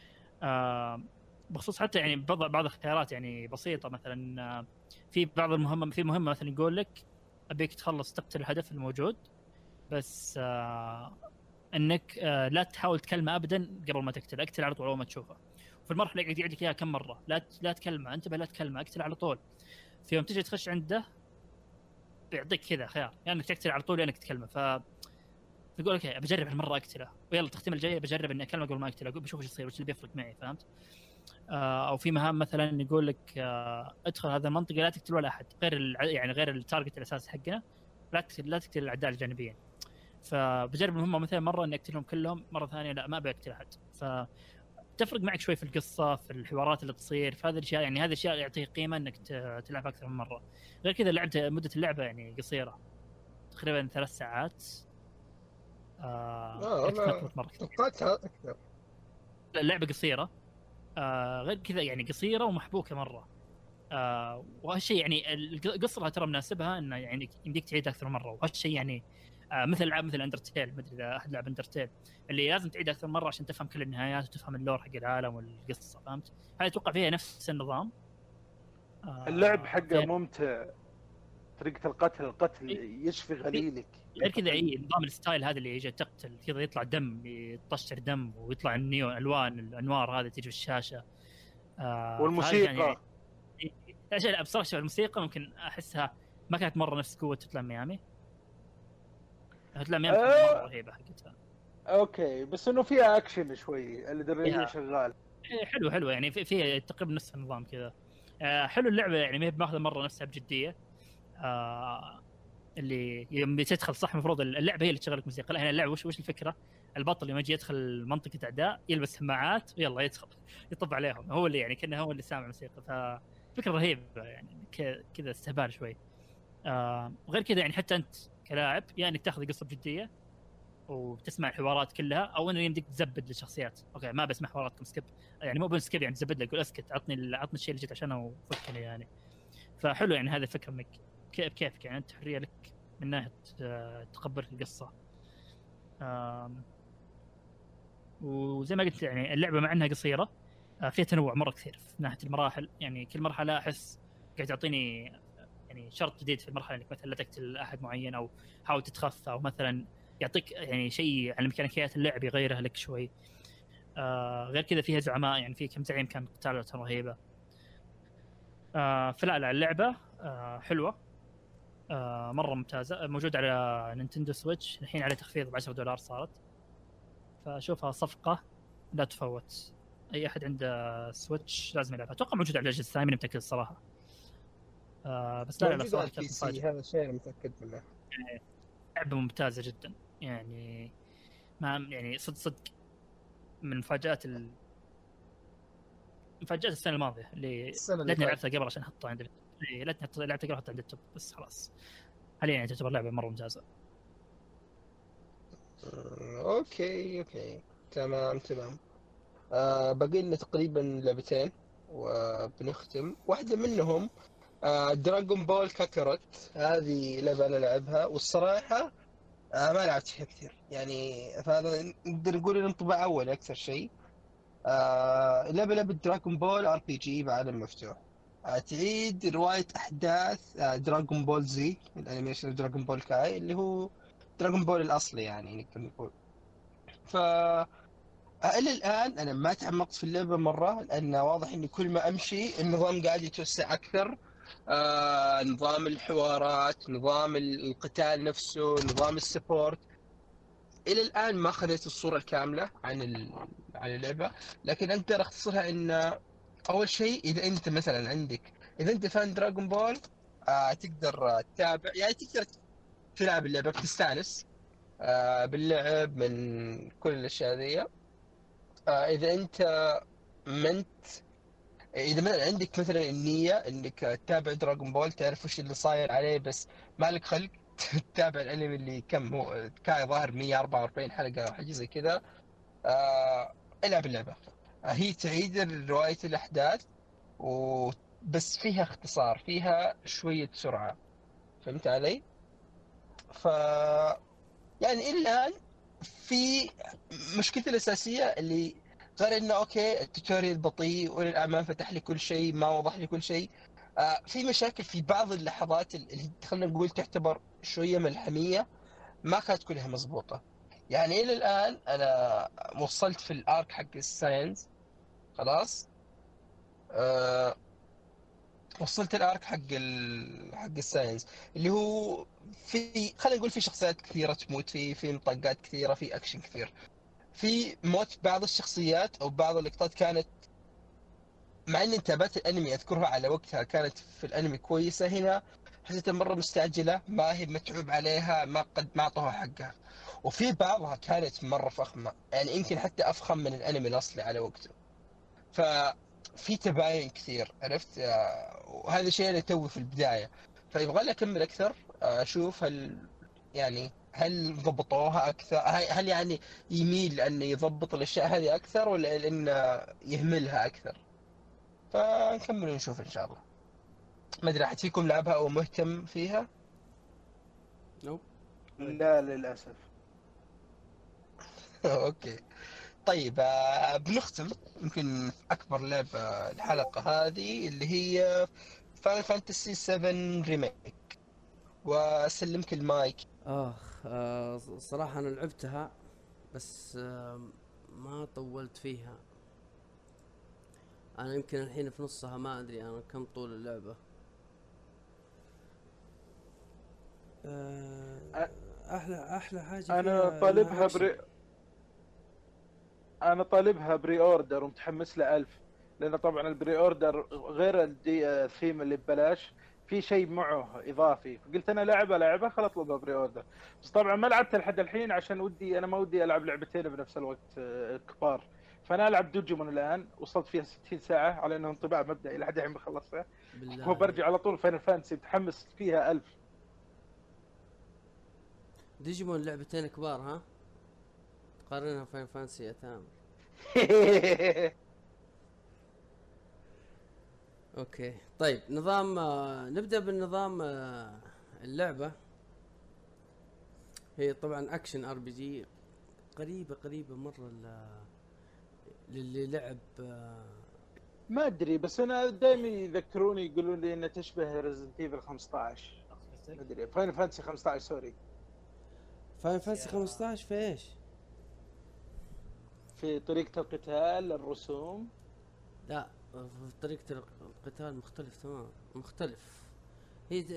بخصوص حتى يعني بعض الخيارات يعني بسيطه، مثلا في بعض المهمه، في مهمه مثلا يقول لك ابيك تخلص تقتل الهدف الموجود، بس انك لا تحاول تكلمه ابدا قبل ما تقتل، اقتل على طول اول ما تشوفه. وفي المرحله يقعد يعيد لك اياها كم مره، لا تكلمه، انتبه لا تكلمه، اقتل على طول. في يوم تجي تخش عنده بيعطيك كذا خيار، يعني انك تقتل على طول يعني انك تكلمه. تقول اوكي بجرب هالمره اقتله، ويلا التختيم الجاي بجرب اني اكلمه قبل ما اقتله، بشوف ايش يصير، وش اللي بيفرق معي، فهمت؟ او في مهام مثلا يقول لك ادخل هذا المنطقه لا تقتل ولا احد يعني غير التارجت الاساسي حقنا، لا تقتل الاعداء الجانبيين. فبجرب المهمه مثلا مره اني اقتلهم كلهم، مره ثانيه لا ما بقتل احد. فتفرق معك شوي في القصه، في الحوارات اللي تصير، في هذه الاشياء. يعني هذه الاشياء يعطيك قيمه انك تلعب اكثر من مره. غير كذا لعبت مده اللعبه يعني قصيره تقريبا 3 ساعات. أنا توقعتها أكثر. اللعبة قصيرة. غير كذا يعني قصيرة ومحبوكة مرة. وهالشيء يعني القصة ترى مناسبها إنه يعني يمديك تعيد أكثر مرة. وهالشيء يعني مثل ألعاب مثل أندرتيل، مدري إذا أحد لعب أندرتيل، اللي لازم تعيد أكثر مرة عشان تفهم كل النهايات وتفهم اللور حق العالم والقصة، فهمت؟ هاي أتوقع فيها نفس النظام. اللعب حقه ممتع، طريقة القتل يشفي غليلك. غير كذا نظام الستايل هذا اللي يجي تقتل كذا يطلع دم، يطشر دم ويطلع النيون الوان الانوار هذه تيجي في الشاشه. والموسيقى يعني لا بصراحه الموسيقى ممكن احسها ما كانت مره نفس قوه هوتلاند ميامي. هوتلاند ميامي مره رهيبه حقتها. اوكي بس انه فيها اكشن شوي، الادرينالين شغال. حلو يعني فيها تقريبا نفس النظام كذا. حلو اللعبه يعني ما هي ماخذه مره نفسها بجديه. اللي يوم تدخل صح المفروض اللعبه هي اللي تشغلك موسيقى. لا هنا اللعبه وش الفكره؟ البطل لما يجي يدخل منطقه اعداء يلبس سماعات ويلا يدخل يطب عليهم، هو اللي يعني كانه هو اللي سامع موسيقى. ففكره رهيبه يعني كذا استهبال شوي. وغير كذا يعني حتى انت كلاعب يعني تاخذ القصه بجديه وتسمع الحوارات كلها، او انه يمديك تزبد للشخصيات. اوكي ما بسمع حواراتكم سكيب، يعني مو بسكيب يعني تزبد لك، قول اسكت عطني الشيء اللي جيت عشانه وفكني يعني. فحلو يعني هذه الفكره انك كيفك يعني انت حريه لك من ناحيه تقبل القصه. وزي ما قلت يعني اللعبه مع انها قصيره فيها تنوع مره كثير في ناحيه المراحل. يعني كل مرحله احس قاعد تعطيني يعني شرط جديد في المرحله، انك مثلا لا تقتل احد معين او حاول تتخفى، او مثلا يعطيك يعني شيء على ميكانيكيات اللعب يغيرها لك شوي. غير كذا فيها زعماء، يعني في كم زعيم كان قتالاتهم رهيبه. فلا اللعبه حلوه مره ممتازه. موجود على نينتندو سويتش الحين على تخفيض $10 صارت، فاشوفها صفقه لا تفوت. اي احد عنده سويتش لازم يلعبها. اتوقع موجود على الاجهزه الثانيه، ماني متاكد الصراحه. بس لا صراحه هذا الشيء انا متاكد منه. لعبه ممتازه جدا يعني. ما يعني صدق من مفاجات السنه الماضيه اللي لعبتها قبل عشان احطها عندي. لعبتها قبل احطها عند التوب، بس خلاص حاليا يعني تعتبر لعبه مره ممتازه. اوكي تمام. باقي لنا تقريبا لعبتين وبنختم. واحده منهم دراغون بول كاكاروت. هذه لعبه انا لعبها والصراحه ما لعبت فيها كثير يعني، فهذا نقدر نقول انطباع اول اكثر شيء. لعبه دراغون بول ار بي جي بعالم مفتوح. تعيد روايه احداث دراغون بول زي، الانيميشن دراغون بول كاي اللي هو دراغون بول الاصلي يعني نقدر نقول. ف الى الان انا ما تعمقت في اللعبه مره، لان واضح ان كل ما امشي النظام قاعد يتوسع اكثر. نظام الحوارات، نظام القتال نفسه، نظام السبورت. الى الان ما اخذت الصوره الكامله عن اللعبه، لكن اقدر اختصرها ان اول شيء اذا انت مثلا اذا انت فان دراغون بول تقدر تتابع، يعني تقدر تلعب اللعبه بتستانس باللعب من كل الاشياء ذي. اذا انت منت اذا مثلا عندك مثلا النية انك تتابع دراغون بول، تعرف وش اللي صاير عليه، بس مالك خلق تتابع الانمي اللي كم هو كان ظاهر 144 حلقة او حاجة زي كذا، العب اللعبة. هي تعيد رواية الاحداث وبس فيها اختصار، فيها شوية سرعة، فهمت علي؟ ف يعني إلى الآن في مشكلتي الأساسية اللي غير إنه أوكي التوتوريال بطيء والآن ما فتح لي كل شيء، ما وضح لي كل شيء. في مشاكل في بعض اللحظات اللي خلينا نقول تعتبر شوية ملحمية، ما كانت كلها مضبوطة. يعني إلى الآن أنا وصلت في الآرك حق الساينس خلاص. آه وصلت الارك حق الساينس اللي هو في خلينا نقول في شخصيات كثيره تموت، في مطقات كثيره، في اكشن كثير، في موت بعض الشخصيات او بعض اللقطات كانت، مع اني تابعت الانمي اذكرها على وقتها كانت في الانمي كويسه، هنا حسيتها مره مستعجله، ما هي متعوب عليها، ما اعطوها حقها. وفي بعضها كانت مره فخمه، يعني يمكن حتى افخم من الانمي الاصلي على وقته. ففي تباين كثير، عرفت؟ وهذا الشيء اللي توي في البداية، فيبغى لي أكمل أكثر، أشوف هل يعني هل ضبطوها أكثر، هل يعني يميل لأنه يضبط الأشياء هذه أكثر ولا لأنه يهملها أكثر. فنكمل ونشوف إن شاء الله. ما أدري أحد فيكم لعبها أو مهتم فيها؟ نو لا للاسف. أوكي طيب، بنختم يمكن أكبر لعبة الحلقة هذه اللي هي فاينل فانتسي 7 ريميك، وأسلمك المايك. صراحة انا لعبتها بس ما طولت فيها. انا يمكن الحين في نصها، ما ادري انا كم طول اللعبة. احلى حاجة انا فيها طالبها أكشن. انا طالبها بري اوردر ومتحمس له 1000، لان طبعا البري اوردر غير الثيم اللي ببلاش، في شيء معه اضافي، فقلت انا لعبه خلاص اطلبها بري اوردر. بس طبعا ما لعبتها لحد الحين عشان انا ما ودي العب لعبتين بنفس الوقت كبار. فانا العب دوجيمون الان، وصلت فيها 60 ساعه على انه انطباع مبدئي لحد الحين بخلصها، بالله عليك. وبرجع على طول فاينل فانتسي متحمس فيها 1000. ديجيمون لعبتين كبار ها، تقارنها فاين فانسي يا تامر. اوكي طيب، نظام نبدأ بالنظام. اللعبة هي طبعا اكشن ار بي جي، قريبة مرة للي لعب ما ادري، بس انا دائما يذكروني يقولون لي انها تشبه ريزنت ايفل 15. ما ادري، فاينل فانتسي 15 سوري. فاين فانسي 15 في ايش؟ في طريقة القتال، الرسوم. لا، في طريقة القتال مختلف تماما، مختلف. هي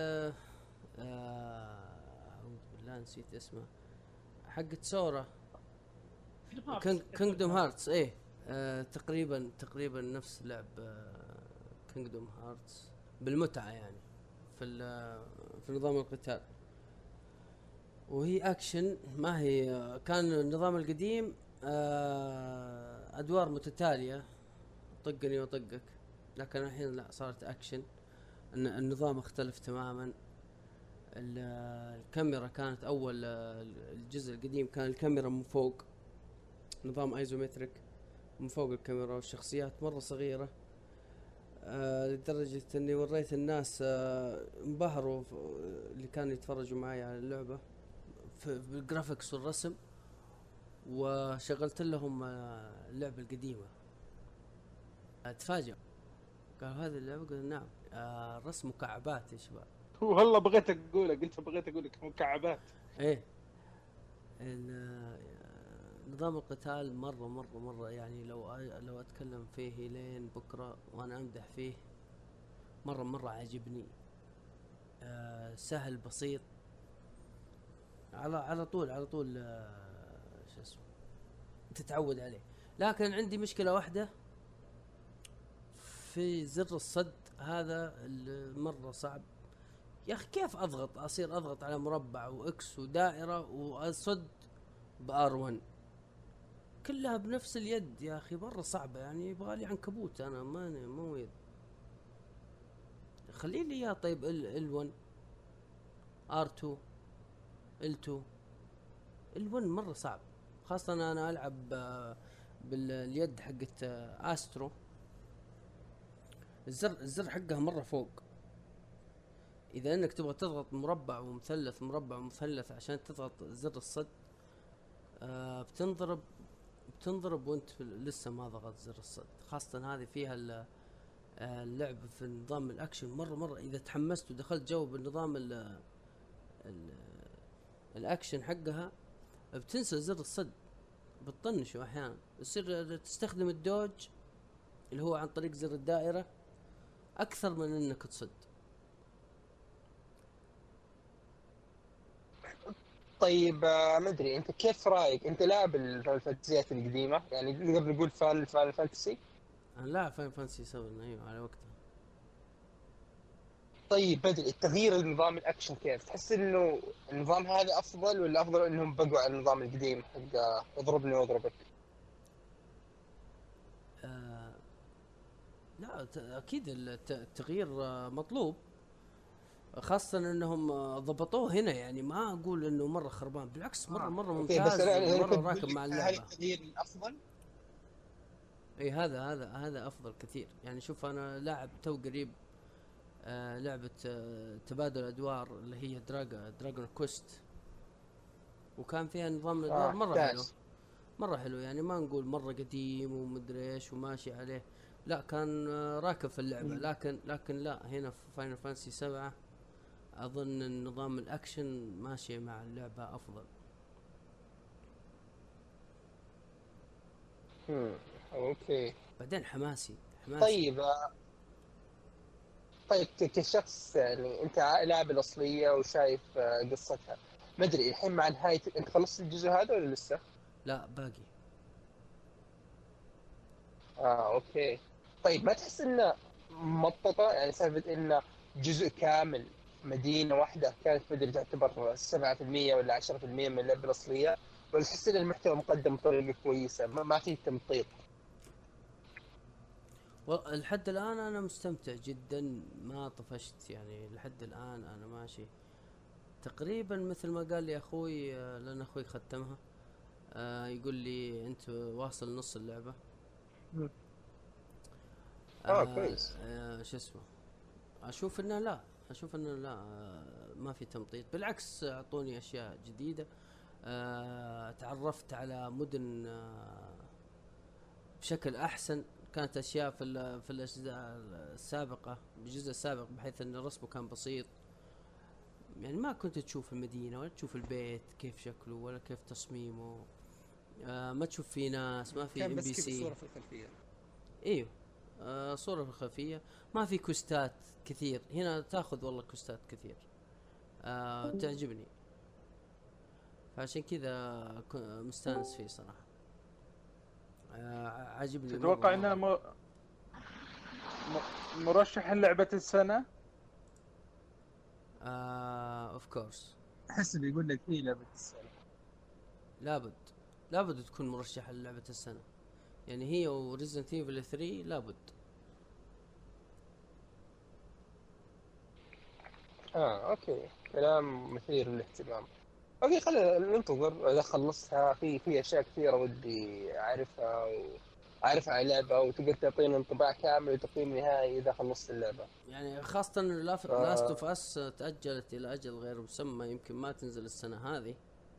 أعوذ بالله نسيت اسمه، حقت سورا، كينجدوم هارتس. ايه تقريبا نفس لعب كينجدوم هارتس بالمتعة يعني في نظام القتال. وهي اكشن، ما هي كان النظام القديم ادوار متتالية، طقني وطقك، لكن الحين لا، صارت اكشن. النظام اختلف تماما. الكاميرا كانت اول الجزء القديم كان الكاميرا من فوق، نظام ايزومتريك من فوق الكاميرا، والشخصيات مرة صغيرة لدرجة اني وريت الناس انبهروا اللي كانوا يتفرجوا معي على اللعبة بالجرافيكس والرسم، وشغلت لهم اللعبة القديمة. تفاجئوا قالوا هذه اللعبة، قلت نعم. الرسم مكعبات يا شباب. والله بغيت اقول لك مكعبات. ايه نظام القتال مرة يعني لو اتكلم فيه لين بكرة وانا امدح فيه، مرة عجبني. سهل بسيط، على طول شو اسمه، تتعود عليه. لكن عندي مشكلة واحدة في زر الصد هذا، مرة صعب يا اخي. كيف اصير اضغط على مربع واكس ودائرة واصد بار1؟ كلها بنفس اليد يا اخي، مره صعبه يعني، يبغى لي عنكبوت انا، مو يد. خلي لي اياه. طيب ال1 R2 L2 ال1 مره صعب، خاصه انا العب باليد حقت استرو، الزر حقها مره فوق. اذا انك تبغى تضغط مربع ومثلث مربع ومثلث عشان تضغط زر الصد، بتنضرب وانت لسه ما ضغط زر الصد. خاصة هذه فيها اللعبة في نظام الاكشن مرة اذا تحمست ودخلت جو بالنظام الاكشن حقها، بتنسى زر الصد، بتطنشه احيانا، يصير تستخدم الدوج اللي هو عن طريق زر الدائرة اكثر من انك تصد. طيب ما ادري انت كيف رايك، انت لاعب الفانتزيات القديمه يعني قبل نقول فان فانتسي؟ انا لاعب فاين فانسي 7 ايوه على وقتها. طيب بدري التغيير النظام الاكشن كيف تحس انه النظام هذا افضل ولا افضل انهم بقوا على النظام القديم حق اضربني واضربك؟ لا اكيد التغيير مطلوب، خاصة انهم ضبطوه هنا، يعني ما اقول انه مرة خربان، بالعكس مرة ممتاز، مرة راكب مع اللعبة. هل التغيير الافضل؟ اي هذا افضل كثير. يعني شوف انا لاعب تو قريب لعبة تبادل ادوار اللي هي دراجون كويست، وكان فيها نظام الادوار مرة حلو يعني، ما نقول مرة قديم ومدري ايش وماشي عليه، لا كان راكب في اللعبة. لكن لا، هنا في فاينل فانسي 7 اظن النظام الاكشن ماشي مع اللعبة افضل. اوكي. بعدين حماسي. طيب كشخص يعني انت لاعب الاصليه وشايف قصتها، ما ادري الحين مع نهايه انت خلصت الجزء هذا ولا لسه؟ لا باقي. اوكي. طيب ما تحس انه مططه يعني سالفه انه جزء كامل مدينه واحده كانت مدري تعتبر 7% ولا 10% من اللعبه الاصليه، ولا تحس ان المحتوى مقدم بطريقه كويسه ما في تمطيط؟ لحد الان انا مستمتع جدا، ما طفشت يعني، لحد الان انا ماشي تقريبا مثل ما قال لي اخوي، لان اخوي ختمها، يقول لي انت واصل نص اللعبة. كويس. شو اسمه، اشوف انه لا ما في تمطيط، بالعكس اعطوني اشياء جديدة. تعرفت على مدن بشكل احسن، كانت اشياء في الاجزاء السابقة، بالجزء السابق، بحيث ان رسمه كان بسيط، يعني ما كنت تشوف المدينة ولا تشوف البيت كيف شكله ولا كيف تصميمه، ما تشوف فيه ناس، ما في ام بي سي، صورة في الخلفية. ايوه صورة في الخلفية، ما في كوستات كثير. هنا تاخذ والله كوستات كثير، تعجبني، فعشان كذا مستانس فيه صراحة. عجبني. تتوقع انها مرشح لعبة السنة؟ اوف كورس. احس بيقول لك هي لعبة السنة. لابد تكون مرشحة للعبة السنة، يعني هي وريزنت ايفل 3 لابد. اوكي، كلام مثير للاهتمام. اوكي خلينا ننتظر اذا خلصتها. في اشياء كثيرة ودي اعرفها على اللعبة، وتقدر تعطينا انطباع كامل وتقييم نهائي اذا خلصت اللعبة. يعني خاصة لاست اوف اس تأجلت الى اجل غير مسمى، يمكن ما تنزل السنة هذه.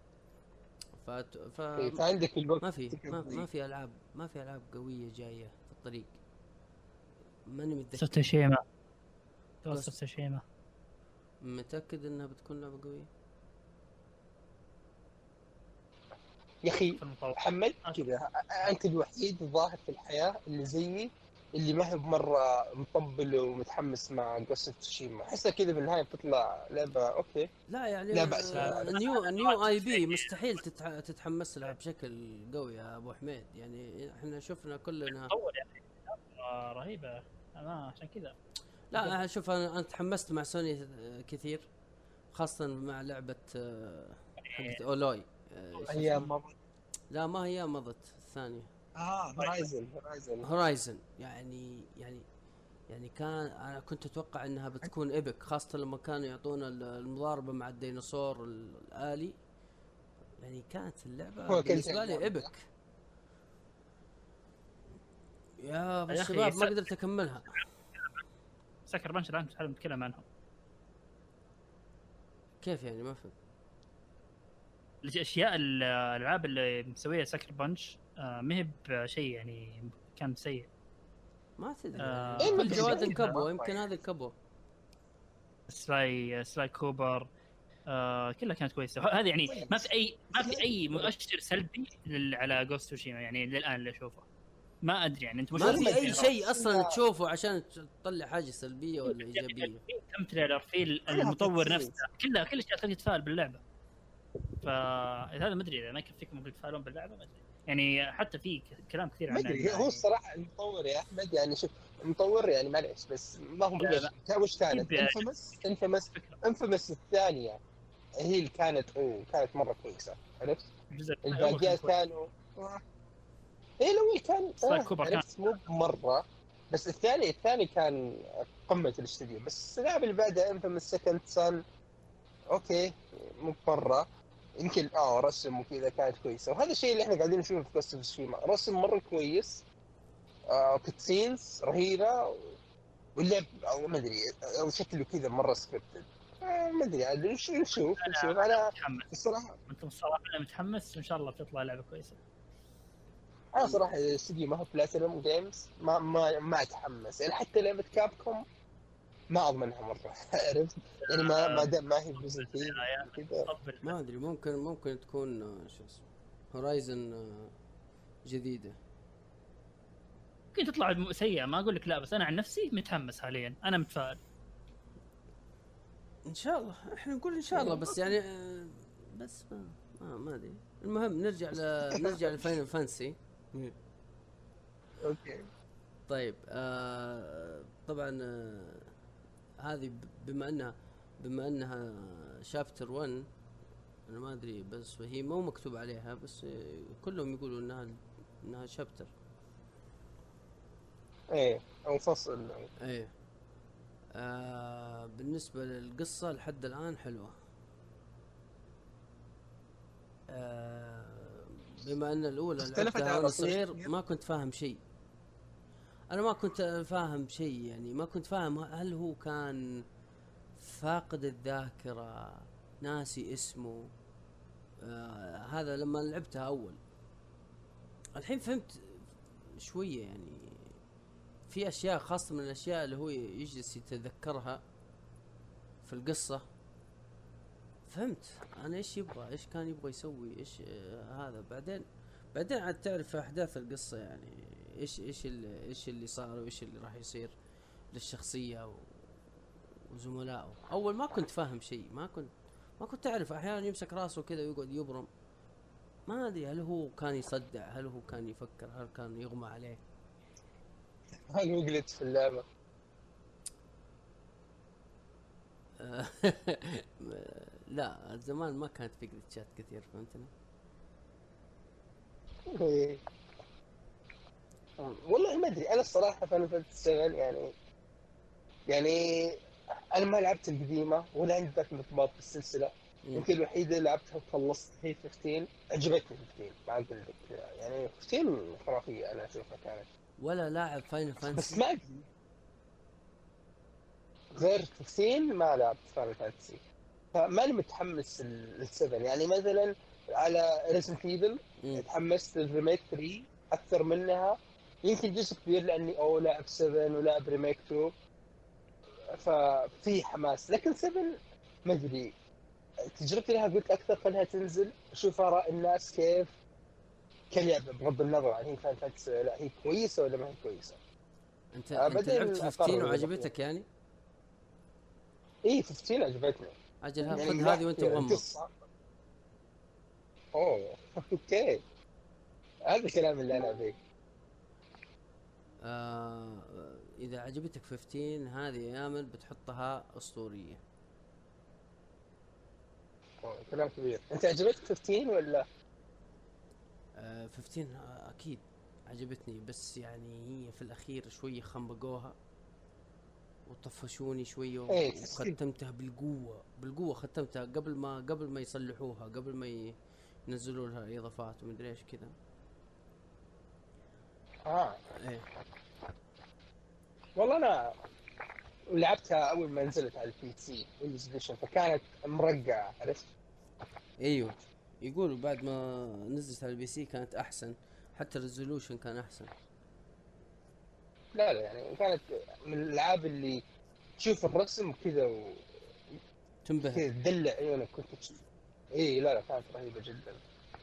فعندك الوقت. ما في العاب قوية جاية في الطريق، ماني متذكر. ستاشيما متأكد انها بتكون لعبة قوية يا اخي محمد؟ كذا انت الوحيد الظاهر في الحياة اللي زيي اللي ما هو مرة مطبل ومتحمس مع جوست اوف تسوشيما. احسها كذا بالنهاية بتطلع لعبة اوكي. لا يعني لا بأس. نيو اي بي مستحيل تتحمس لها بشكل قوي يا ابو حميد، يعني احنا شفنا كلنا يعني رهيبة، انا عشان كذا. لا شوف انا تحمست مع سوني كثير، خاصة مع لعبة حقت اولوي. ايام مضت. لا ما هي مضت الثانيه؟ هورايزن. يعني كان انا كنت اتوقع انها بتكون ايبك، خاصه لما كانوا يعطونا المضاربه مع الديناصور الآلي. يعني كانت اللعبه بالنسبه لي ايبك يا الشباب. ما قدرت اكملها. سكر بنش الان نتكلم عنهم. كيف يعني؟ ما فهمت. الاشياء الالعاب اللي مسويها سكر بنش ما هي بشيء يعني كان سيء. ما تدري الجواد انكبوا، يمكن هذا الكبو. سلاي كوبر كلها كانت كويسه. هذه يعني ما في اي مؤشر سلبي على جوست توشيما يعني للان اللي اشوفه. ما ادري يعني انت ما في اي شيء اصلا تشوفه عشان تطلع حاجه سلبيه ولا ايجابيه. كم تريلر في المطور نفسه كل شيء تقدر تتفاعل باللعبه. فهذا ما ادري اذا ما يكفيكم ممكن تتفاعلون باللعبه. ما ادري يعني حتى في كلام كثير عنه. ما ادري هو الصراحه المطور يا احمد يعني شوف المطور يعني معلش بس ما هو وش كانت انفيمس الثانيه هي اللي كانت مره كويسه. عرفت الباقيات كانوا الاول كان عرفت مو مره، بس الثاني كان قمه الاستديو. بس اللعبه اللي بعدها انفيمس سكند سان اوكي مو مره، يمكن رسم وكذا كانت كويسه. وهذا الشيء اللي احنا قاعدين نشوفه في قصة توشيما، رسم مره كويس، كتسينز رهيبه، واللعب او ما ادري او شكله كذا مره سكريبتد. ما ادري عاد نشوف انا الصراحه انت الصراحه انا متحمس وان شاء الله بتطلع لعبه كويسه. انا صراحه الاستديو ما هو بلاتينوم جيمز ما اتحمس يعني. حتى لعبه كابكوم ما اضمنها مره عرفت يعني ما دام ما هي بزنتين كذا. ما ادري ممكن تكون شو اسمه هورايزن جديده، ممكن تطلع سيئه ما اقول لك لا، بس انا عن نفسي متحمس حاليا، انا متفائل ان شاء الله. احنا نقول ان شاء الله بس يعني بس ما ادري. المهم نرجع لفاينل فانسي. اوكي طيب طبعا هذه بما انها شابتر 1 انا ما ادري، بس هي مو مكتوب عليها، بس كلهم يقولوا انها شابتر او فصل. بالنسبه للقصه لحد الان حلوه. بما ان الاولى لعبتها وانا صغير ما كنت فاهم شيء. انا ما كنت فاهم شيء يعني، ما كنت فاهم هل هو كان فاقد الذاكره ناسي اسمه. هذا لما لعبتها اول. الحين فهمت شويه يعني، في اشياء خاصه من الاشياء اللي هو يجلس يتذكرها في القصه. فهمت انا ايش كان يبغى يسوي، ايش هذا. بعدين عاد تعرف احداث القصه يعني ايش اللي صار وايش اللي راح يصير للشخصيه وزملائه. اول ما كنت فاهم شيء، ما كنت اعرف. احيانا يمسك راسه كذا ويقعد يبرم، ما ادري هل هو كان يصدع، هل هو كان يفكر، هل كان يغمى عليه، هل هو جلت في اللعبه. لا زمان ما كانت في جلتشات كثير، فهمتني. والله ما ادري انا الصراحه فانا فلتستغل يعني انا ما لعبت القديمه ولا عندي ذاك الارتباط بالسلسله. يمكن الوحيده اللي لعبتها وخلصت هي 15. عجبتني 15 ما اقول لك يعني 15 خرافيه انا اشوفها كانت. ولا لاعب فاينل فانتسي بس ما ادري غير 15 ما لعبت فاينل فانتسي، فماني متحمس للسبن. يعني مثلا على ريزنت ايفل تحمست للريميك 3 اكثر منها، يمكن جزء كبير لاني لاعب 7 ولاعب ريميك 2 ففي حماس. لكن 7 ما ادري تجربتي لها قلت اكثر خلها تنزل اشوف اراء الناس كيف كلعبه، بغض النظر عن هي فاينل فانتسي لا هي كويسه ولا ما هي كويسه. انت لعبت 15 وعجبتك يعني؟ ايه 15 عجبتني. اجل يعني خذ هذه وانت مغمض. اوكي هذا الكلام اللي انا ابيه. اذا عجبتك 15 هذه يا امل بتحطها اسطوريه. كلام كبير. انت عجبتك 15 ولا؟ 15 اكيد عجبتني، بس يعني هي في الاخير شويه خنبقوها وطفشوني شويه وختمتها بالقوه ختمتها قبل ما يصلحوها، قبل ما ينزلوا لها اضافات ومدري ايش كذا. ايه والله انا لعبتها اول ما نزلت على البي سي ويندوز اديشن، فكانت مرقعه، عرفت؟ ايوه، يقولوا بعد ما نزلت على البي سي كانت احسن، حتى الريزولوشن كان احسن. لا يعني كانت من الالعاب اللي تشوف الرسم كذا تنبهر. كذا تدلع عيونك كنت تشوف. اي لا كانت رهيبه جدا.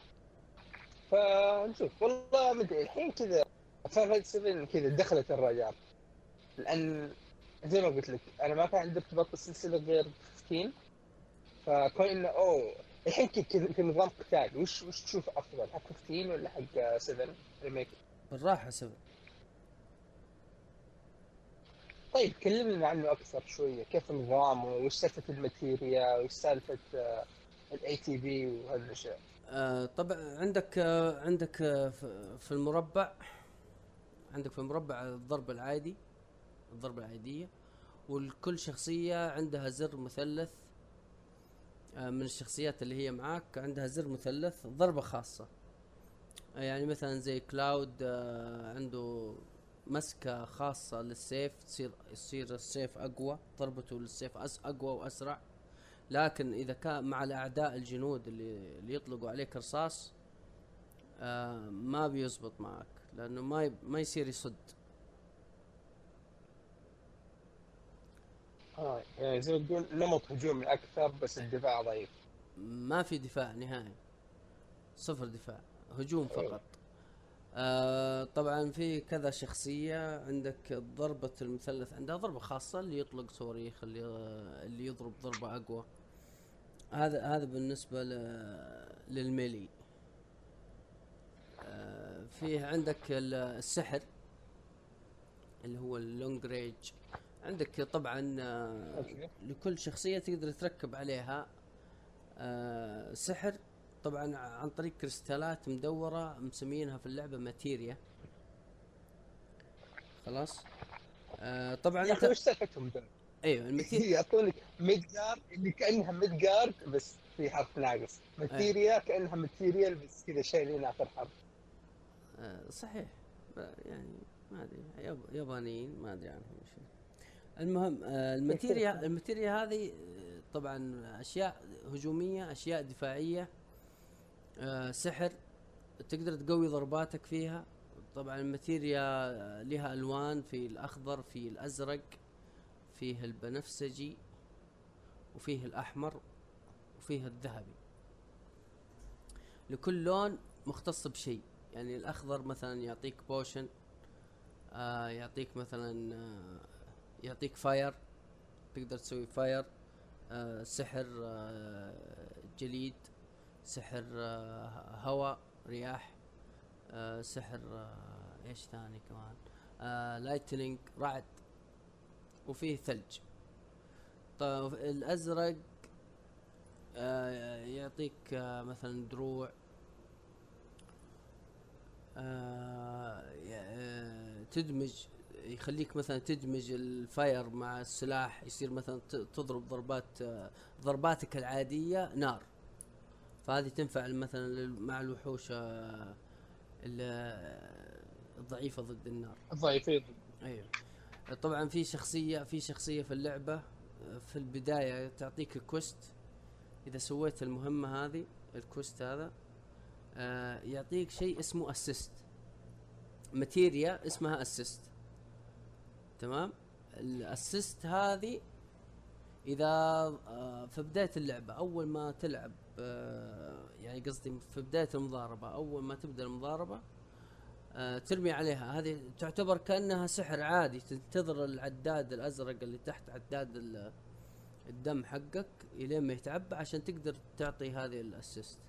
فنشوف والله مدري الحين كذا فاينل 7 كذا دخلت الرجال، لان زي ما قلت لك انا ما كان عندي ارتباط بالسلسله غير 15، فكون انه الحين كنظام قتال وش تشوف افضل، حق 15 ولا حق 7 ريميك؟ بالراحه 7. طيب كلمنا عنه اكثر شويه، كيف نظامه، وش سالفه الماتيريا، وش سالفه الاي تي بي وهذه الاشياء. طبعا عندك في المربع، عندك في المربع الضرب العادية، والكل شخصية عندها زر مثلث. من الشخصيات اللي هي معاك عندها زر مثلث ضربة خاصة. يعني مثلا زي كلاود عنده مسكة خاصة للسيف، يصير السيف أقوى، ضربته للسيف أقوى وأسرع. لكن إذا كان مع الأعداء الجنود اللي يطلقوا عليك رصاص ما بيزبط معك، لأنه ما يصير يصد. يعني زي ما تقول نمط هجومي اكثر بس الدفاع ضعيف. ما في دفاع نهائي، 0 دفاع، هجوم فقط. طبعا في كذا شخصية. عندك ضربة المثلث عندها ضربة خاصة، اللي يطلق صواريخ، اللي يضرب ضربة أقوى. هذا بالنسبة للميلي. فيه عندك السحر اللي هو اللونج ريج. عندك طبعا لكل شخصية تقدر تركب عليها سحر، طبعا عن طريق كريستالات مدورة مسمينها في اللعبة ماتيريا. خلاص. طبعا يا اخي وش سالفتهم ذا؟ ايوه الماتيريا يعطونك ميدجار اللي كانها ميدجار بس في حرف ناقص، ماتيريا كانها ماتيريال بس كذا شايلين اخر حرف. صحيح، يعني ما ادري يابانيين ما ادري عنهم شيء. المهم الماتيريا هذه طبعا اشياء هجوميه، اشياء دفاعيه، سحر، تقدر تقوي ضرباتك فيها. طبعا الماتيريا لها الوان، في الاخضر، في الازرق، فيه البنفسجي، وفيه الاحمر، وفيه الذهبي. لكل لون مختص بشيء. يعني الاخضر مثلا يعطيك بوشن، يعطيك مثلا يعطيك فاير، تقدر تسوي فاير، سحر جليد، سحر هواء رياح، سحر ايش ثاني كمان، لايتنينج رعد، وفيه ثلج. طيب الازرق يعطيك مثلا دروع، تدمج، يخليك مثلا تدمج الفاير مع السلاح، يصير مثلا تضرب ضرباتك العادية نار، فهذه تنفع مثلا مع الوحوش الضعيفة ضد النار، الضعيفين. ايوه. طبعا في شخصية في اللعبة في البداية تعطيك كوست، اذا سويت المهمة هذه الكوست هذا يعطيك شيء اسمه اسيست، ماتيريا اسمها اسيست. تمام. الاسيست هذه اذا في بداية اللعبة اول ما تلعب، يعني قصدي في بداية المضاربة، اول ما تبدأ المضاربة ترمي عليها، هذه تعتبر كأنها سحر عادي. تنتظر العداد الازرق اللي تحت عداد الدم حقك الين ما يتعبى عشان تقدر تعطي هذه الاسيست.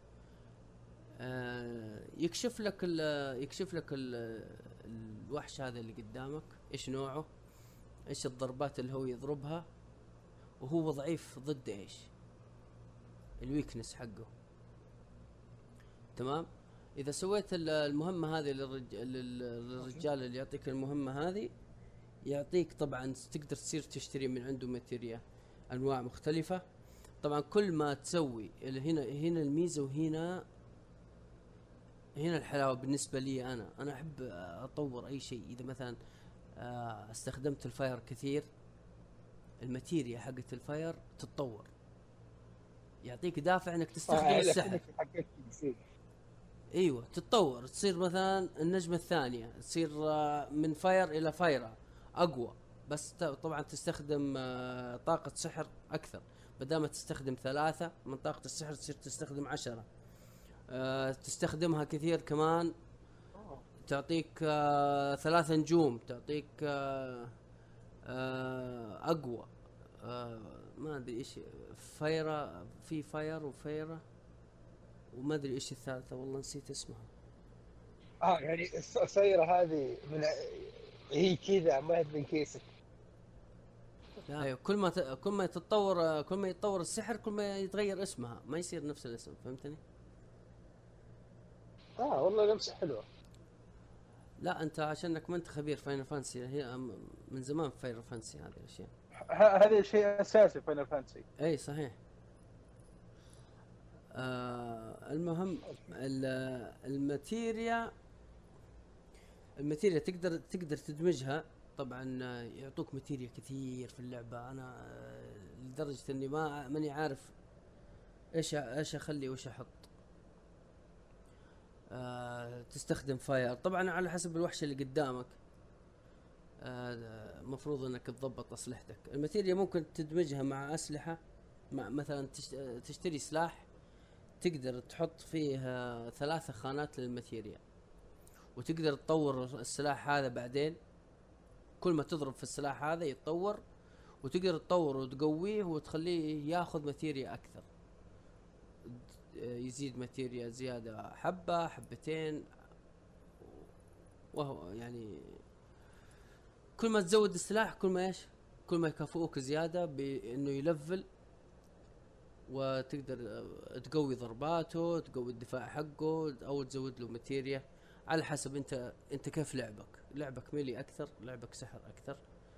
يكشف لك الوحش هذا اللي قدامك، ايش نوعه، ايش الضربات اللي هو يضربها، وهو ضعيف ضد ايش، الويكنس حقه. تمام. اذا سويت المهمه هذه للرجال اللي يعطيك المهمه هذه، يعطيك طبعا تقدر تصير تشتري من عنده ماتيريا انواع مختلفه. طبعا كل ما تسوي هنا الميزه، وهنا الحلاوه بالنسبه لي. انا احب اطور اي شيء. اذا مثلا استخدمت الفاير كثير، الماتيريا حقت الفاير تتطور، يعطيك دافع انك تستخدم السحر. ايوه تتطور، تصير مثلا النجمه الثانيه تصير من فاير الى فايره اقوى، بس طبعا تستخدم طاقه سحر اكثر. بدل ما تستخدم 3 من طاقه السحر تصير تستخدم 10. تستخدمها كثير كمان تعطيك 3 نجوم، تعطيك اقوى. ما ادري ايش فايره، في فاير وفايره، وما ادري ايش الثالثه والله نسيت اسمها. يعني الفايره هذه من هي كذا ما هي من كيسك. ايوه كل ما تتطور، كل ما يتطور السحر كل ما يتغير اسمها، ما يصير نفس الاسم. فهمتني؟ والله لمسه حلوه. لا انت عشانك ما انت خبير فاينل فانسي، هي من زمان فاينل فانسي هذه الاشياء. هذا شيء اساسي فاينل فانسي. اي صحيح. المهم الماتيريا تقدر تدمجها. طبعا يعطوك ماتيريا كثير في اللعبه. انا لدرجه اني ماني عارف ايش اخلي وايش احط. تستخدم فاير طبعا على حسب الوحش اللي قدامك. مفروض انك تضبط اسلحتك. الماتيريا ممكن تدمجها مع اسلحه، مع مثلا تشتري سلاح تقدر تحط فيه 3 خانات للماتيريا، وتقدر تطور السلاح هذا بعدين. كل ما تضرب في السلاح هذا يتطور، وتقدر تطور وتقويه وتخليه ياخذ ماتيريا اكثر. يزيد ماتيريا زيادة حبة حبتين، وهو يعني كل ما تزود السلاح كل ما يكافئوك زيادة بانه يلفل، وتقدر تقوي ضرباته، تقوي الدفاع حقه، او تزود له ماتيريا على حسب انت كيف لعبك ميلي اكثر، لعبك سحر اكثر.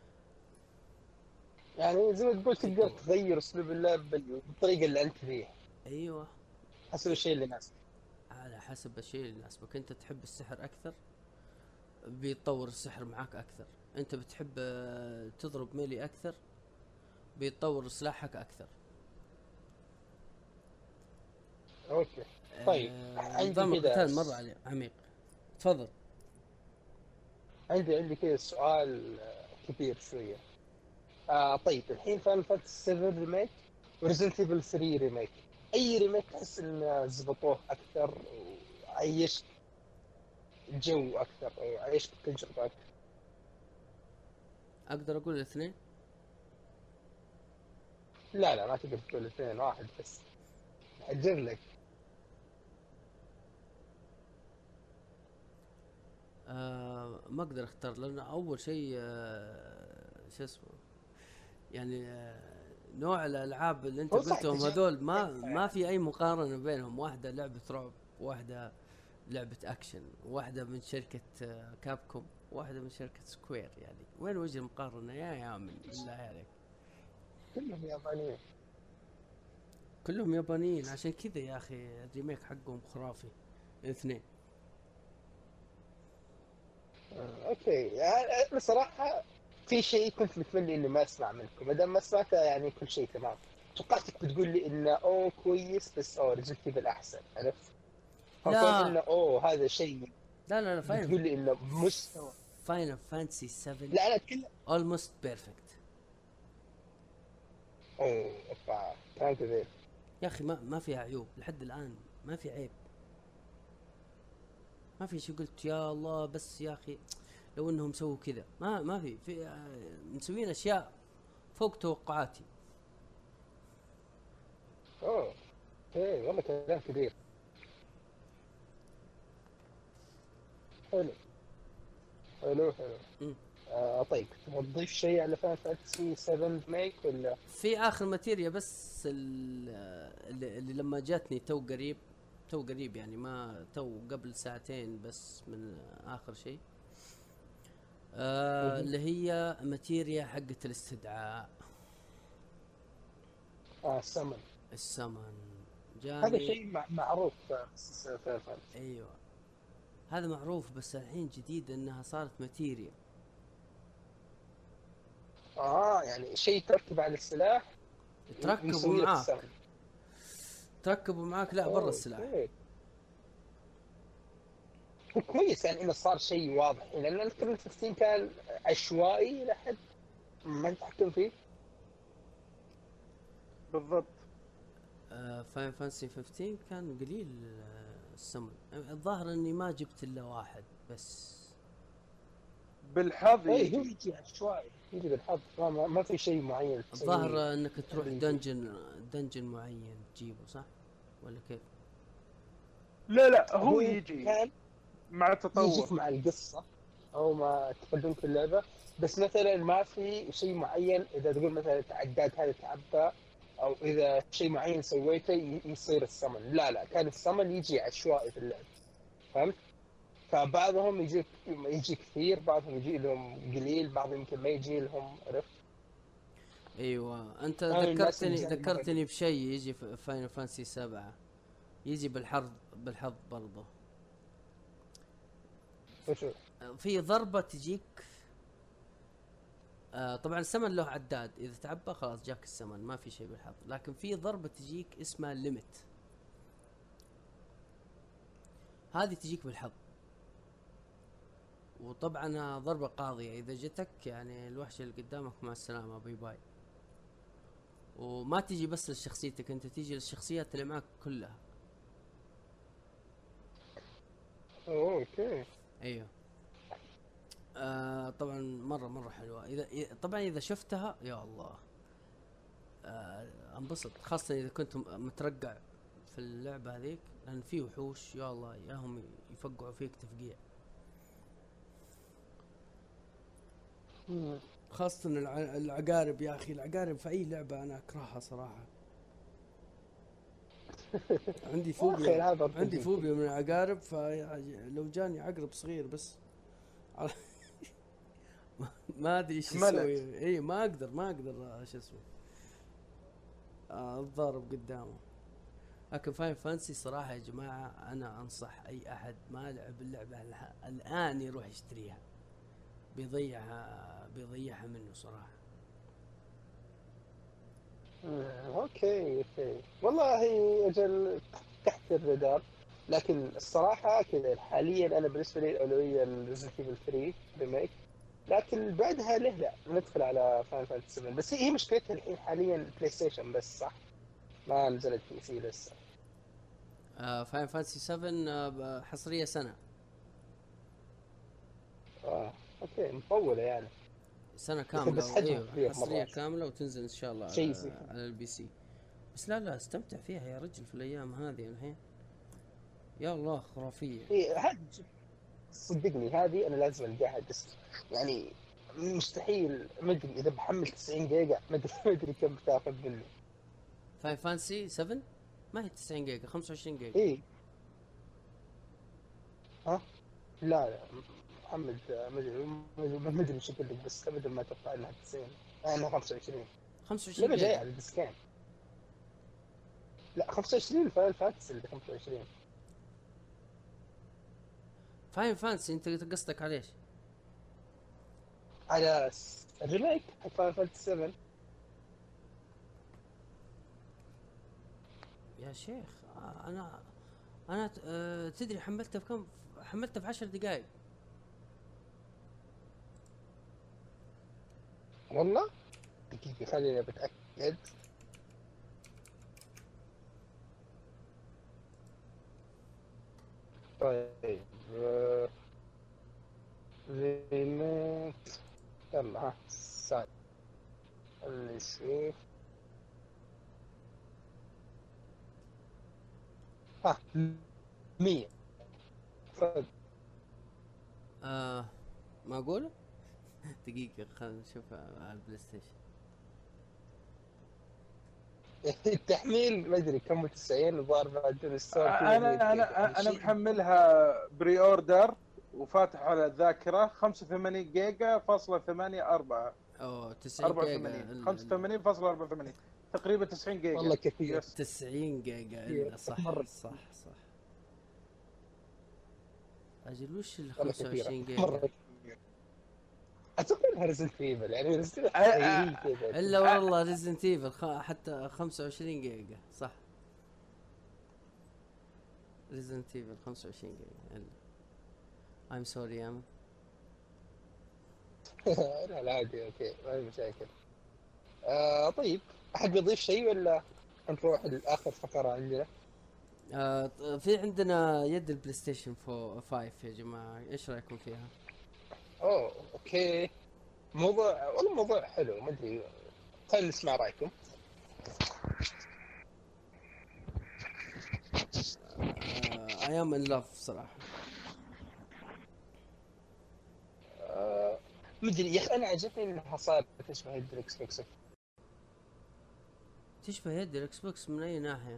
يعني زي ما تقول تقدر تغير اسلوب اللعب بالطريقة اللي انت فيها. ايوه حسب الشيء اللي يناسبك. على حسب الشيء اللي يناسبك. انت تحب السحر اكثر بيتطور السحر معك اكثر. انت بتحب تضرب ميلي اكثر بيتطور سلاحك اكثر. اوكي طيب نظام القتال مرة عليه عميق. تفضل. عندي كذا سؤال كبير شوية. طيب الحين فاينل فانتسي 7 ريميك وريزنت ايفل 3 ريميك، اي ريميك تحس ان زبطوه اكثر وعيشت الجو اكثر وعيشت التجربه اكثر؟ اقدر اقول الاثنين؟ لا ما تقدر تقول الاثنين، واحد بس اجر لك. ما اقدر اختار، لان اول شيء شو اسمه يعني نوع الالعاب اللي انت قلتهم هذول ما في اي مقارنه بينهم. واحده لعبه رعب، واحده لعبه اكشن، واحده من شركه كابكوم، واحده من شركه سكوير. يعني وين وجه المقارنه يا عمي بالله عليك؟ كلهم يابانيين عشان كذا يا اخي الريميك حقهم خرافي الاثنين. اوكي يعني بصراحه في شيء كنت متمنى اني ما اسمع منكم، ما دام ما سمعته يعني كل شيء تمام. توقعتك بتقول لي انه كويس بس ريزنت ايفل احسن، عرفت؟ لا انه هذا شيء. لا فاين تقول لي انه مستوى فاينل فانتسي 7 لا انا اتكلم اولموست بيرفكت. كان كذا يا اخي ما فيها عيوب لحد الان، ما في عيب، ما في شيء قلت يا الله بس يا اخي لو انهم سووا كذا. ما في مسوين اشياء فوق توقعاتي. ايه والله كلام كبير. حلو طيب تضيف شيء على فاينل فانتسي 7 ريميك ولا؟ في اخر ماتيريا بس اللي لما جاتني تو قريب تو قريب يعني، ما تو قبل ساعتين بس من اخر شيء. اللي هي ماتيريا حقة الاستدعاء. السمن جاني. هذا شيء معروف في ايوه هذا معروف، بس الحين جديد انها صارت ماتيريا. يعني شيء تركب على السلاح تركبوا معاك. تركبوا معاك لا برا السلاح. كويس يعني انه صار شيء واضح، لان اذكر 15 كان عشوائي لحد ما نتحكم فيه. بالضبط. فاين فانسي 15 كان قليل السمن. الظاهر اني ما جبت الا واحد بس. بالحظ هو يجي عشوائي، يجي بالحظ، ما في شيء معين. الظاهر انك تروح دنجن معين تجيبه، صح ولا كيف؟ لا هو يجي مع التطور، يجيك مع القصة او ما تقدم في اللعبة. بس مثلا ما في شيء معين اذا تقول مثلا تعداد هذا تعبى، او اذا شيء معين سويته يصير السمن. لا كان السمن يجي عشوائي في اللعبة، فهمت؟ فبعضهم يجي كثير، بعضهم يجي لهم قليل، بعضهم يمكن ما يجي لهم، عرفت؟ ايوه انت ذكرتني بشيء يجي في فاينل فانسي 7، يجي بالحظ برضه. في ضربة تجيك. طبعا السمن له عداد، اذا تعبى خلاص جاك السمن، ما في شيء بالحظ. لكن في ضربة تجيك اسمها ليميت، هذه تجيك بالحظ. وطبعا ضربة قاضية، اذا جتك يعني الوحش اللي قدامك مع السلامة، باي باي. وما تجي بس لشخصيتك انت، تيجي للشخصيات اللي معك كلها. اوكي. ايوه. طبعا مرة حلوة. اذا شفتها يا الله انبسط، خاصة اذا كنت مترقع في اللعبة هذيك، لان في وحوش يا الله ياهم يفقعوا فيك تفقيع. خاصة العقارب يا اخي، العقارب في اي لعبة انا اكرهها صراحة. عندي فوبيا من العقارب، فلو جاني عقرب صغير بس ما ادري ايش اسوي. اي ما اقدر ايش اسوي، الضارب قدامه. لكن فاين فانسي صراحة يا جماعة انا انصح اي احد ما لعب اللعبة الان يروح يشتريها، بيضيعها منه صراحة. اوكي والله اجل تحت الرادار. لكن الصراحة كذا حاليا انا بالنسبة لي الاولوية لريزنت ايفل 3 ريميك، لكن بعدها لا ندخل على فاين فانتسي 7. بس هي مشكلتها الحين حاليا بلاي ستيشن بس، صح؟ ما نزلت بي سي لسه. فاين فانتسي 7 حصرية سنة. اوكي مطولة يعني سنة كاملة. ايوه حصرية كاملة، وتنزل ان شاء الله على البي سي. بس لا استمتع فيها يا رجل في الايام هذه الحين، يا الله خرافية. هذه صدقني، هذه انا لازم القاها ديسك يعني. مستحيل، ما ادري اذا بحمل 90 جيجا، ما ادري كم بتاخذ مني. فاين فانسي 7 ما هي 90 جيجا، 25 جيجا. لا محمد ما ادري ايش اقول لك، بس ابدا ما اتوقع انها 90. انا 25 لما جاي على الديسكين. لا 25 فاين فانتسي اللي 25. فاين فانتسي انت قصدك على ايش؟ على الريميك حق فاين فانتسي 7 يا شيخ. انا تدري حملته بكم؟ حملته في 10 دقائق والله. دقيقة خليني بتأكد. طيب ريميك، يلا ساعد اللي يشوف. 100 فرق. ما اقول دقيقة خلينا نشوف على البلاي ستيشن. التحميل ما ادري كم 90 الظاهر بعد الستور. انا محملها بري اوردر وفاتح على الذاكره 85 جيجا فاصلة 84 90 جيجا 85.84 تقريبا 90 جيجا والله كثير. 90 جيجا الا صح صح. اجل وش ال 25 جيجا؟ اتوقع ريزنت ايفل يعني الا والله ريزنت ايفل حتى 25 جيجا صح. ريزنت ايفل 25 جيجا الا I'm sorry يا من. لا عادي اوكي ما في مشاكل. طيب احد يضيف شيء ولا نروح لاخر فقره عندنا؟ في عندنا يد البلاي ستيشن 5 يا جماعه، ايش رايكم فيها؟ اوكي والله موضوع حلو ما ادري، خلينا نسمع رايكم. I am in love صراحه. مدري يا اخي انا عجبني انها صارت تشبه يد الاكس بوكس. تشبه يد الاكس بوكس من اي ناحيه؟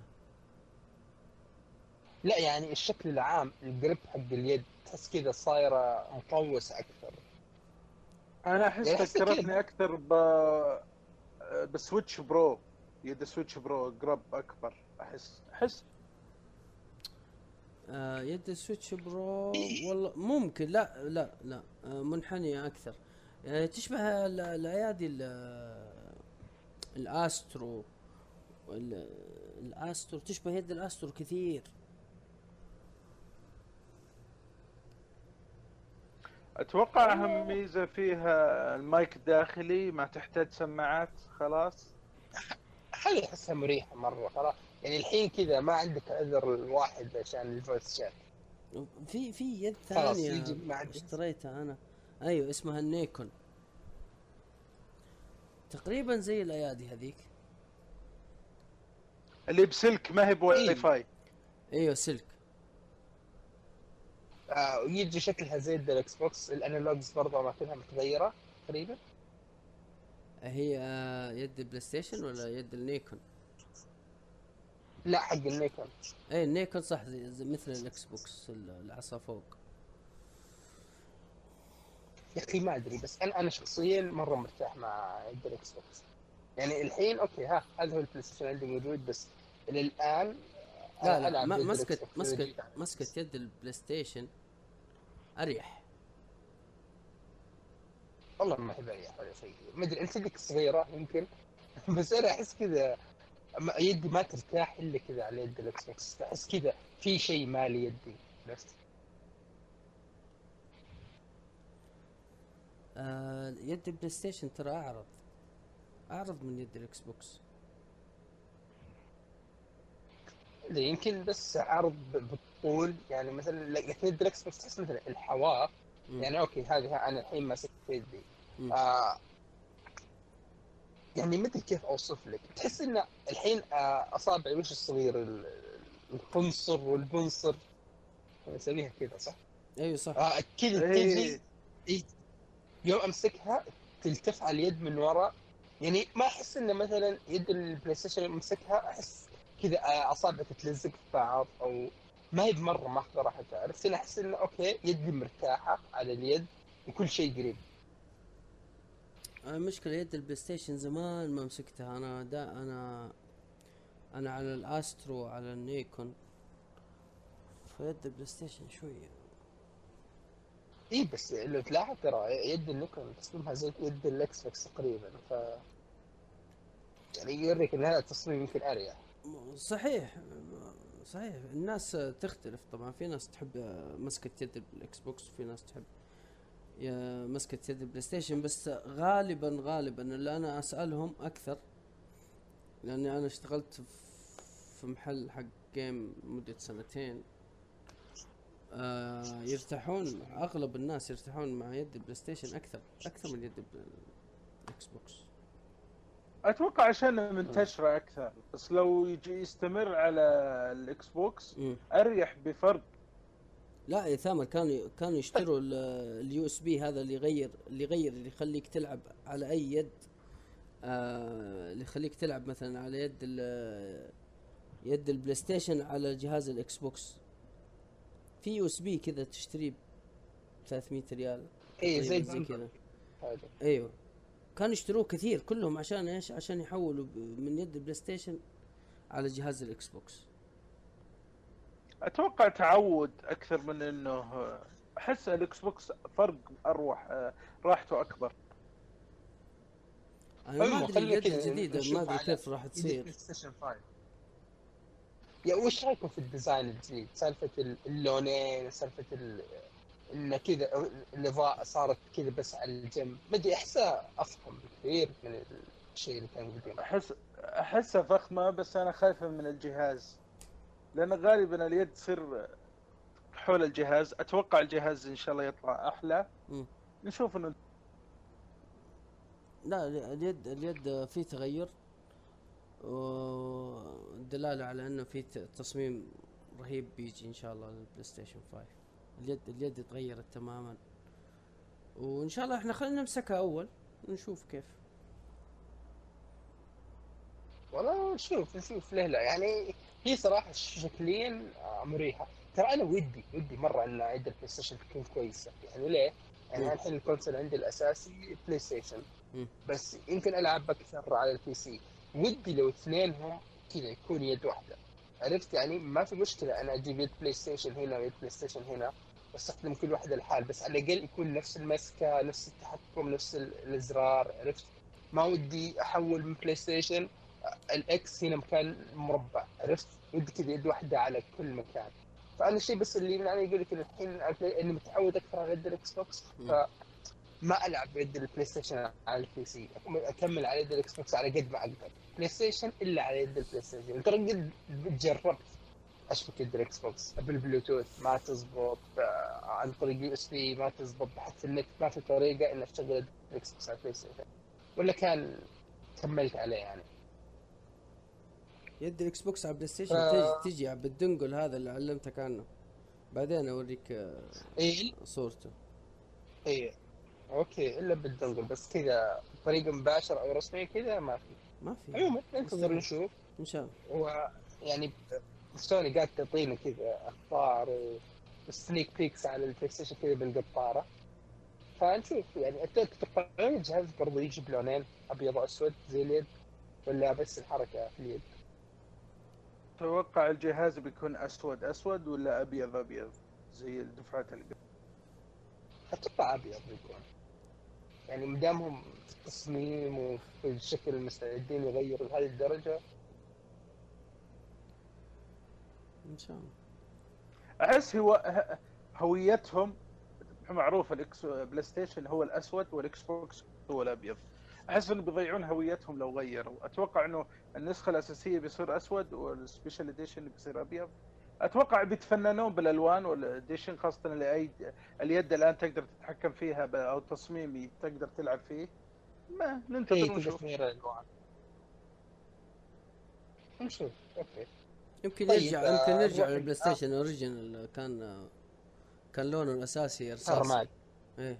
لا يعني الشكل العام الجريب حق اليد تحس كذا صايره مقوس اكثر. انا احس فكرتني اكثر بسويتش برو، يد سويتش برو جرب اكبر احس يد السويتش برو والله ممكن. لا منحنية اكثر. تشبه الايادي الاسترو. الاسترو تشبه يد الاسترو كثير. اتوقع اهم ميزة فيها المايك الداخلي، ما تحتاج سماعات خلاص. هذه احسها مريحة مرة خلاص يعني الحين كذا ما عندك عذر الواحد عشان الفويس شات. في يد ثانية اشتريتها انا، ايوه اسمها النيكون، تقريبا زي الايادي هذيك اللي بسلك ما هي بواي فاي. ايوه سلك. ويجي شكلها زي الاكس بوكس، الانالوجز برضه اماكنها متغيرة تقريبا. هي يد البلاي ستيشن ولا يد النيكون؟ لا حق النيكون. اي النيكون صح زي مثل الاكس بوكس العصا فوق. يا اخي ما ادري بس انا شخصيا مره مرتاح مع يد الاكس بوكس يعني الحين اوكي هذا هو البلاي ستيشن عندي موجود بس للان لا مسكت يد البلاي ستيشن اريح والله. ما هي اريح ولا شيء ما ادري، انت يدك صغيره يمكن بس انا احس كذا يدي ما ترتاح الا كذا على يد الاكس بوكس، احس كذا في شيء مالي يدي بس. يد البلاي ستيشن ترى اعرض من يد الاكس بوكس. يمكن بس عرض بالطول يعني مثلا، لكن يد الاكس بوكس تحس مثلا الحواف يعني اوكي هذه انا الحين ماسك في يدي يعني ما ادري كيف اوصف لك، تحس ان الحين اصابعي وش الصغير القنصر والبنصر نسميها كذا صح؟ ايوه صح. كذا تجي يوم امسكها تلتف على اليد من وراء، يعني ما احس ان مثلا يد البلاي ستيشن امسكها احس كذا اصابعي تتلزق في بعض او ما هي بمره ماخذه راحتها، عرفت؟ انا احس انه اوكي يدي مرتاحه على اليد وكل شيء قريب. المشكله يد البلاي ستيشن زمان ما مسكتها انا على الاسترو على النيكون، فيد البلاي ستيشن شويه بس لو تلاحظ ترى يد النيكون تصميمها زي يد الاكس بوكس تقريبا، ف يعني يوريك ان هذا التصميم يمكن اريح. صحيح الناس تختلف طبعا، في ناس تحب مسكة يد الاكس بوكس وفي ناس تحب مسكة يد البلاي ستيشن، بس غالبا اللي انا اسألهم اكثر لاني انا اشتغلت في محل حق جيم مدة 2 يرتاحون، اغلب الناس يرتاحون مع يد البلاي ستيشن اكثر من يد الاكس بوكس. اتوقع عشان منتشرة اكثر، بس لو يجي يستمر على الاكس بوكس اريح بفرق. لا يا ثامر كانوا يشتروا اليو اس بي هذا اللي يغير اللي يخليك تلعب على اي يد اللي يخليك تلعب مثلا على يد البلاي ستيشن على جهاز الاكس بوكس. في يو اس بي كذا تشتريه ب 300 ريال. اي زي كذا. ايوه كانوا يشتروه كثير كلهم عشان ايش؟ عشان يحولوا من يد البلاي ستيشن على جهاز الاكس بوكس. اتوقع تعود اكثر من انه احس الاكس بوكس فرق اروح، راحته اكبر. انا ما ادري اليد الجديدة ما ادري كيف راح تصير. يا وش رايكم في الديزاين الجديد؟ سالفه اللونين، سالفه ان كذا الاضاءه صارت كذا بس على الجنب، ما ادري احسها افخم بكثير من الشيء اللي كان قديم. احسها فخمه، بس انا خايفه من الجهاز، لان غالبا اليد تصير حول الجهاز. اتوقع الجهاز ان شاء الله يطلع احلى. نشوف انه لا اليد فيه تغير، ودلالة على انه في تصميم رهيب بيجي ان شاء الله للبلاي ستيشن 5. اليد تغيرت تماما، وان شاء الله احنا خلينا نمسكها اول ونشوف كيف. والله نشوف ليه لا، يعني هي صراحه شكليا مريحه. ترى انا ودي مره ان يد البلاي ستيشن تكون كويسه. يعني ليه؟ يعني الحين الكونسول عندي الاساسي بلاي ستيشن، بس يمكن العب اكثر على البي سي. ودي لو اثنينهم كذا يكون يد واحده، عرفت؟ يعني ما في مشكله انا اجيب يد بلاي ستيشن هنا ويد بلاي ستيشن هنا واستخدم كل واحده الحال، بس على الاقل يكون نفس المسكه، نفس التحكم، نفس الازرار، عرفت؟ ما ودي احول من بلاي ستيشن الاكس هنا مكان مربع، عرفت؟ ودي كذا يد واحده على كل مكان. فانا الشيء بس اللي يعني يقول لك الحين اني متعود اكثر على يد الاكس بوكس، ما العب بيد البلاي ستيشن على البي سي، اكمل على يد الاكس بوكس على قد ما اقدر. بلاي ستيشن الا على يد البلاي ستيشن. ترى قد جربت اشبك يد الاكس بوكس بالبلوتوث ما تزبط، عن طريق يو اس بي ما تزبط، حتى النت ما في طريقه ان اشغل يد الاكس بوكس على البلاي ستيشن، ولا كان كملت عليه. يعني يد الاكس بوكس على البلاي ستيشن تجي بالدنقل هذا اللي علمتك عنه، بعدين اوريك صورته. ايه اوكي، الا بالدنقل بس كذا بطريقه مباشره او رسميه كذا ما في. عموما ننتظر نشوف ان شاء الله. ويعني سوني قاعد تعطينا كذا اخبار وسنيك بيكس على البلاي ستيشن كذا بالقطاره، فنشوف. يعني تتوقعون الجهاز برضه يجي بلونين ابيض واسود زي اليد، ولا بس الحركه في اليد؟ توقع الجهاز بيكون اسود ولا ابيض زي الدفعات اللي قبل؟ اتوقع ابيض بيكون، يعني مدامهم في التصميم وفي الشكل مستعدين يغيروا لهذه الدرجه ان شاء الله. احس هويتهم معروف، الاكس بلاي ستيشن هو الاسود والاكس بوكس هو الابيض. احس انه بيضيعون هويتهم لو غيروا. اتوقع انه النسخه الاساسيه بيصير اسود والسبيشال اديشن بيصير ابيض. اتوقع بيتفننون بالالوان والاديشن، خاصه اللي اليد الان تقدر تتحكم فيها او تصميمي تقدر تلعب فيه. ما ننتظر ونشوف. نشوف اوكي. يمكن يرجع للبلاي ستيشن اوريجينال، كان لونه الاساسي رصاصي. ايه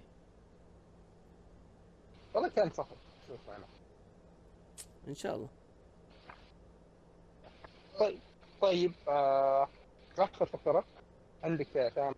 والله كان فخم. شوف انا ان شاء الله. طيب اخر فقره عندك يا سام؟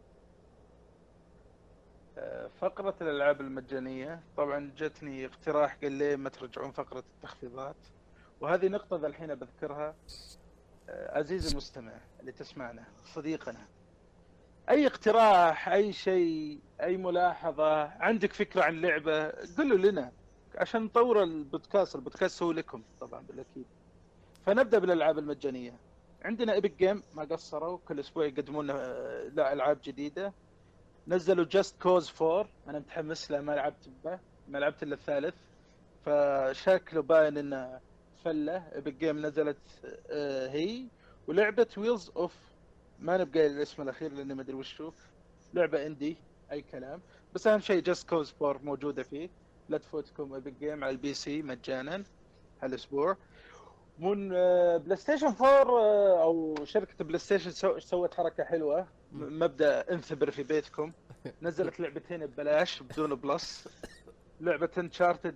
فقرة الألعاب المجانية. طبعا جتني اقتراح قال لي ما ترجعون فقرة التخفيضات، وهذه نقطة الحين بذكرها. عزيزي المستمع اللي تسمعنا، صديقنا، أي اقتراح، أي شيء، أي ملاحظة، عندك فكرة عن لعبة، قلوا لنا عشان نطور البودكاست هو لكم طبعا بالأكيد. فنبدأ بالألعاب المجانية. عندنا إيبك جيم ما قصروا، كل أسبوع يقدمون لنا ألعاب جديدة. نزلوا جاست كوز 4، أنا متحمس له، ما لعبت إلا الثالث، فشكله باين إنه فلة. إيبك جيم نزلت هي ولعبة ويلز أوف، ما نبقى الاسم الأخير لأني ما أدري وش هو، لعبة إندي أي كلام، بس أهم شيء جاست كوز 4 موجودة فيه. لا تفوتكم إيبك جيم على البي سي مجانا هالأسبوع. من بلاي ستيشن 4 او شركه بلاي ستيشن سوت حركه حلوه، مبدا انثبر في بيتكم. نزلت لعبتين ببلاش بدون بلس، لعبه انشارتد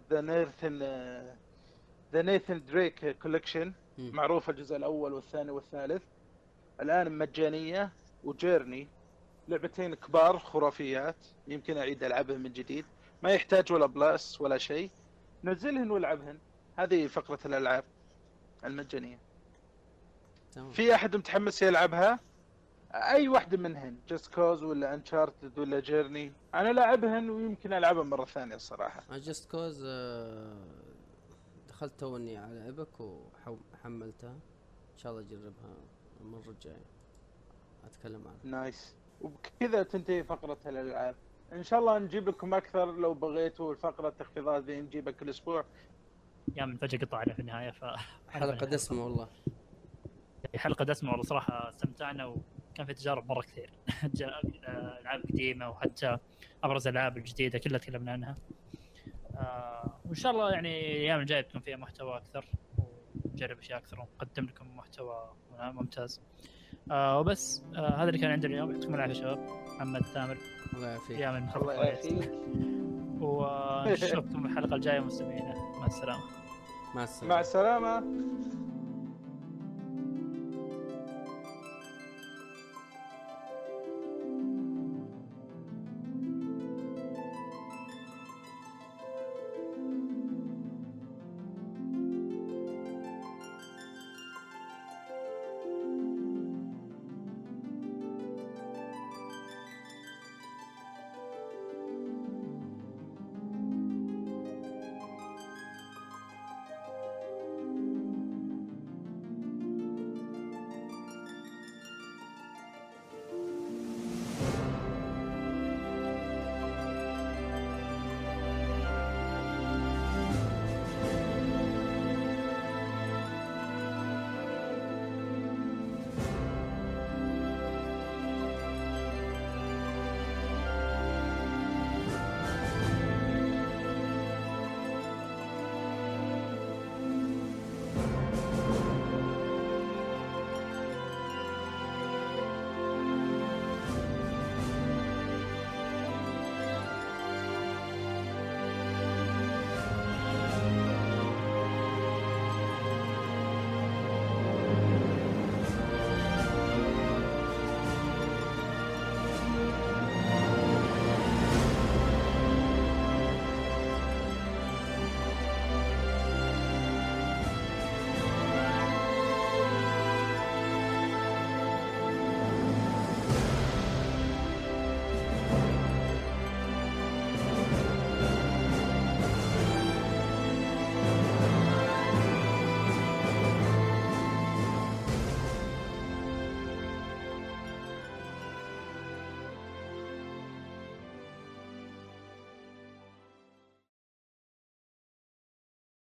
ذا نيثن دريك كولكشن، معروفه الجزء الاول والثاني والثالث، الان مجانيه. وجيرني، لعبتين كبار خرافيات، يمكن اعيد العبهم من جديد، ما يحتاج ولا بلاس ولا شيء، نزلهن والعبهن. هذه فقره الالعاب المجانيه. في احد متحمس يلعبها؟ اي واحده منهن، جست كوز ولا انشارتد ولا جيرني، انا لاعبهن ويمكن العبها مره ثانيه الصراحه. جست كوز دخلت توني على ايبك وحملتها، ان شاء الله اجربها المره الجايه اتكلم عنها. نايس. وبكذا تنتهي فقره الالعاب. ان شاء الله نجيب لكم اكثر لو بغيتوا الفقره التخفيضات ذي نجيبها كل اسبوع. يا من فجاه قطع عليه في النهايه حلقه دسمه والله. حلقه دسمه والله صراحه، استمتعنا وكان في تجارب مره كثير. العاب قديمه وحتى ابرز الالعاب الجديده كلها تكلمنا عنها. وان شاء الله يعني الايام الجايه تكون فيها محتوى اكثر ونجرب اشياء اكثر ونقدم لكم محتوى ممتاز. وبس هذا اللي كان عندنا اليوم. يعطيكم العافيه شباب. محمد ثامر الله يعافيك. يا من الله يعافيك. ونشوفكم الحلقه الجايه مستمعينا. مع السلامه. مع السلامه. مع السلامه.